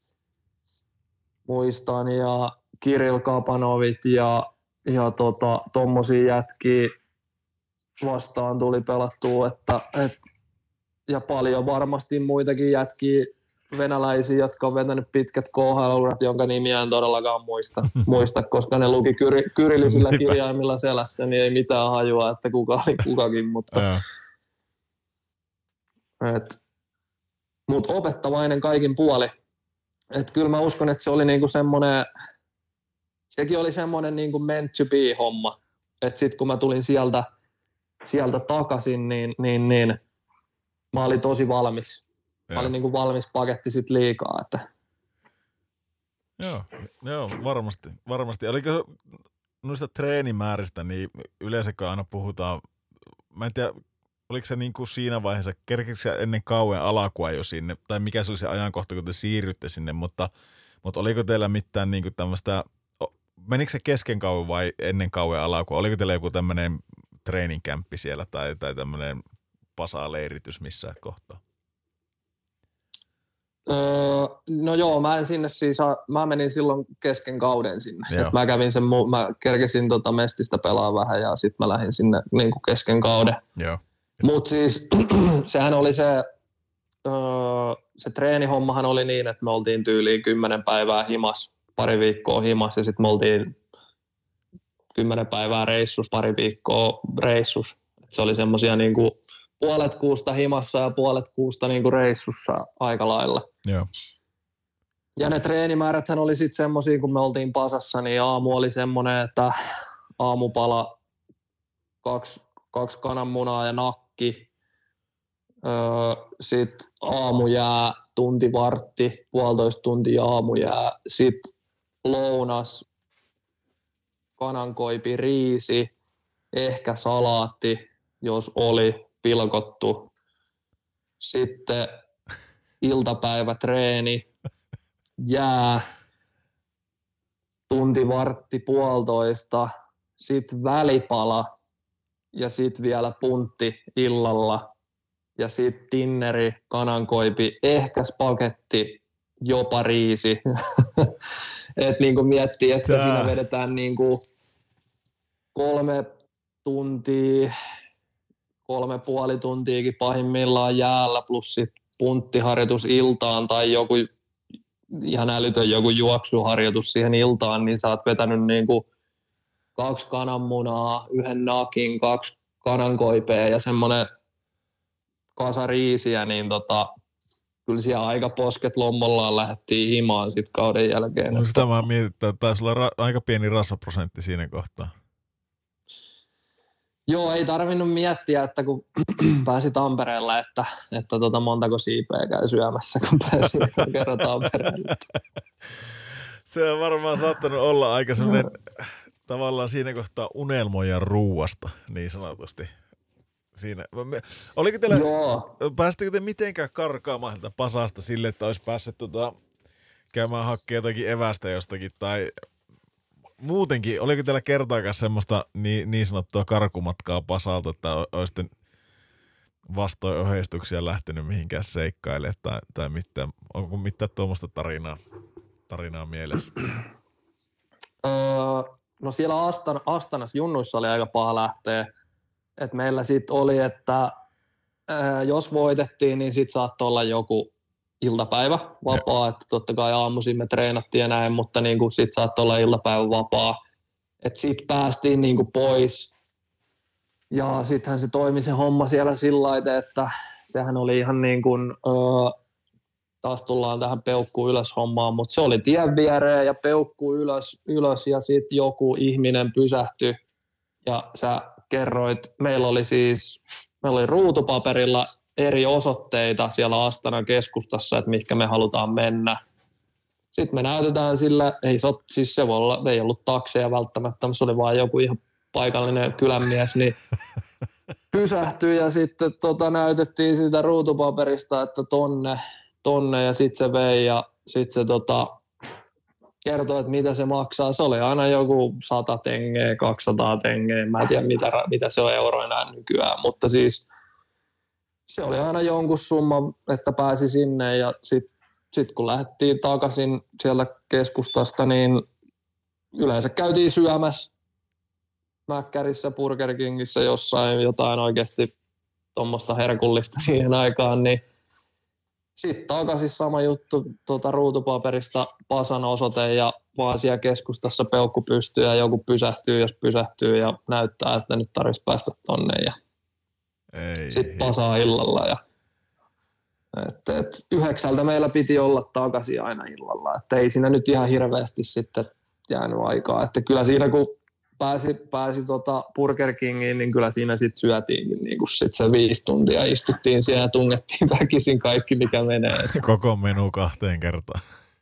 muistan, ja Kirill Kapanovit ja tommosia jätkiä vastaan tuli pelattua, ja paljon varmasti muitakin jätkiä venäläisiä, jotka on vetänyt pitkät KHL-urat, jonka nimiä en todellakaan muista, koska ne luki kyrillisillä kirjaimilla selässä, niin ei mitään hajua, että kuka oli kukakin, mutta mut opettavainen kaikin puoli. Et kyllä mä uskon, että se oli niinku semmoinen, sekin oli semmoinen niinku meant to be homma, että sit kun mä tulin sieltä takaisin, niin mä olin tosi valmis. Mä olin niinku valmis paketti sit liikaa. Että. Joo, varmasti. Oliko noista treenimääristä, niin yleensä aina puhutaan, mä en tiedä, oliko se niinku siinä vaiheessa, kerkikö se ennen kauan alkua jo sinne, tai mikä se oli se ajankohta, kun te siirrytte sinne, mutta oliko teillä mitään niinku tämmöistä, menikö se kesken kauan vai ennen kauan alkua, oliko teillä joku tämmöinen treeninkämppi siellä tai tämmöinen pasaleiritys missään kohtaa? No joo, mä menin silloin kesken kauden sinne. Et mä kerkesin Mestistä pelaa vähän ja sitten mä lähdin sinne niinku kesken kauden. Joo. Mut siis sehän oli se treenihommahan oli niin, että me oltiin tyyliin 10 päivää himas, pari viikkoa himas ja sitten me oltiin 10 päivää reissus, pari viikkoa reissus. Et se oli semmosia niinku puolet kuusta himassa ja puolet kuusta niinku reissussa aika lailla. Joo. Ja ne treenimääräthän oli sitten semmosia, kun me oltiin Pasassa, niin aamu oli semmonen, että aamupala 2 kananmunaa ja nakki. Sitten aamujää, tunti vartti, 1,5 tuntia aamujää. Sitten lounas, kanankoipi, riisi, ehkä salaatti, jos oli pilkottu. Sitten iltapäivätreeni, jää, tunti vartti, 1,5, sitten välipala ja sitten vielä puntti illalla ja sitten dinneri, kanankoipi, ehkä spagetti, jopa riisi. Et niinku miettii, että siinä vedetään niinku 3 tuntia, 3,5 tuntiakin pahimmillaan jäällä plus sitten punttiharjoitus iltaan tai joku ihan älytön joku juoksuharjoitus siihen iltaan, niin sä oot vetänyt niinku 2 kananmunaa, 1 nakin, 2 kanankoipea ja semmoinen kasa riisiä, niin kyllä siellä aika posket lommollaan lähdettiin himaan sit kauden jälkeen. No sitä vaan mietitään, että taisi olla aika pieni rasvaprosentti siinä kohtaa. Joo, ei tarvinnut miettiä, että kun pääsi Tampereella, että montako siipeä käy syömässä, kun pääsi kerran Tampereelle. Se on varmaan saattanut olla aika sellainen tavallaan siinä kohtaa unelmoja ruuasta, niin sanotusti. Siinä. Oliko teillä, päästikö te mitenkään karkaamaan sieltä Pasasta sille, että olisi päässyt käymään hakkeen jotakin evästä jostakin, tai muutenkin, oliko teillä kertaakaan semmoista niin sanottua karkumatkaa Pasalta, että olisitte vastoin oheistuksia lähtenyt mihinkään seikkailemaan tai mitään, onko mitään tuommoista tarinaa mielessä? No siellä Astanassa junnuissa oli aika paha lähteä. Et meillä sitten oli, että jos voitettiin, niin sitten saattoi olla joku iltapäivä vapaa. Että totta kai aamuisin me treenattiin ja näin, mutta niinku sitten saattoi olla iltapäivä vapaa. Että sitten päästiin niinku pois. Ja sittenhän se toimi se homma siellä sillä lailla, että sehän oli ihan niin kuin, taas tullaan tähän peukku ylös hommaan, mutta se oli tien viereen ja peukku ylös ja sitten joku ihminen pysähtyi ja sä kerroit, meillä oli ruutupaperilla eri osoitteita siellä Astanan keskustassa, että mihinkä me halutaan mennä. Sitten me näytetään sillä, se voi olla, ei ollut takseja välttämättä, se oli vaan joku ihan paikallinen kylänmies, niin pysähtyi ja sitten näytettiin sitä ruutupaperista, että tonne ja sitten se vei ja sitten se kertoi, että mitä se maksaa. Se oli aina joku 100 tengeä, 200 tengeä, mä en tiedä mitä se on euroina nykyään, mutta siis se oli aina jonkun summa, että pääsi sinne ja sitten kun lähdettiin takaisin siellä keskustasta, niin yleensä käytiin syömässä Mäkkärissä, Burger Kingissä jossain jotain oikeasti tuommoista herkullista siihen aikaan, niin sitten takaisin sama juttu ruutupaperista Pasan osoite ja vaan siellä keskustassa peukku pystyy ja joku pysähtyy, jos pysähtyy ja näyttää, että nyt tarvitsisi päästä tonne ja sitten Pasaa illalla. Ja, et 9 meillä piti olla takaisin aina illalla, että ei siinä nyt ihan hirveästi sitten jäänyt aikaa, että kyllä siinä kun pääsi Burger Kingiin, niin kyllä siinä sitten syötiinkin niin kun sit se 5 tuntia istuttiin siellä ja tungettiin väkisin kaikki, mikä menee. Koko menu 2 kertaa.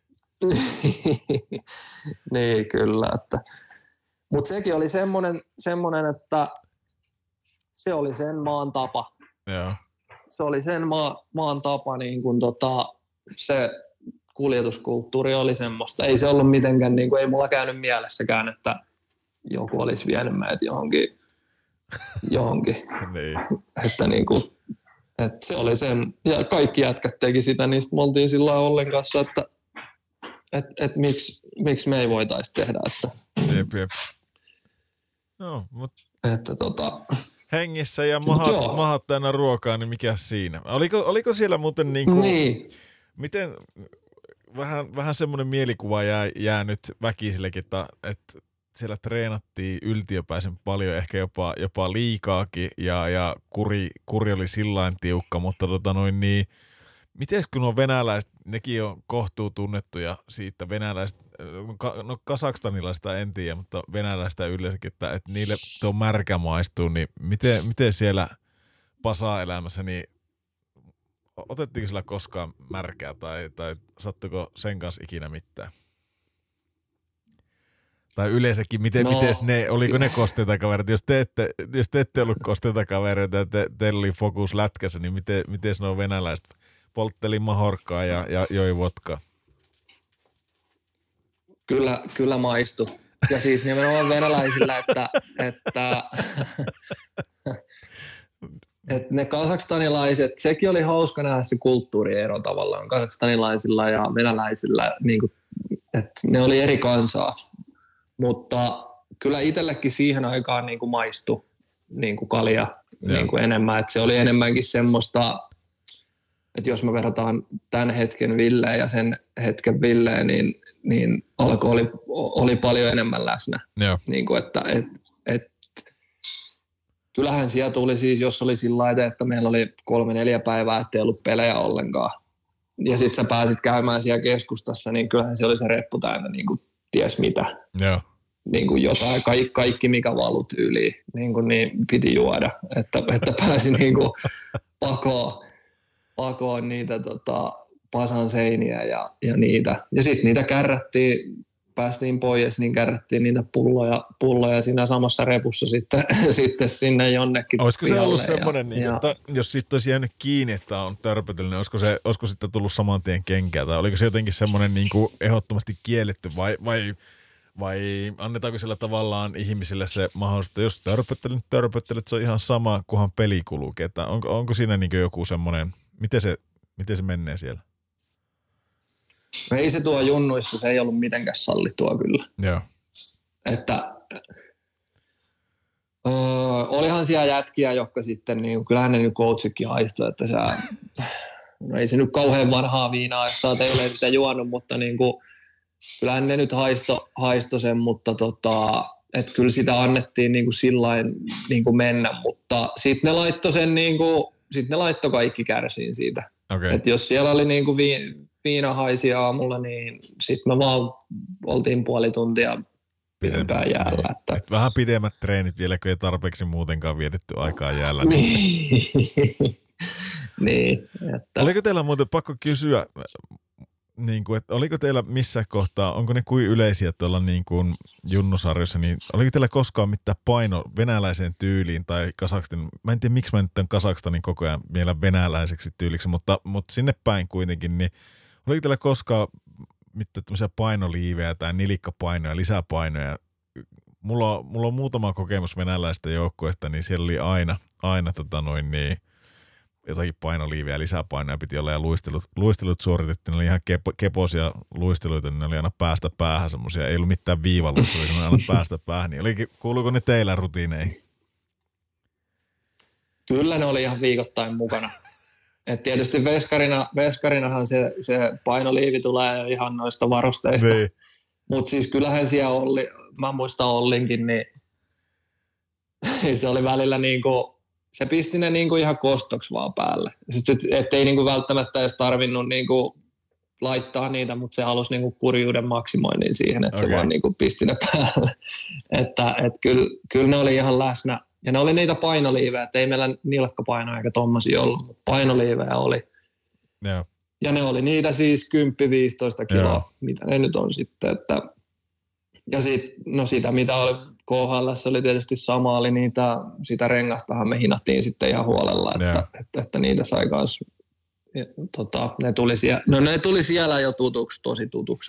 Niin, kyllä. Mutta sekin oli semmoinen, että se oli sen maan tapa. Joo. Se oli sen maan tapa, niin kun se kuljetuskulttuuri oli semmoista. Ei se ollut mitenkään, niin kun, ei mulla käynyt mielessäkään, että joku olisi vienyt meidät johonkin. Niin. Että niinku, että se oli sen, ja kaikki jätkät teki sitä, niin sitten me oltiin sillä Ollen kanssa, että miksi me ei voitaisi tehdä. Että, jep. No, että hengissä ja mahat täynnä ruokaa, niin mikä siinä? Oliko siellä muuten niin. Miten, vähän semmoinen mielikuva jää nyt väkisillekin, että siellä treenattiin yltiöpäisen paljon, ehkä jopa liikaakin, ja kuri oli sillain tiukka, mutta miten kun on venäläiset, nekin on kohtuu tunnettuja siitä venäläiset, no kasakstanilaista en tiedä, mutta venäläistä yleensäkin, että niille tuo märkä maistuu, niin miten siellä Pasa-elämässä, niin otettiinko sillä koskaan märkää tai sattuiko sen kanssa ikinä mitään? Tai yleensäkin, miten oliko ne kosteita kavereita? Jos te ette ollut kosteita kavereita ja teillä oli fokus lätkässä, niin miten nuo venäläiset poltteli mahorkkaa ja joi vodkaa? Kyllä maistui. Ja siis nimenomaan venäläisillä, että ne kasakstanilaiset, sekin oli hauska nähdä se kulttuuriero tavallaan kasakstanilaisilla ja venäläisillä, niin kuin, että ne oli eri kansaa. Mutta kyllä itsellekin siihen aikaan niin kuin maistui niin kuin kalja niin kuin enemmän. Että se oli enemmänkin semmoista, että jos me verrataan tämän hetken Villeen ja sen hetken Villeen, niin alkoholi oli paljon enemmän läsnä. Niin kuin, että kyllähän siellä tuli siis, jos oli sillä lailla, että meillä oli 3-4 päivää, ettei ollut pelejä ollenkaan. Ja sitten sä pääsit käymään siellä keskustassa, niin kyllähän se oli se reppu täynnä niin kuin ties mitä. Joo. niin kuin jotain, kaikki mikä valut yli, niin piti juoda, että pääsi niin kuin pakoon niitä pasan seiniä ja niitä. Ja sitten niitä päästiin pois, niin kärrättiin niitä pulloja siinä samassa repussa sitten sinne jonnekin. Olisiko se ollut semmoinen, että jos sitten olisi jäänyt kiinni, että on törpötellyt, niin olisiko sitten tullut saman tien kenkää, tai oliko se jotenkin semmoinen niin kuin ehdottomasti kielletty, vai annetaanko sillä tavallaan ihmisille se mahdollisuus, että jos törpöttelet, se on ihan sama, kunhan peli kulkee. Onko siinä niin joku semmoinen, miten se menee siellä? Ei se tuo junnuissa, se ei ollut mitenkään sallittua kyllä. Joo. Että olihan siellä jätkiä, jotka sitten, niin kyllähän ne nyt coachikin haistoi, että no ei se nyt kauhean vanhaa viinaa, jos sä oot eilen sitä juonut, mutta niin kuin, kyllähän ne nyt haisto sen, mutta että kyllä sitä annettiin niin kuin sillain niin kuin mennä, mutta sitten ne laittoi sen niin kuin, sitten ne laittoi kaikki kärsiin siitä. Okay. Että jos siellä oli niin kuin viina haisi aamulla, niin sitten me vaan oltiin puoli tuntia pidempään jäällä. Niin. Että vähän pidemmät treenit vielä, kun ei tarpeeksi muutenkaan vietetty aikaa jäällä. Niin. Että... Oliko teillä muuten pakko kysyä, niin kuin, että oliko teillä missä kohtaa, onko ne kuin yleisiä tuolla niin kuin junnusarjossa, niin oliko teillä koskaan mitään paino venäläiseen tyyliin tai Kazakstanin, mä en tiedä miksi mä nyt tämän Kazakstanin koko ajan vielä venäläiseksi tyyliksi, mutta sinne päin kuitenkin, niin oliko teillä koskaan mitään tämmöisiä painoliivejä tai nilikkapainoja, lisäpainoja? Mulla on muutama kokemus venäläistä joukkoista, niin siellä oli aina jotakin painoliivejä, lisäpainoja piti olla ja luistelut suoritettiin, ne oli ihan keposia luisteluita, niin ne oli aina päästä päähän semmoisia, ei ollut mitään viivaluisteluita, ne oli aina päästä päähän, niin kuuluuko ne teillä rutiineihin? Kyllä ne oli ihan viikoittain mukana. Et tietysti veskarinahan se painoliivi tulee ihan noista varusteista, niin. Mutta siis kyllähän siellä oli, mä muistan Ollinkin, niin se oli välillä niinku, se pisti ne niinku ihan kostoksi vaan päälle. Ettei niinku välttämättä edes tarvinnut niinku laittaa niitä, mutta se halusi niinku kurjuuden maksimoinnin siihen, että se vaan niinku pisti ne päälle. Että kyllä ne oli ihan läsnä. Ja ne oli niitä painoliivejä, että ei meillä nilkkapainoja eikä tommosia ollut, mutta painoliivejä oli. Joo. Ja ne oli niitä siis 10-15 kiloa, mitä ne nyt on sitten. Että, ja sitä mitä oli KHL oli tietysti sama, oli sitä rengastahan me hinattiin sitten ihan huolella, että niitä sai kans, ne tuli siellä jo tosi tutuksi,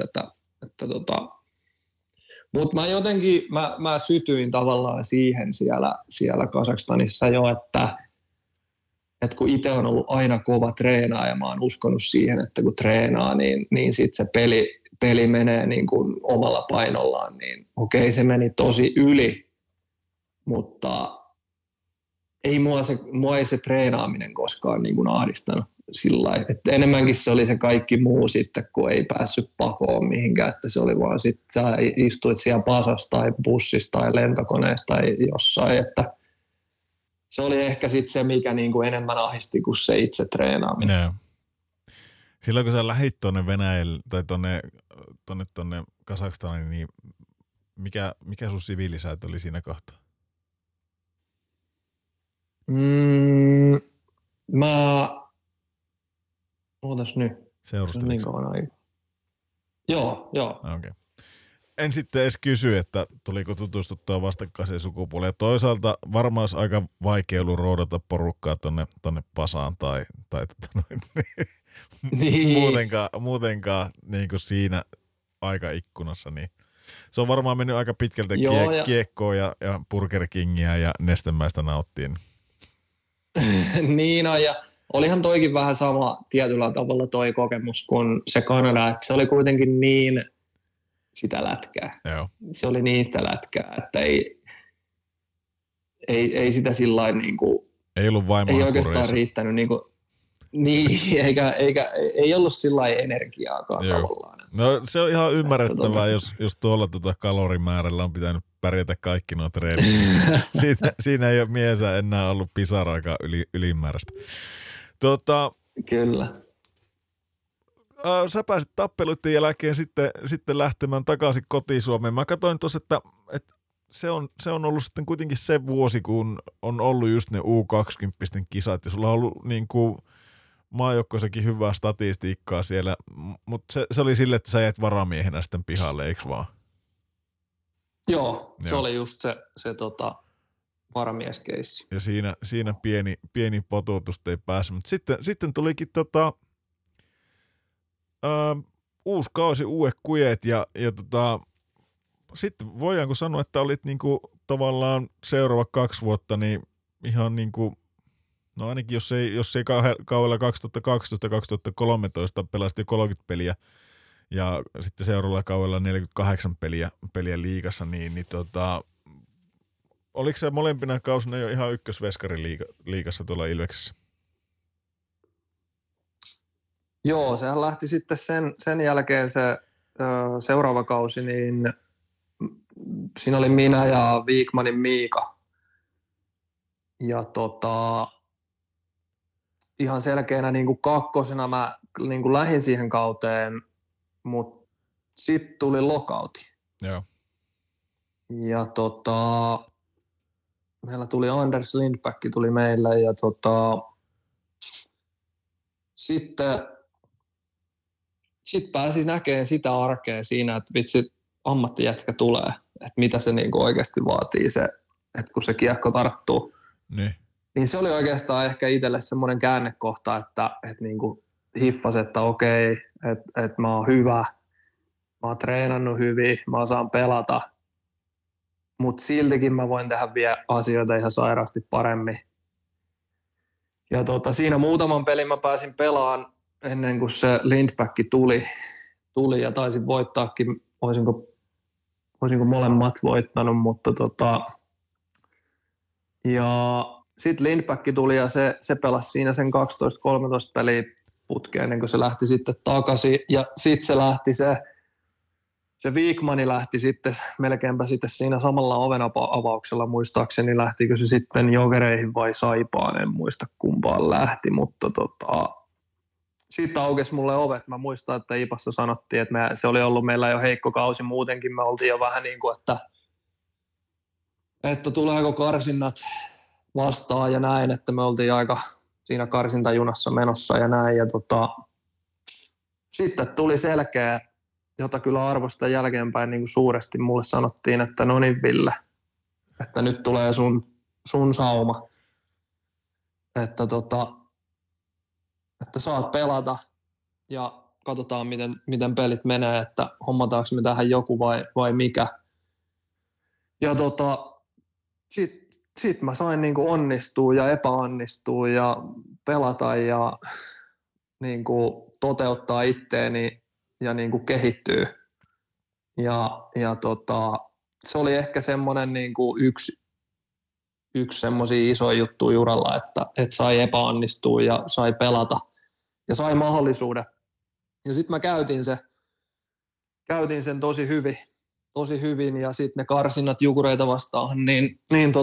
mutta mä jotenkin, mä sytyin tavallaan siihen siellä Kazakstanissa jo, että kun itse on ollut aina kova treenaaja ja mä oon uskonut siihen, että kun treenaa, niin sitten se peli menee niin kuin omalla painollaan, niin okei, se meni tosi yli, mutta mua ei se treenaaminen koskaan niin kuin ahdistanut sillä lailla. Että enemmänkin se oli se kaikki muu sitten, kun ei päässyt pakoon mihinkään, että se oli vaan sitten, sä istuit siellä pasassa tai bussissa tai lentokoneessa tai jossain, että se oli ehkä sitten se, mikä niin kuin enemmän ahdisti kuin se itse treenaaminen. No. Silloin kun sä lähit tuonne Venäjälle tai tuonne Kazakstaniin, niin mikä sun siviilisäätö oli siinä kohtaa? Ootas nyt. Seurustelitko? Niin kauan aikaa. Joo. Okay. En sitten edes kysy, että tuliko tutustuttua vastakkaiseen sukupuoleen. Toisaalta varmaan olisi aika vaikea ollut roudata porukkaa tonne Pasaan tai muutenkaan niin kuin siinä aikaikkunassa. Niin se on varmaan mennyt aika pitkältä kiekkoa ja Burger Kingiä ja nestemäistä nauttien. Niin on, ja olihan toikin vähän sama tietyllä tavalla toi kokemus kuin se Kanada, että se oli kuitenkin niin sitä lätkää. Joo. Se oli niin sitä lätkää, että ei sitä sillain niinku, ei ollut vaimoa ei oikeastaan riittänyt niinku, ei ollut sillain energiaakaan tavallaan. No se on ihan ymmärrettävää, jos tuolla kalorimäärällä on pitänyt pärjätä kaikki nuo treenit. Siinä ei ole miesä enää ollut pisaraakaan ylimääräistä. Kyllä. Sä pääsit tappeluiden jälkeen sitten lähtemään takaisin kotiin Suomeen. Mä katsoin tuossa, se on ollut sitten kuitenkin se vuosi, kun on ollut just ne U20 kisat ja sulla on ollut niin kuin maajoukkoissakin hyvää statistiikkaa siellä, mutta se oli sille, että sä jäit varamiehenä sitten pihalle, eikö vaan? Joo, se oli just se varamieskeissi. Ja siinä pieni potuutus ei pääse, mutta sitten tulikin uusi kausi, uudet kujet ja sitten voidaanko sanoa, että olit niinku tavallaan seuraava 2 vuotta niin ihan niinku, no ainakin jos ei kaudella 2012-2013 pelasti 30 peliä ja sitten seuraavalla kaudella 48 peliä liigassa, niin oliko se molempina kausina jo ihan ykkösveskari liigassa tuolla Ilveksessä? Joo, sehän lähti sitten sen jälkeen se seuraava kausi, niin siinä oli minä ja Wikmanin Miika. Ja ihan selkeänä niin kuin kakkosena mä niin kuin lähdin siihen kauteen, mutta sitten tuli lockouti. Joo. Ja meillä tuli Anders Lindback tuli meille ja sitten pääsi näkemään sitä arkea siinä, että vitsi ammattijätkä tulee, että mitä se niinku oikeasti vaatii se, että kun se kiekko tarttuu. Niin se oli oikeastaan ehkä itselle semmoinen käännekohta, että niinku hiffasi, että okei, että mä oon hyvä, mä oon treenannut hyvin, mä osaan pelata, mutta siltikin mä voin tehdä vielä asioita ihan sairaasti paremmin. Ja siinä muutaman pelin mä pääsin pelaamaan ennen kuin se Lindback tuli ja taisin voittaakin, olisinko molemmat voittanut, mutta ja sitten Lindback tuli ja se pelasi siinä sen 12-13 peliä putkeen ennen kuin se lähti sitten takaisin ja sitten se lähti se Wikmani lähti sitten melkeinpä sitten siinä samalla ovenavauksella muistaakseni, lähtikö se sitten Jokereihin vai Saipaan, en muista kumpaan lähti, mutta siitä aukesi mulle ovet. Mä muistan, että Ipassa sanottiin, että se oli ollut meillä jo heikko kausi muutenkin, me oltiin jo vähän niin kuin, että tuleeko karsinnat vastaan ja näin, että me oltiin aika siinä karsintajunassa menossa ja näin, ja sitten tuli selkeä, jota kyllä arvostan jälkeenpäin niin kuin suuresti. Mulle sanottiin, että no niin Ville, että nyt tulee sun sauma, että saat pelata ja katsotaan miten pelit menee, että hommataanko me tähän joku vai mikä. Ja sit mä sain niin kuin onnistua ja epäonnistua ja pelata ja niin kuin toteuttaa itteeni ja niin kuin kehittyy. Ja se oli ehkä semmoinen niin kuin yksi semmoisia isoja juttuja uralla, että sai epäonnistua ja sai pelata ja sai mahdollisuuden. Ja sitten mä käytin sen tosi hyvin ja sitten ne karsinnat Jukureita vastaan, niin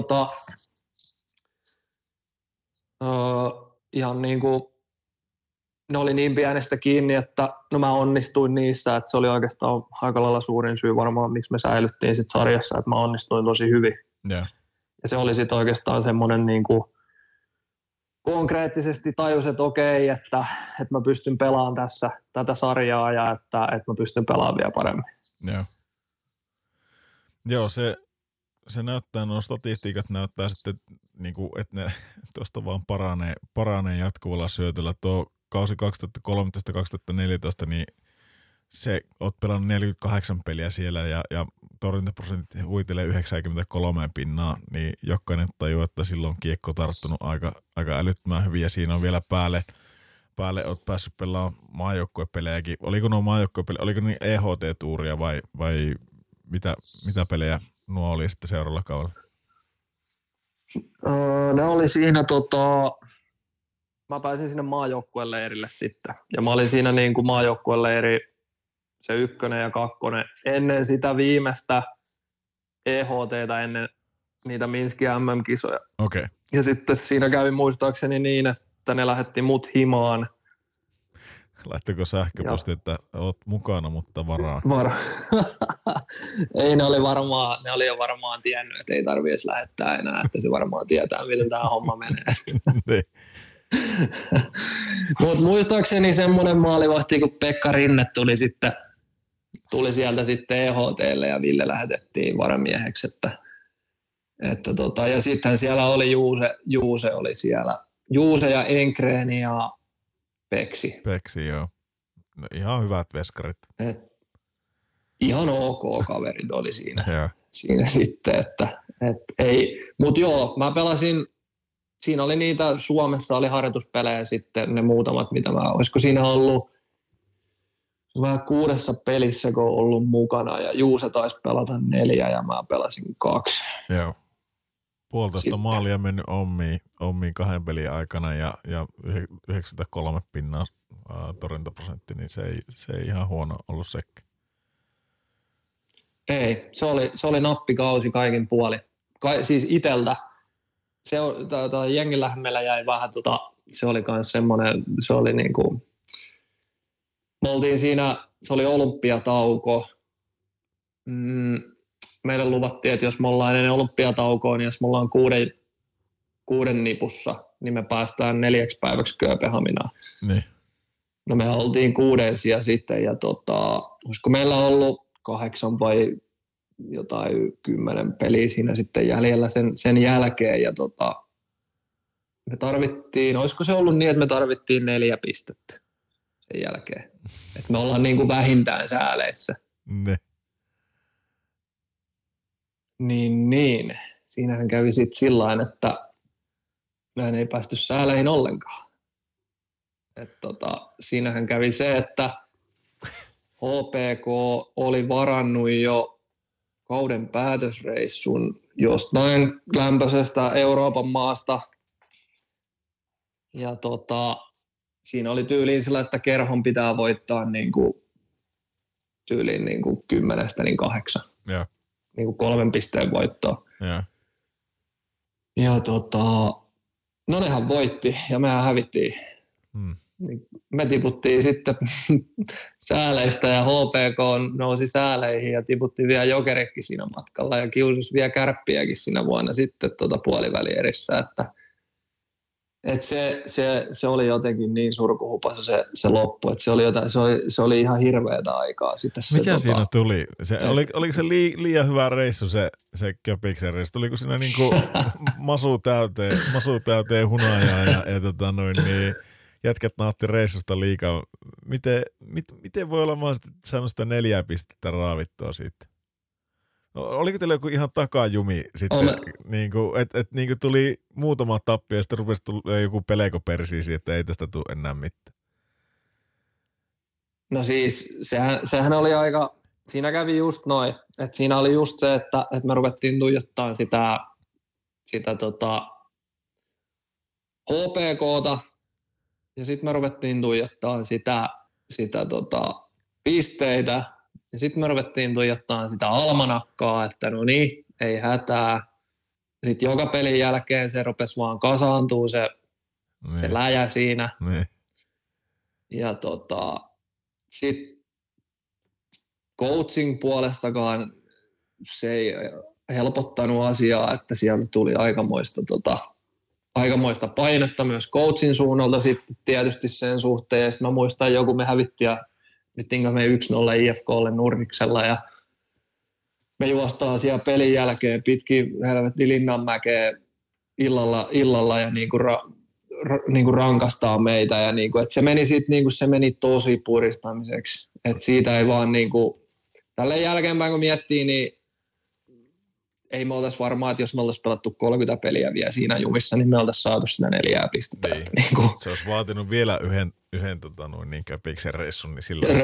ihan niin kuin ne oli niin pienestä kiinni, että no mä onnistuin niissä, että se oli oikeastaan aika lailla suurin syy varmaan, miksi me säilyttiin sit sarjassa, että mä onnistuin tosi hyvin. Yeah. Ja se oli sitten oikeastaan semmoinen niin kuin konkreettisesti tajus, että okei, että mä pystyn pelaamaan tässä tätä sarjaa ja että mä pystyn pelaamaan vielä paremmin. Yeah. Joo, se näyttää, nuo statistiikat näyttää sitten, niin kuin, että ne tuosta vaan paranee jatkuvalla syötöllä. Tuo kausi 2013-2014, niin se oot pelannut 48 peliä siellä ja torjuntaprosentit huitelee 93 pinnaa, niin jokainen tajuu, että silloin kiekko tarttunut aika älyttömän hyvin ja siinä on vielä päälle oot päässyt pelaamaan maajoukkuepelejäkin. Oliko nuo maajoukkuepelejä, oliko niin EHT-tuuria vai mitä pelejä nuo oli sitten seuraavalla kaudella? Ne oli siinä mä pääsin sinne maajoukkueleirille sitten. Ja mä olin siinä niin kuin maajoukkueleiri se 1 ja 2 ennen sitä viimeistä EHT:tä, ennen niitä Minskin MM-kisoja. Okay. Ja sitten siinä kävi muistaakseni niin, että ne lähetti mut himaan. Laittako sähköposti, että oot mukana, mutta varaa? Ei, ne oli jo varmaan tiennyt, että ei tarvitse edes lähettää enää, että se varmaan tietää, miten tämä homma menee. Mutta muistaakseni semmoinen maalivahti, kun Pekka Rinne tuli sieltä sitten EHT:lle ja Ville lähetettiin varamieheksi, ja sitten siellä oli Juuse oli siellä. Juuse ja Enkreni ja Peksi. Peksi, joo. No, ihan hyvät veskarit. Ihan ok kaverit oli siinä sitten, että ei. Mutta joo, mä pelasin, siinä oli niitä, Suomessa oli harjoituspelejä sitten ne muutamat, mitä olisiko siinä ollut vähän 6 pelissä, kun on ollut mukana, ja Juuse taisi pelata 4 ja mä pelasin 2. Joo. 1,5 maalia mennyt ommiin 2 pelin aikana ja 93 pinnaa torjuntaprosentti, niin se ei ihan huono ollut sekin. Ei, se oli nappikausi kaikin puolin. Siis iteltä. Jengillähän meillä jäi vähän, se oli myös semmoinen, se oli niinku, me oltiin siinä, se oli olympiatauko. Meille luvattiin, että jos me ollaan ennen olympiataukoa, niin jos me ollaan 6 nipussa, niin me päästään 4 päiväksi Kööpenhaminaan. Niin. No me oltiin 6 ja sitten, ja olisiko meillä ollut 8 vai jotain 10 peliä siinä sitten jäljellä sen jälkeen, ja me tarvittiin, olisiko se ollut niin, että me tarvittiin 4 pistettä sen jälkeen. Että me ollaan niin kuin vähintään sääleissä. Ne. Niin. Siinähän kävi sitten sillain, että mehän ei päästy sääleihin ollenkaan. Siinähän kävi se, että HPK oli varannut jo kauden päätösreissun jostain lämpöisestä Euroopan maasta. Ja siinä oli tyyliin sillä, että kerhon pitää voittaa tyyliin 10-8. Joo. 3 pisteen voittoa. Joo. Ja no nehän voitti ja mehän hävittiin. Me tiputtiin sitten sääleistä ja HPK nousi sääleihin ja tiputti vielä Jokeritkin siinä matkalla ja kiusus vielä Kärppiäkin siinä vuonna sitten puolivälierissä, että se oli jotenkin niin surkuhupassa se loppu, että se oli ihan hirveätä aikaa sitten. Mikä siinä tuli? Oliko se liian hyvä reissu se Köpiksen reissu? Tuliko siinä niinku masu täyteen hunajaa ja niin jätkät nautti reissusta liikaa. Miten voi olla mahdollista saanut sitä 4 pistettä raavittua siitä? Oliko teillä joku ihan takajumi sitten, että tuli muutama tappio ja sitten rupesi joku peleko persiisi, että ei tästä tule enää mitään? No siis, sehän oli aika, siinä kävi just noin, että siinä oli just se, että me ruvettiin tuijottaa sitä HPK:ta ja sitten me ruvettiin tuijottaa sitä pisteitä. Ja sitten me ruvettiin tuijottaa sitä almanakkaa, että no niin, ei hätää. Sitten joka pelin jälkeen se rupesi vaan kasaantuu se läjä siinä. Ne. Ja sitten coaching puolestakaan se ei helpottanut asiaa, että sieltä tuli aikamoista painetta myös coachin suunnalta sitten tietysti sen suhteen. Ja sitten mä muistan joku me hävittiinkö me 1-0 IFK:lle Nurmiksella ja me juostaan siellä pelin jälkeen pitkin helvetti Linnanmäkeä illalla ja niinku rankastaa meitä ja että se meni se meni tosi puristamiseksi, että siitä ei vaan tälle jälkeenpäin kun miettii, niin ei me oltaisi varmaan, että jos me oltaisiin pelattu 30 peliä vielä siinä jumissa, niin me oltaisiin saatu sitä 4 pistettä. Niin. Se olisi vaatinut vielä yhden Köpiksen reissun, niin sillä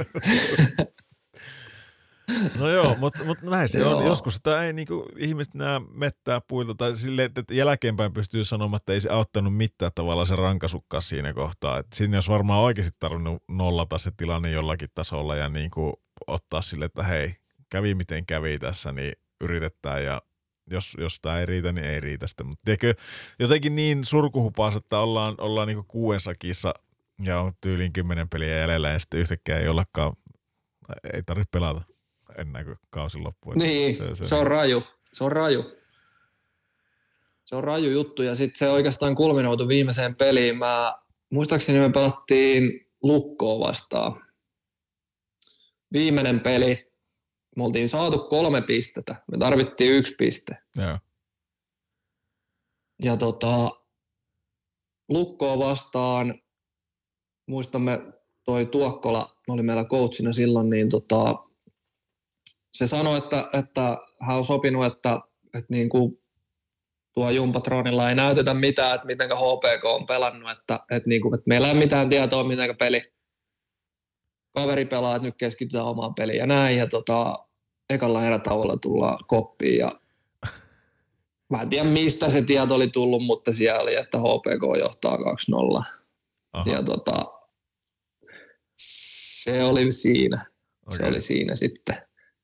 No joo, mutta näin se on. Joskus sitä ei ihmiset näe mettää puilta, tai silleen, että jälkeenpäin pystyy sanomaan, että ei se auttanut mitään tavalla se rankasukkaa siinä kohtaa. Et siinä olisi varmaan oikeasti tarvinnut nollata se tilanne jollakin tasolla ja ottaa sille, että hei, kävi miten kävi tässä, niin yritetään ja jos tämä ei riitä, niin ei riitä sitä. Mutta jotenkin niin surkuhupaas, että ollaan 6 sakissa Ja on tyyliin 10 peliä jäljellä ja sitten yhtäkkiä ei ollakaan, ei tarvitse pelata ennen kuin kausi loppuu. Niin, se on raju. Se on raju. Se on raju juttu ja sitten se oikeastaan kulminoitu viimeiseen peliin. Muistaakseni me pelattiin Lukkoa vastaan. Viimeinen peli. Me oltiin saatu 3 pistettä. Me tarvittiin 1 piste. Joo. Ja Lukkoa vastaan, muistamme toi Tuokkola oli meillä coachina silloin, niin se sanoi, että hän on sopinut, että niin kuin tuo Jumpatronilla ei näytetä mitään, että miten HPK on pelannut, että meillä ei ole mitään tietoa, miten kaveri pelaa, että nyt keskitytään omaan peliin ja näin. Ja ekalla erätauolla tullaan koppiin ja mä en tiedä, mistä se tieto oli tullut, mutta siellä oli, että HPK johtaa 2-0. Aha. Ja se oli siinä. Okay. Se oli siinä sitten.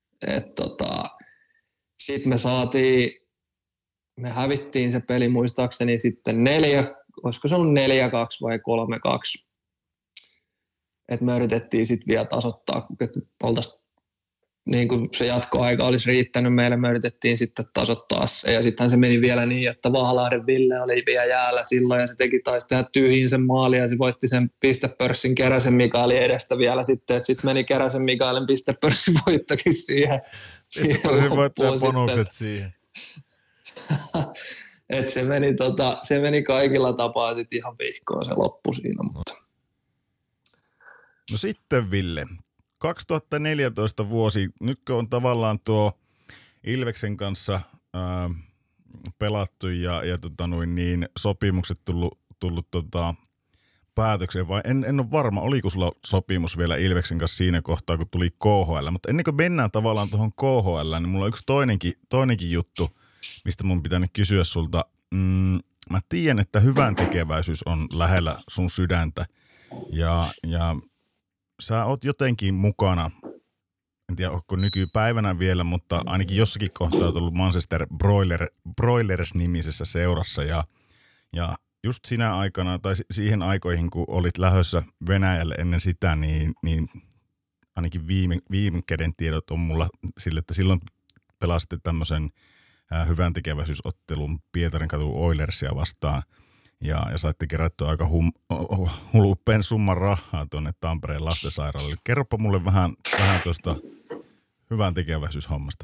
Sitten me hävittiin se peli muistaakseni sitten olisiko se ollut 4-2 vai 3-2. Että me yritettiin sitten vielä tasoittaa, että oltaisiin niin kuin se jatkoaika olisi riittänyt meille, me yritettiin sitten tasoittaa se. Ja sittenhän se meni vielä niin, että Vahalahden Ville oli vielä jäällä silloin ja se taisi tehdä tyhjiin sen maali ja se voitti sen pistepörssin Keräsen Mikaelin edestä vielä sitten. Että sitten meni Keräsen Mikaelin pistepörssin voittokin siihen. Pistepörssin voittaja bonukset siihen. Että se meni kaikilla tapaa sitten ihan vihkoon se loppu siinä. Mutta. No sitten Ville. 2014 vuosi, nytkö on tavallaan tuo Ilveksen kanssa pelattu ja niin sopimukset tullut päätökseen, vai en ole varma, oliko sulla sopimus vielä Ilveksen kanssa siinä kohtaa, kun tuli KHL, mutta ennen kuin mennään tavallaan tuohon KHL, niin mulla on yksi toinenkin juttu, mistä mun pitää nyt kysyä sulta. Mä tiedän, että hyvän tekeväisyys on lähellä sun sydäntä ja sä oot jotenkin mukana, en tiedä onko nykypäivänä vielä, mutta ainakin jossakin kohtaa oot ollut Manchester Broilers-nimisessä seurassa ja just sinä aikana tai siihen aikoihin, kun olit lähdössä Venäjälle ennen sitä, niin ainakin viime käden tiedot on mulla sille, että silloin pelasitte tämmöisen hyvän tekeväisyysottelun Pietarinkatu Oilersia vastaan. Ja saitte kerättyä aika hulppeen summan rahaa tuonne Tampereen lastensairaalalle. Kerropa mulle vähän tuosta hyvän tekeväisyyshommasta.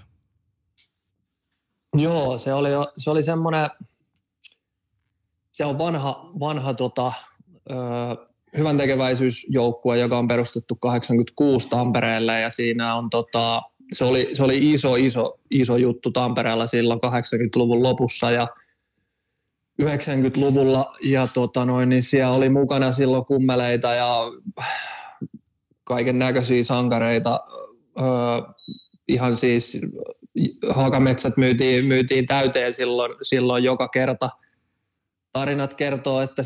Joo, se oli semmoinen, se on vanha hyvän tekeväisyysjoukkue, joka on perustettu 86 Tampereelle ja siinä on se oli iso juttu Tampereella silloin 80-luvun lopussa ja 90-luvulla ja niin siellä oli mukana silloin kummeleita ja kaiken näköisiä sankareita. Ihan siis Hakametsät myytiin täyteen silloin joka kerta. Tarinat kertoo, että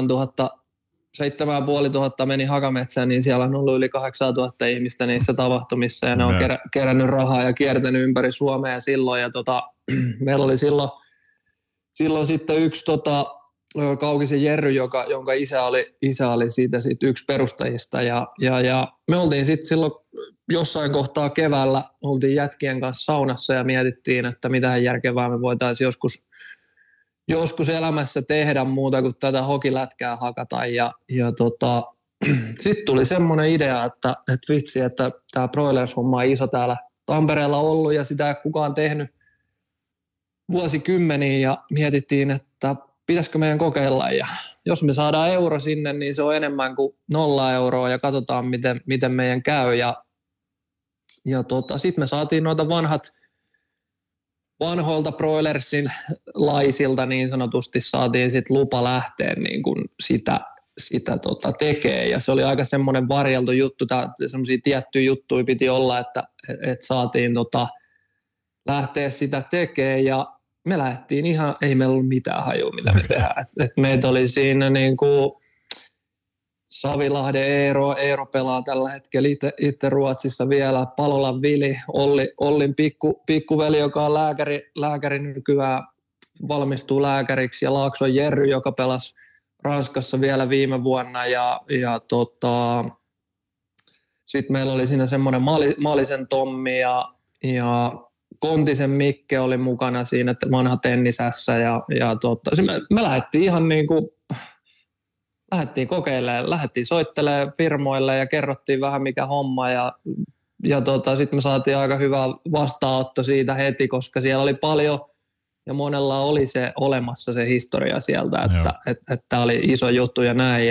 7500 meni Hakametsään, niin siellä on ollut yli 8000 ihmistä niissä tapahtumissa ja ne on kerännyt rahaa ja kiertänyt ympäri Suomea silloin. Ja meillä oli silloin sitten yksi Kaukisen Jerry, jonka isä oli siitä yksi perustajista ja me oltiin sitten silloin jossain kohtaa keväällä, oltiin jätkien kanssa saunassa ja mietittiin, että mitähän järkevää me voitaisiin joskus elämässä tehdä muuta kuin tätä hokilätkää hakata ja sitten tuli semmoinen idea, että vitsi, että tämä Broilers-homma on iso täällä Tampereella ollut ja sitä ei kukaan tehnyt vuosikymmeniä ja mietittiin, että pitäisikö meidän kokeilla ja jos me saadaan euro sinne, niin se on enemmän kuin 0 euroa ja katsotaan miten meidän käy ja sitten me saatiin noita vanhoilta Broilersin laisilta niin sanotusti saatiin sitten lupa lähteä niin kuin sitä tekee ja se oli aika semmoinen varjeltu juttu, semmoisia tiettyjä juttuja piti olla, että saatiin lähteä sitä tekemään ja me lähdettiin ihan, ei meillä ollut mitään hajua, mitä me tehdään. Meitä oli siinä niin kuin Savilahden Eero pelaa tällä hetkellä itse Ruotsissa vielä, Palolan Vili, Ollin pikkuveli, joka on lääkäri nykyään, valmistuu lääkäriksi, ja Laakson Jerry, joka pelasi Ranskassa vielä viime vuonna ja sitten meillä oli siinä semmoinen Maalisen Tommi ja Kontisen Mikke oli mukana siinä, vanha tennisässä me lähdettiin ihan niin kuin lähdettiin kokeilemaan, lähdettiin soittelemaan firmoille ja kerrottiin vähän mikä homma ja sitten me saatiin aika hyvä vastaanotto siitä heti, koska siellä oli paljon ja monella oli se olemassa se historia sieltä, että tämä oli iso juttu ja näin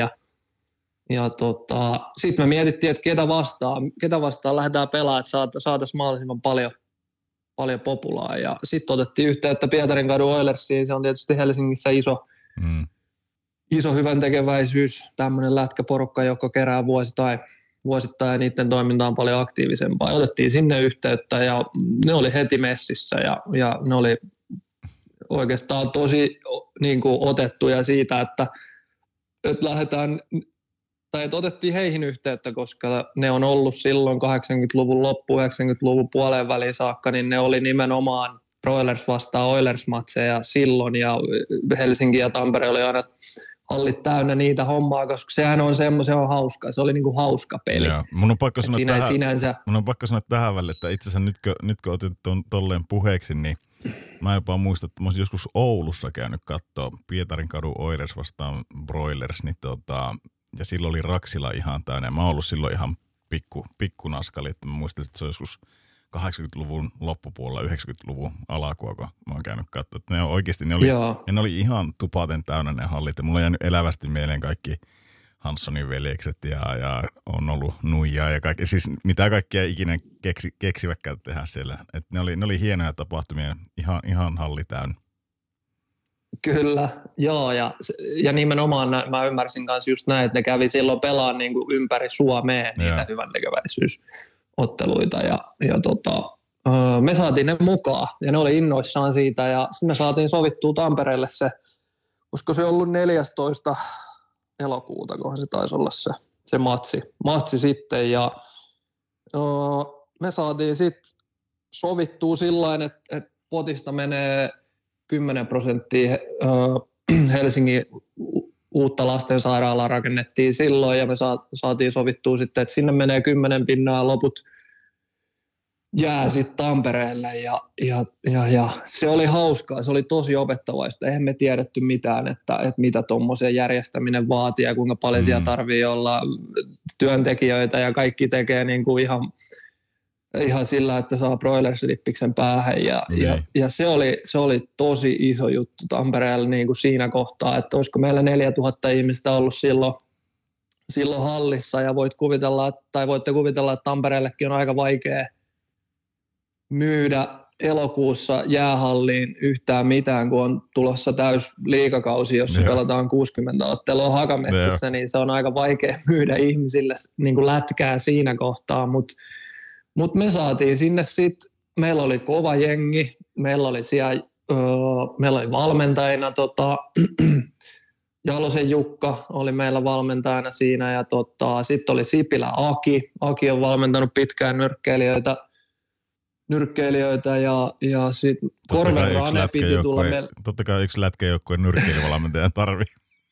sitten me mietittiin, että ketä vastaan lähdetään pelaamaan, että saataisiin mahdollisimman paljon populaa ja sitten otettiin yhteyttä Pietarinkadun Oilersiin, se on tietysti Helsingissä iso hyväntekeväisyys, tämmöinen lätkäporukka, joka kerää vuosittain ja niiden toiminta on paljon aktiivisempaa. Otettiin sinne yhteyttä ja ne oli heti messissä ja ne oli oikeastaan tosi niin kuin otettuja siitä, että lähdetään, tai että otettiin heihin yhteyttä, koska ne on ollut silloin 80-luvun loppu, 90-luvun puoleen väliin saakka, niin ne oli nimenomaan Broilers vastaan Oilers-matseja silloin ja Helsinki ja Tampere oli aina hallit täynnä niitä hommaa, koska sehän on se on hauska. Se oli niinku hauska peli. Joo. Mun on pakko sanoa tähän väliin, että itse asiassa nyt kun otit tolleen puheeksi, niin mä jopa muistan, että mä olisin joskus Oulussa käynyt katsoa Pietarinkadun Oilers vastaan Broilers, niin ja silloin oli Raksila ihan täynnä. Mä oon ollut silloin ihan pikkunaskali, että mä muistan, että se on joskus 80-luvun loppupuolella, 90-luvun alakua, kun mä oon käynyt katsoa. Ne oikeasti ne oli ihan tupaten täynnä ne hallit. Ja mulla on jäänyt elävästi mieleen kaikki Hanssonin veljekset ja on ollut nuijaa ja kaikki. Siis mitä kaikkea ikinä keksivätkään tehdä siellä. Et ne oli hienoja tapahtumia, ihan halli täynnä. Kyllä, joo, ja nimenomaan mä ymmärsin kanssa just näin, että ne kävi silloin pelaan niin kuin ympäri Suomea niitä hyväntekeväisyysotteluita me saatiin ne mukaan ja ne oli innoissaan siitä ja sitten me saatiin sovittua Tampereelle koska se on ollut 14. elokuuta, kunhan se taisi olla se matsi sitten ja me saatiin sitten sovittua sillain, että potista menee 10% Helsingin uutta lastensairaalaa rakennettiin silloin ja me saatiin sovittua sitten, että sinne menee 10% loput jää sitten Tampereelle ja se oli hauskaa, se oli tosi opettavaista. Eihän me tiedetty mitään, että mitä tuommoisen järjestäminen vaatii ja kuinka paljon siellä tarvii olla työntekijöitä ja kaikki tekee niin kuin ihan sillä, että saa Broilers-lippiksen päähän ja se oli tosi iso juttu Tampereella niin kuin siinä kohtaa, että olisiko meillä 4000 ihmistä ollut silloin hallissa ja voitte kuvitella, että Tampereellekin on aika vaikea myydä elokuussa jäähalliin yhtään mitään, kun on tulossa täys liigakausi, jossa pelataan 60 ottelua Hakametsässä, niin se on aika vaikea myydä ihmisille niin kuin lätkää siinä kohtaa, mutta me saatiin sinne sitten, meillä oli kova jengi, meillä oli valmentajina Jalosen Jukka oli meillä valmentajana siinä ja sitten oli Sipilä Aki. Aki on valmentanut pitkään nyrkkeilijöitä ja sitten Korven Rane piti tulla meillä. Totta kai yksi lätkäjoukkueen nyrkkeilyvalmentajan tarvii.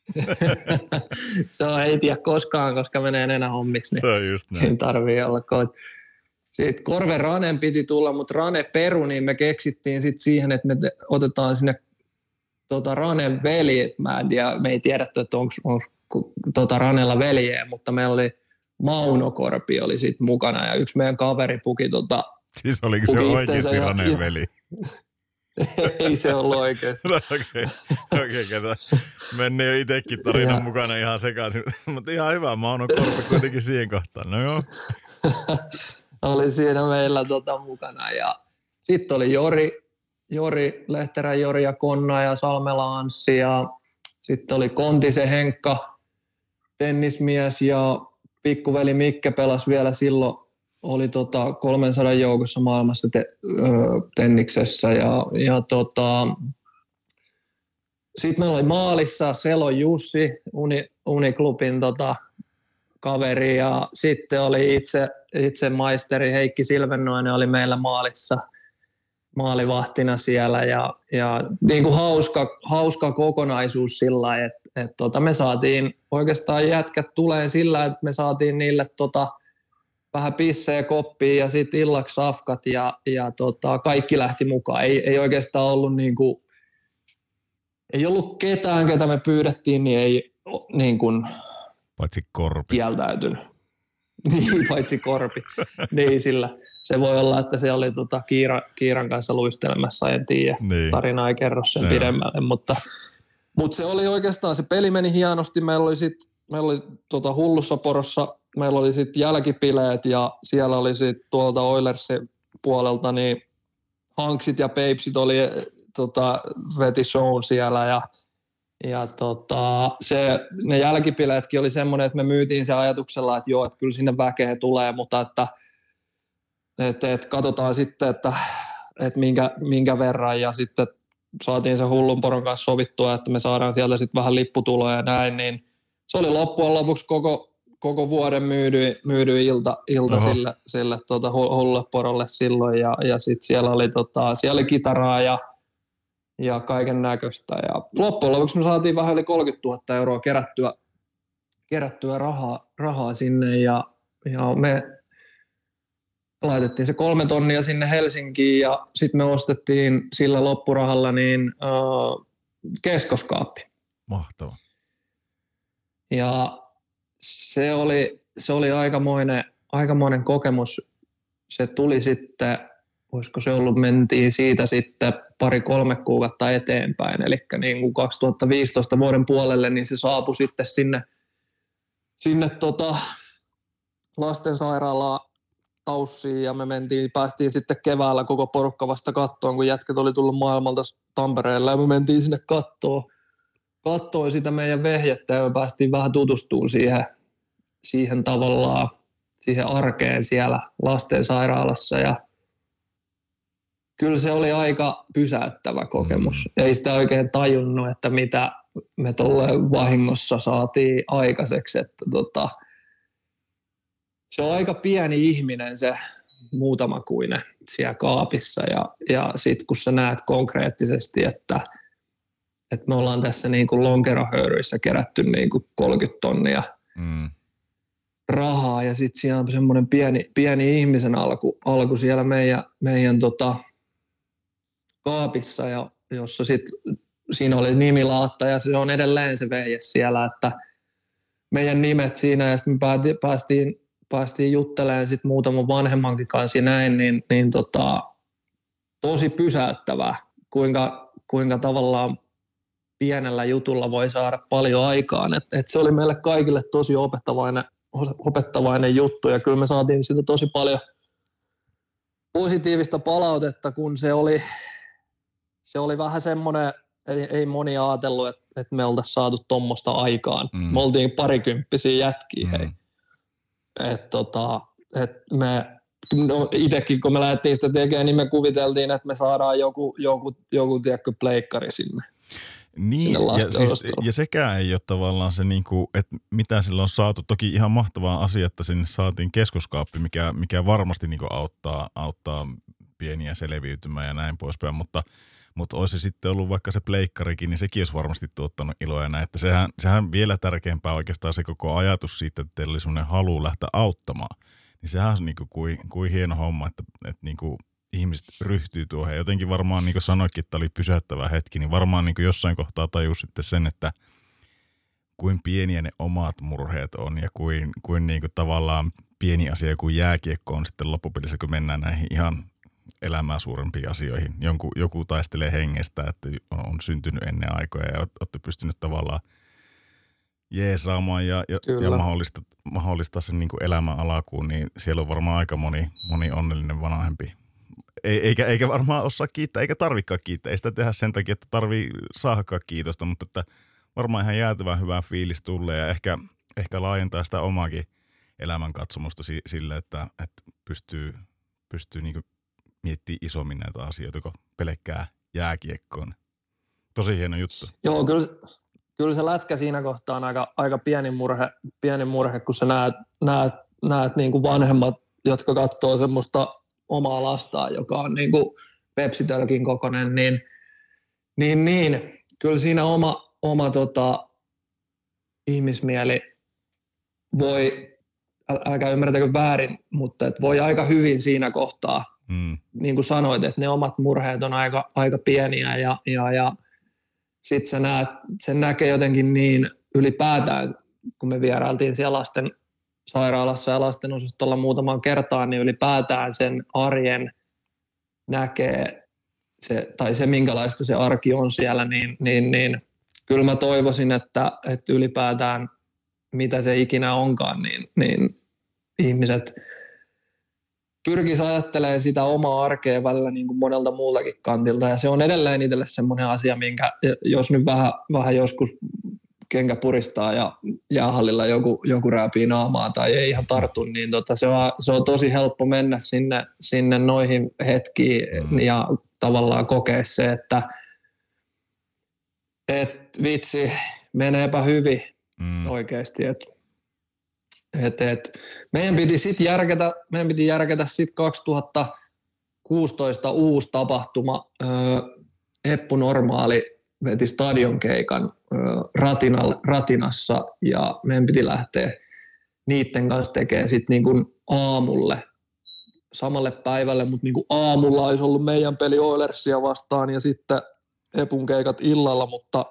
Se ei tiedä koskaan, koska menee enää hommiksi. Se on just näin. Ei tarvii olla Sitten Korven Ranen piti tulla, mutta Rane peru, niin me keksittiin sitten siihen, että me otetaan sinne Ranen veli. Mä en tiedä, me ei tiedetty, että onko Ranella veljeä, mutta meillä oli Mauno Korpi oli sitten mukana ja yksi meidän kaveri puki Siis oliko se oikeasti Ranen veli? Ei se ollut oikeasti. No, okei, kato. Mennään jo itsekin tarinan mukana ihan sekaisin. Mutta ihan hyvä, Mauno Korpi kuitenkin siihen kohtaan. No joo. Oli siinä meillä mukana ja sitten oli Jori, Lehterän Jori ja Konna ja Salmela Anssi ja sitten oli Kontisen Henkka, tennismies ja pikkuveli Mikke pelasi vielä silloin, oli 300 joukossa maailmassa tenniksessä ja sitten meillä oli maalissa Selo Jussi, Uniklubin kaveri ja sitten oli itse maisteri Heikki Silvennoinen oli meillä maalissa maalivahtina siellä ja niin kuin hauska kokonaisuus sillä lailla, me saatiin oikeastaan jätkät tulee sillä, että me saatiin niille vähän pissejä koppiin ja sitten illaksi safkat ja kaikki lähti mukaan. Ei oikeastaan ollut niinku, ei ollut ketään, ketä me pyydettiin, niin ei niin kuin paitsi Korpi. Kieltäytynyt. Niin, paitsi Korpi. Niin, sillä se voi olla, että se oli Kiiran kanssa luistelemassa, en tiedä. Niin. Tarina ei kerro sen pidemmälle, mutta se oli oikeastaan, se peli meni hienosti. Meillä oli Hullussa Porossa, meillä oli sitten jälkipileet ja siellä oli sitten tuolta Oilersin puolelta niin Hanksit ja Peipsit oli veti shown siellä ja ne jälkipileetkin oli semmoinen, että me myytiin se ajatuksella, että joo, että kyllä sinne väkeä tulee, mutta että katsotaan sitten, että minkä verran ja sitten saatiin se Hullun Poron kanssa sovittua, että me saadaan sieltä sitten vähän lipputuloja ja näin, niin se oli loppujen lopuksi koko vuoden myydy ilta sille Hullulle Porolle silloin ja sitten siellä oli kitaraa ja kaiken näköistä. Ja loppujen lopuksi me saatiin vähän yli 30 000 euroa kerättyä rahaa sinne ja me laitettiin se 3 tonnia sinne Helsinkiin ja sitten me ostettiin sillä loppurahalla niin keskoskaappi. Mahtavaa. Ja se oli aikamoinen kokemus. Se tuli sitten, olisiko se ollut, mentiin siitä sitten 2-3 kuukautta eteenpäin, eli niin kuin 2015 vuoden puolelle, niin se saapui sitten sinne lastensairaalaan Taussiin ja me päästiin sitten keväällä koko porukka vasta kattoon, kun jätkät oli tullut maailmalta Tampereelle ja me mentiin sinne kattoon sitä meidän vehjettä ja me päästiin vähän tutustumaan siihen tavallaan, siihen arkeen siellä lastensairaalassa ja kyllä se oli aika pysäyttävä kokemus. Ei sitä oikein tajunnut, että mitä me tuolle vahingossa saatiin aikaiseksi. Että se on aika pieni ihminen se muutamakuinen siellä kaapissa ja sitten kun sä näet konkreettisesti, että me ollaan tässä niin kuin lonkerohöyryissä kerätty niin kuin 30 tonnia rahaa ja sitten siellä on semmoinen pieni ihmisen alku siellä meidän kaapissa, ja jossa siinä oli nimilaatta ja se on edelleen se vehje siellä, että meidän nimet siinä ja sitten me päästiin juttelemaan sitten muutaman vanhemmankin kanssa ja näin, niin tosi pysäyttävää, kuinka tavallaan pienellä jutulla voi saada paljon aikaan. Et se oli meille kaikille tosi opettavainen juttu ja kyllä me saatiin siitä tosi paljon positiivista palautetta, kun se oli vähän semmoinen, ei moni ajatellut, että me oltaisiin saatu tuommoista aikaan. Me oltiin parikymppisiä jätkiä, hei. Itsekin kun me lähdettiin sitä tekemään, niin me kuviteltiin, että me saadaan joku tiedätkö, pleikkari sinne. Niin, ja sekään ei ole tavallaan se, että mitä sillä on saatu. Toki ihan mahtavaa asia, että sinne saatiin keskoskaappi, mikä varmasti auttaa pieniä selviytymään ja näin poispäin, mutta olisi sitten ollut vaikka se pleikkarikin, niin sekin olisi varmasti tuottanut iloa ja näin. Että sehän vielä tärkeämpää oikeastaan se koko ajatus siitä, että teillä oli semmoinen halu lähteä auttamaan. Niin sehän on kuin hieno homma, että ihmiset ryhtyy tuohon. Ja jotenkin varmaan, niin kuin sanoikin, että oli pysäyttävä hetki, niin varmaan jossain kohtaa tajus sitten sen, että kuin pieniä ne omat murheet on ja kuin tavallaan pieni asia kuin jääkiekko on sitten loppupelissä, kun mennään näihin ihan elämää suurempiin asioihin. Joku taistelee hengestä, että on syntynyt ennen aikoja ja olette pystynyt tavallaan jeesaamaan ja mahdollistaa sen elämän alkuun, niin siellä on varmaan aika moni onnellinen vanhempi. Eikä varmaan osaa kiittää, eikä tarvikaan kiittää. Ei sitä tehdä sen takia, että tarvii saadakaan kiitosta, mutta että varmaan ihan jäätävän hyvä fiilis tulee ja ehkä laajentaa sitä omaakin elämänkatsomusta sille, että pystyy miettimään isommin näitä asioita kuin pelkkää jääkiekkoon. Tosi hieno juttu. Joo, kyllä se lätkä siinä kohtaa on aika pieni murhe, kun sä näet niin kuin vanhemmat, jotka katsoo semmoista omaa lastaan, joka on niin kuin pepsitölkin kokoinen, niin kyllä siinä oma ihmismieli voi, älkää ymmärtäkö väärin, mutta et voi aika hyvin siinä kohtaa, niin kuin sanoit, että ne omat murheet on aika pieniä ja sitten sen näkee jotenkin niin ylipäätään, kun me vierailtiin siellä lasten sairaalassa ja lasten osastolla muutamaan kertaan, niin ylipäätään sen arjen näkee se minkälaista se arki on siellä, niin kyllä mä toivoisin, että ylipäätään mitä se ikinä onkaan, niin ihmiset pyrkisivät ajattelemaan sitä omaa arkea välillä niin kuin monelta muultakin kantilta, ja se on edelleen itselle semmoinen asia, minkä jos nyt vähän joskus kenkä puristaa ja jäähallilla joku rääpii naamaa tai ei ihan tartu, niin se on tosi helppo mennä sinne noihin hetkiin ja tavallaan kokea se, että vitsi, meneepä hyvin oikeasti. Meidän piti sitten järkätä 2016 uusi tapahtuma. Eppu Normaali veti stadionkeikan Ratinassa ja meidän piti lähteä niiden kanssa tekemään sitten niin kuin aamulle samalle päivälle, mutta niin kuin aamulla olisi ollut meidän peli Oilersia vastaan ja sitten Epun keikat illalla, mutta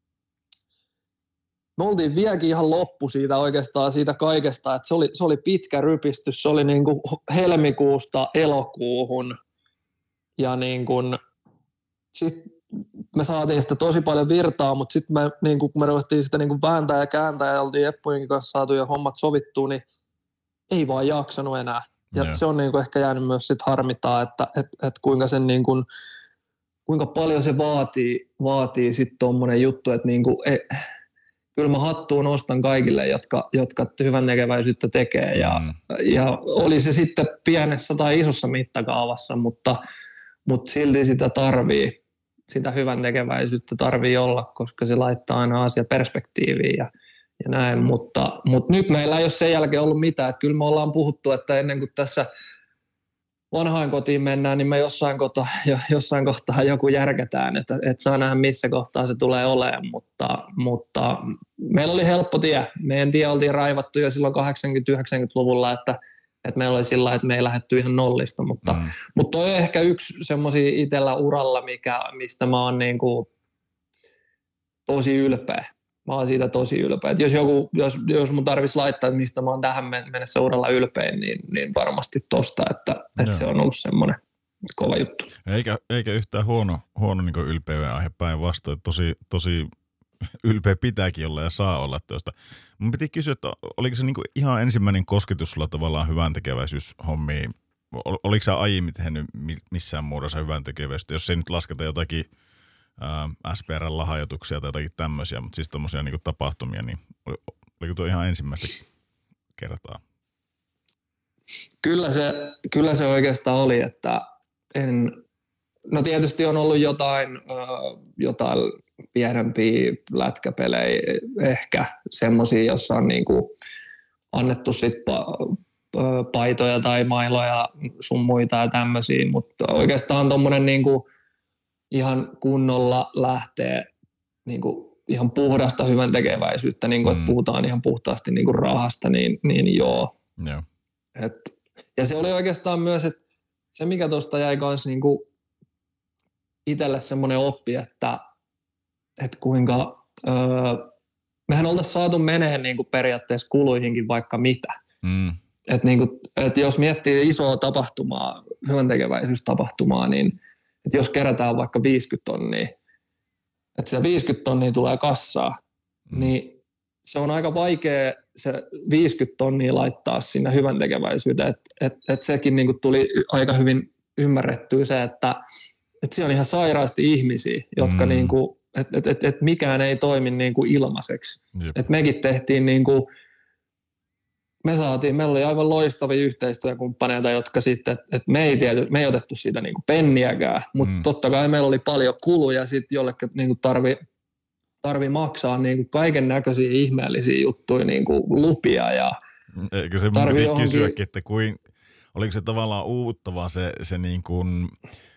me oltiin vieläkin ihan loppu siitä oikeastaan siitä kaikesta, että se oli pitkä rypistys, se oli niin kuin helmikuusta elokuuhun ja niin kuin sit me saatiin sitä tosi paljon virtaa, mutta sitten niin kun me ruvettiin sitä niin vääntää ja kääntää ja oltiin Eppujenkin kanssa saatu ja hommat sovittua, niin ei vaan jaksanut enää. Ja se on niin kuin ehkä jäänyt myös sit harmittaa, että kuinka sen niin kuin, kuinka paljon se vaatii sitten tuommoinen juttu, että niin kuin, kyllä mä hattuun nostan kaikille, jotka hyvän tekeväisyyttä tekee ja oli se sitten pienessä tai isossa mittakaavassa, mutta silti sitä hyvän tekeväisyyttä tarvii olla, koska se laittaa aina asia perspektiiviin ja näin, mutta nyt meillä ei ole sen jälkeen ollut mitään, että kyllä me ollaan puhuttu, että ennen kuin tässä vanhaan kotiin mennään, niin me jossain kohtaa joku järkätään, että saa nähdä missä kohtaa se tulee olemaan, mutta meillä oli helppo tie. Meidän tie oltiin raivattu jo silloin 80-90-luvulla, että meillä oli sillä, että me ei lähdetty ihan nollista, mutta toi on ehkä yksi semmoisia itsellä uralla, mistä mä oon niinku tosi ylpeä. Mä oon siitä tosi ylpeä. Jos mun tarvitsisi laittaa, että mistä mä oon tähän mennessä uralla ylpeä, niin varmasti tosta, että se on ollut semmoinen kova juttu. Eikä yhtään huono niin ylpeyden aihe päinvastoin. Tosi ylpeä pitääkin olla ja saa olla tuosta. Mun piti kysyä, että oliko se niinku ihan ensimmäinen kosketus sulla tavallaan hyväntekeväisyyshommiin? Oliko sä aiemmin tehnyt missään muodossa hyväntekeväisyyttä, jos ei nyt lasketa jotakin SPR-lahjoituksia tai jotakin tämmöisiä, mutta siis tommosia niinku tapahtumia, niin oliko tuo ihan ensimmäistä kertaa? Kyllä se oikeastaan oli, että no tietysti on ollut jotain pienempiä lätkäpelejä, ehkä semmoisia, jossa on niinku annettu sitten paitoja tai mailoja sun muita ja tämmöisiä, mutta oikeastaan tommonen niinku ihan kunnolla lähtee niinku ihan puhdasta hyvän tekeväisyyttä, niinku, että puhutaan ihan puhtaasti niinku rahasta, niin joo. Ja se oli oikeastaan myös, että se mikä tuosta jäi kanssa niinku itselle semmoinen oppi, että kuinka mehän oltaisiin saatu meneen niinku periaatteessa kuluihinkin vaikka mitä. Että jos miettii isoa tapahtumaa, hyväntekeväisyystapahtumaa, niin että jos kerätään vaikka 50 tonnia, että se 50 tonnia tulee kassaa, niin se on aika vaikea se 50 tonnia laittaa sinne hyväntekeväisyyteen. Että sekin niinku tuli aika hyvin ymmärrettyä se, että se on ihan sairaasti ihmisiä, jotka niinku, että mikään ei toimi niinku ilmaiseksi. Että mekin tehtiin niinku, meillä oli aivan loistavia yhteistyökumppaneita, jotka sitten, että me ei otettu siitä niinku penniäkään, mutta totta kai meillä oli paljon kuluja sitten, jollekin niinku tarvi maksaa niinku kaiken näköisiä ihmeellisiä juttuja, niinku lupia ja eikö se mun piti kysyäkin, että oliko se tavallaan uuvuttavaa se niin kuin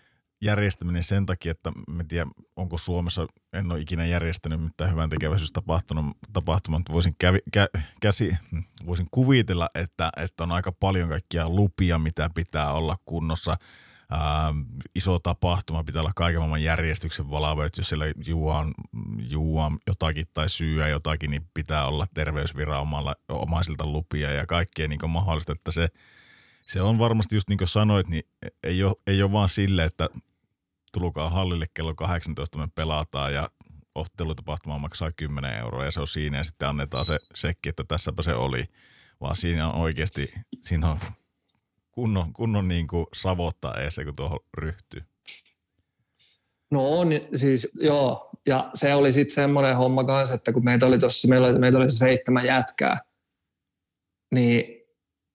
järjestäminen sen takia, että en tiedä, onko Suomessa, en ole ikinä järjestänyt mitään hyvän tekeväisyystapahtumaa, mutta voisin kuvitella, että on aika paljon kaikkia lupia, mitä pitää olla kunnossa. Iso tapahtuma, pitää olla kaiken maailman järjestyksen valvo, että jos siellä juuaan jotakin tai syyä jotakin, niin pitää olla terveysviranomaisilta lupia ja kaikkea niin mahdollista, että se on varmasti just niin kuin sanoit, niin ei ole vaan sille, että tulkaa hallille kello 18, me pelataan ja ottelutapahtuma maksaa 10 euroa ja se on siinä ja sitten annetaan se sekki, että tässäpä se oli, vaan siinä on oikeasti, siinä on kunnon niin kuin savottaa eessä, kun tuohon ryhtyy. No on siis, joo, ja se oli sitten semmoinen homma kanssa, että kun meitä oli se 7 jätkää, niin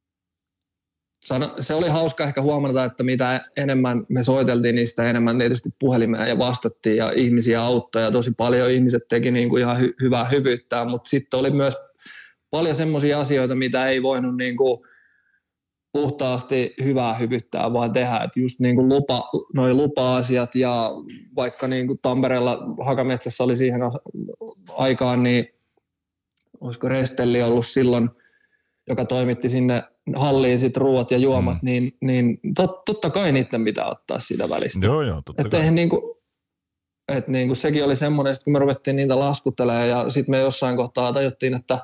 se oli hauska ehkä huomata, että mitä enemmän me soiteltiin, niin sitä enemmän tietysti puhelimea ja vastattiin ja ihmisiä auttoi ja tosi paljon ihmiset teki niin kuin ihan hyvää hyvyyttää, mutta sitten oli myös paljon semmoisia asioita, mitä ei voinut niin kuin puhtaasti hyvää hyvyyttää vaan tehdä, että just niin kuin lupa-asiat ja vaikka niin kuin Tampereella Hakametsässä oli siihen aikaan, niin olisiko Restelli ollut silloin, joka toimitti sinne halliin sit ruuat ja juomat, niin totta kai niiden pitää ottaa siitä välistä. Joo, totta kai. Niinku sekin oli semmoinen, kun me ruvettiin niitä laskuttelemaan ja sitten me jossain kohtaa tajuttiin, että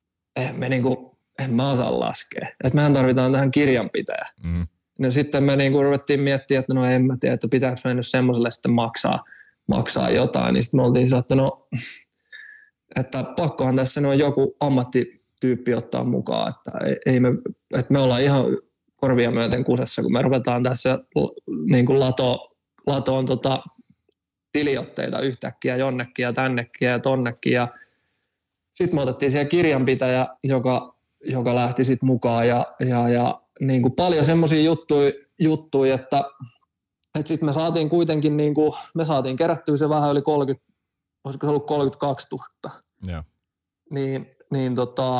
en mä osaa laskea. Että mehän tarvitaan tähän kirjanpitäjä. Ja sitten me niinku ruvettiin miettimään, että no en mä tiedä, että pitääkö me nyt semmoiselle sitten maksaa jotain. Niin sitten me oltiin sanoa, että pakkohan tässä on joku ammattityyppi ottaa mukaan. Että me ollaan ihan korvia myöten kusessa, kun me ruvetaan tässä niin kuin latoon tiliotteita yhtäkkiä jonnekin ja tännekin ja tonnekin. Ja sitten me otettiin siellä kirjanpitäjä, joka lähti sitten mukaan ja niin kuin paljon semmoisia juttuja, että sitten me saatiin kuitenkin, niin kuin, me saatiin kerättyä se vähän yli 30, olisiko se ollut 32 000. Joo. Niin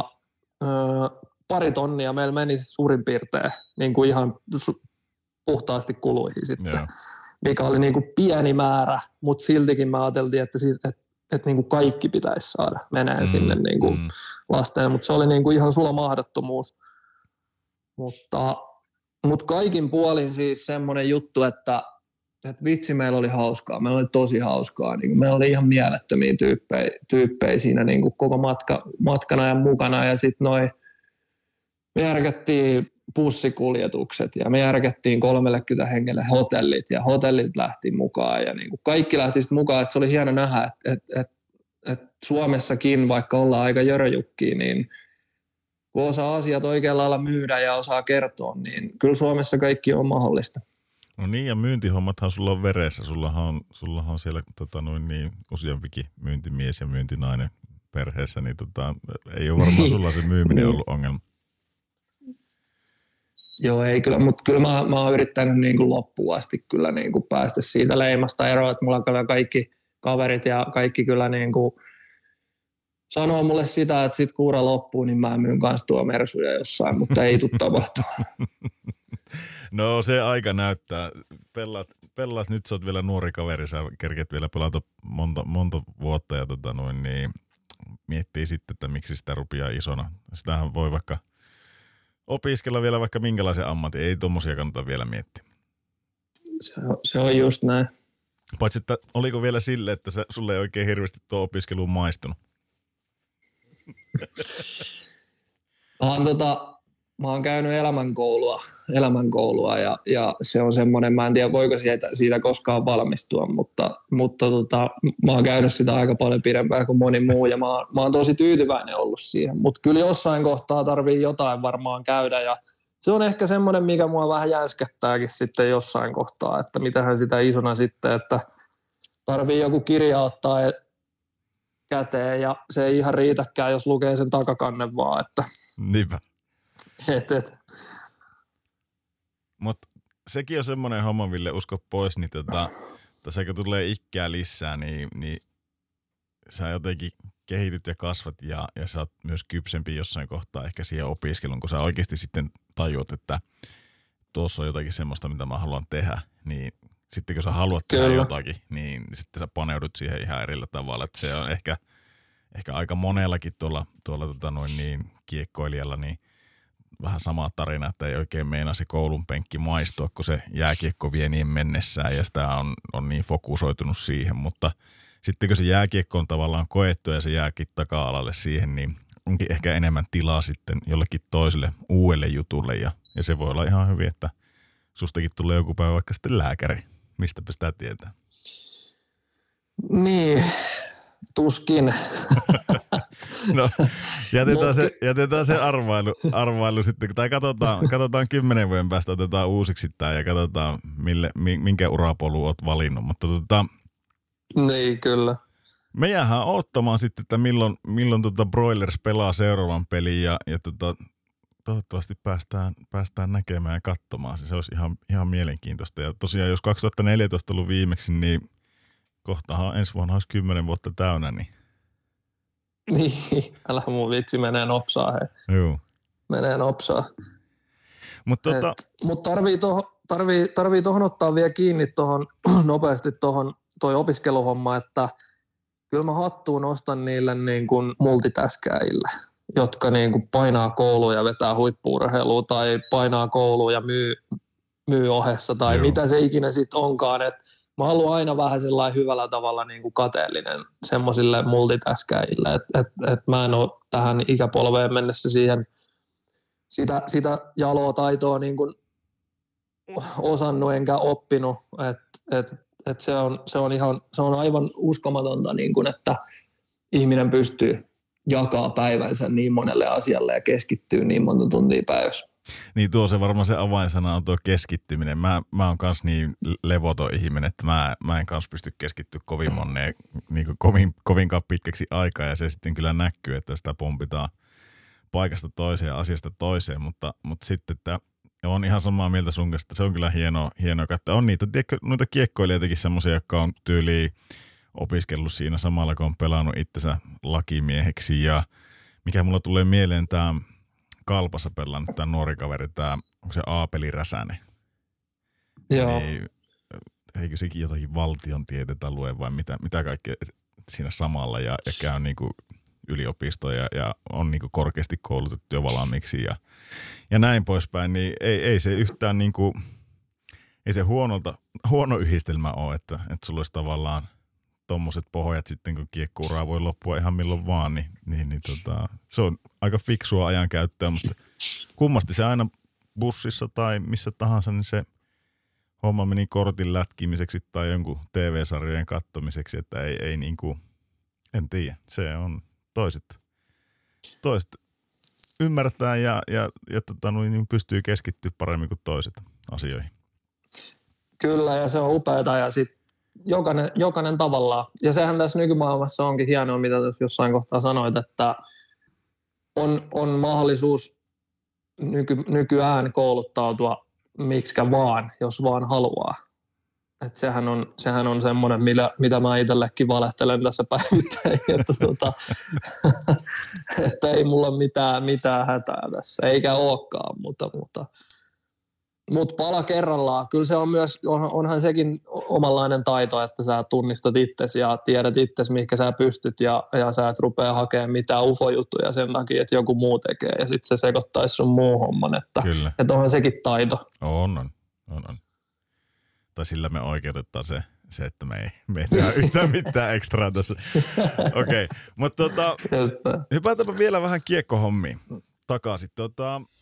pari tonnia meillä meni suurin piirtein niin kuin ihan puhtaasti kuluihin sitten, joo. Mikä oli niin kuin pieni määrä, mutta siltikin me ajateltiin, että niin kuin kaikki pitäisi saada menee sinne niin kuin lasteen, mutta se oli niin kuin ihan sula mahdottomuus. Mutta kaikin puolin siis semmoinen juttu, että vitsi meillä oli hauskaa, meillä oli tosi hauskaa, niin kuin meillä oli ihan mielettömiä tyyppejä siinä niin kuin koko matkana ja mukana ja sitten me järkättiin bussikuljetukset ja me järkättiin 30 hengelle hotellit ja hotellit lähti mukaan ja niin kuin kaikki lähti sitten mukaan, että se oli hieno nähdä, että Suomessakin, vaikka ollaan aika jöröjukkiä, niin kun osaa asiat oikealla lailla myydä ja osaa kertoa, niin kyllä Suomessa kaikki on mahdollista. No niin, ja myyntihommathan sulla on veressä. Sullahan on siellä useampikin myyntimies ja myyntinainen perheessä, niin ei ole varmaan sulla se myyminen ollut ongelma. Joo, ei kyllä, mutta kyllä mä oon yrittänyt niin kuin loppuun asti kyllä niin kuin päästä siitä leimasta eroon, että mulla on kyllä kaikki kaverit ja kaikki kyllä niin kuin sanoo mulle sitä, että sit kuura loppuu, niin mä myyn kanssa tuo Mersuja jossain, mutta ei tule tapahtumaan. No se aika näyttää. Pelaat nyt, sä oot vielä nuori kaveri, sä kerkeet vielä pelata monta vuotta ja niin miettii sitten, että miksi sitä rupeaa isona. Sitähän voi vaikka opiskella vielä vaikka minkälaisen ammatin, ei tommosia kannata vielä miettiä. Se on just näin. Paitsi, että oliko vielä sille, että sulle ei oikein hirveästi tuo opiskeluun maistunut? Mä oon käynyt elämänkoulua ja se on semmoinen, mä en tiedä voiko siitä koskaan valmistua, mutta mä oon käynyt sitä aika paljon pidempään kuin moni muu ja mä oon tosi tyytyväinen ollut siihen, mutta kyllä jossain kohtaa tarvii jotain varmaan käydä ja se on ehkä semmoinen, mikä mua vähän jänskättääkin sitten jossain kohtaa, että mitähän sitä isona sitten, että tarvii joku kirja ottaa käteen ja se ei ihan riitäkään, jos lukee sen takakannen vaan, että niinpä. Mutta sekin on semmoinen homma, Ville, usko pois, niin tässä kun tulee ikää lisää, niin sä jotenkin kehityt ja kasvat ja sä oot myös kypsempi jossain kohtaa ehkä siihen opiskeluun, kun sä oikeasti sitten tajuat, että tuossa on jotakin semmoista, mitä mä haluan tehdä, niin sitten kun sä haluat tehdä jotakin, niin sitten sä paneudut siihen ihan erillä tavalla. Että se on ehkä aika monellakin tuolla kiekkoilijalla niin vähän sama tarina, että ei oikein meinaa se koulun penkki maistua, kun se jääkiekko vie niin mennessään ja sitä on niin fokusoitunut siihen, mutta sitten kun se jääkiekko on tavallaan koettu ja se jääkin taka-alalle siihen, niin onkin ehkä enemmän tilaa sitten jollekin toiselle uudelle jutulle ja se voi olla ihan hyvin, että sustakin tulee joku päivä vaikka sitten lääkäri. Mistäpä sitä tietää? Niin, tuskin. No, jätetään se arvailu sitten, tai katsotaan 10 vuoden päästä, otetaan uusiksi tämä ja katsotaan, minkä urapolun olet valinnut. Mutta niin, kyllä. Me jäähän odottamaan sitten, että milloin Broilers pelaa seuraavan pelin ja toivottavasti päästään näkemään ja katsomaan. Se olisi ihan mielenkiintoista. Ja tosiaan, jos 2014 ollut viimeksi, niin kohtahan ensi vuonna olisi 10 vuotta täynnä. Niin, älä mun vitsi, menee nopsaa. Hei. Joo. Menee nopsaa. Mutta tarvii tuohon ottaa vielä kiinni nopeasti toi opiskeluhomma, että kyllä mä hattuun nostan niille niin kuin multitaskäjille, jotka niin kuin painaa kouluun ja vetää huippu-urheilua tai painaa kouluun ja myy ohessa tai mitä se ikinä sitten onkaan. Et mä haluan aina vähän sellainen hyvällä tavalla niin kuin kateellinen semmoisille multitaskäjille, että mä en ole tähän ikäpolveen mennessä siihen sitä jaloa taitoa niin kuin osannut enkä oppinut, että se on aivan uskomatonta, niin kuin, että ihminen pystyy jakaa päivänsä niin monelle asialle ja keskittyy niin monta tuntia päivässä. Niin tuo se varmaan se avainsana on tuo keskittyminen. Mä oon kans niin levoton ihminen, että mä en kans pysty keskittyä kovin moneen, niin kovinkaan pitkäksi aikaa ja se sitten kyllä näkyy, että sitä pompitaan paikasta toiseen ja asiasta toiseen, mutta sitten että on ihan samaa mieltä sun kanssa, että se on kyllä hienoa katsoa. On noita kiekkoilijoitakin semmoisia, jotka on tyyliin opiskellut siinä samalla, kun on pelannut itsensä lakimieheksi. Ja mikä mulla tulee mieleen, tämä Kalpassa pelannut tämä nuori kaveri, onko se Aapeli Räsänen? Joo. Niin, eikö sekin jotakin valtion tietetä lue vai mitä kaikkea siinä samalla ja käy niinku yliopistoja ja on niinku korkeasti koulutettu jo valmiiksi ja näin poispäin, niin ei se yhtään niinku, ei se huono yhdistelmä ole, että sulla olisi tavallaan tommoset pohjat sitten, kun kiekko-uraa voi loppua ihan milloin vaan, niin se on aika fiksua ajankäyttöä, mutta kummasti se aina bussissa tai missä tahansa, niin se homma meni kortin lätkimiseksi tai jonkun TV-sarjojen kattomiseksi, että ei niinku, en tiedä, se on toiset ymmärtää ja niin pystyy keskittyä paremmin kuin toiset asioihin. Kyllä, ja se on upeata ja sitten jokainen tavallaan. Ja sehän tässä nykymaailmassa onkin hienoa, mitä jossain kohtaa sanoit, että on mahdollisuus nykyään kouluttautua miksikä vaan, jos vaan haluaa. Et sehän on semmoinen, mitä mä itsellekin valehtelen tässä päivittäin, että ei mulla mitään hätää tässä, eikä olekaan, mutta pala kerrallaan. Kyllä se on myös, onhan sekin omanlainen taito, että sä tunnistat itsesi ja tiedät itsesi, mihinkä sä pystyt ja sä et rupea hakemaan mitään ufo-juttuja sen takia, että joku muu tekee ja sitten se sekoittaisi sun muu homman, että onhan sekin taito. On. Tai sillä me oikeutetaan se että me ei tehdä yhtään mitään ekstraa tässä. Okei, mutta hypätäänpä vielä vähän kiekkohommiin takaisin.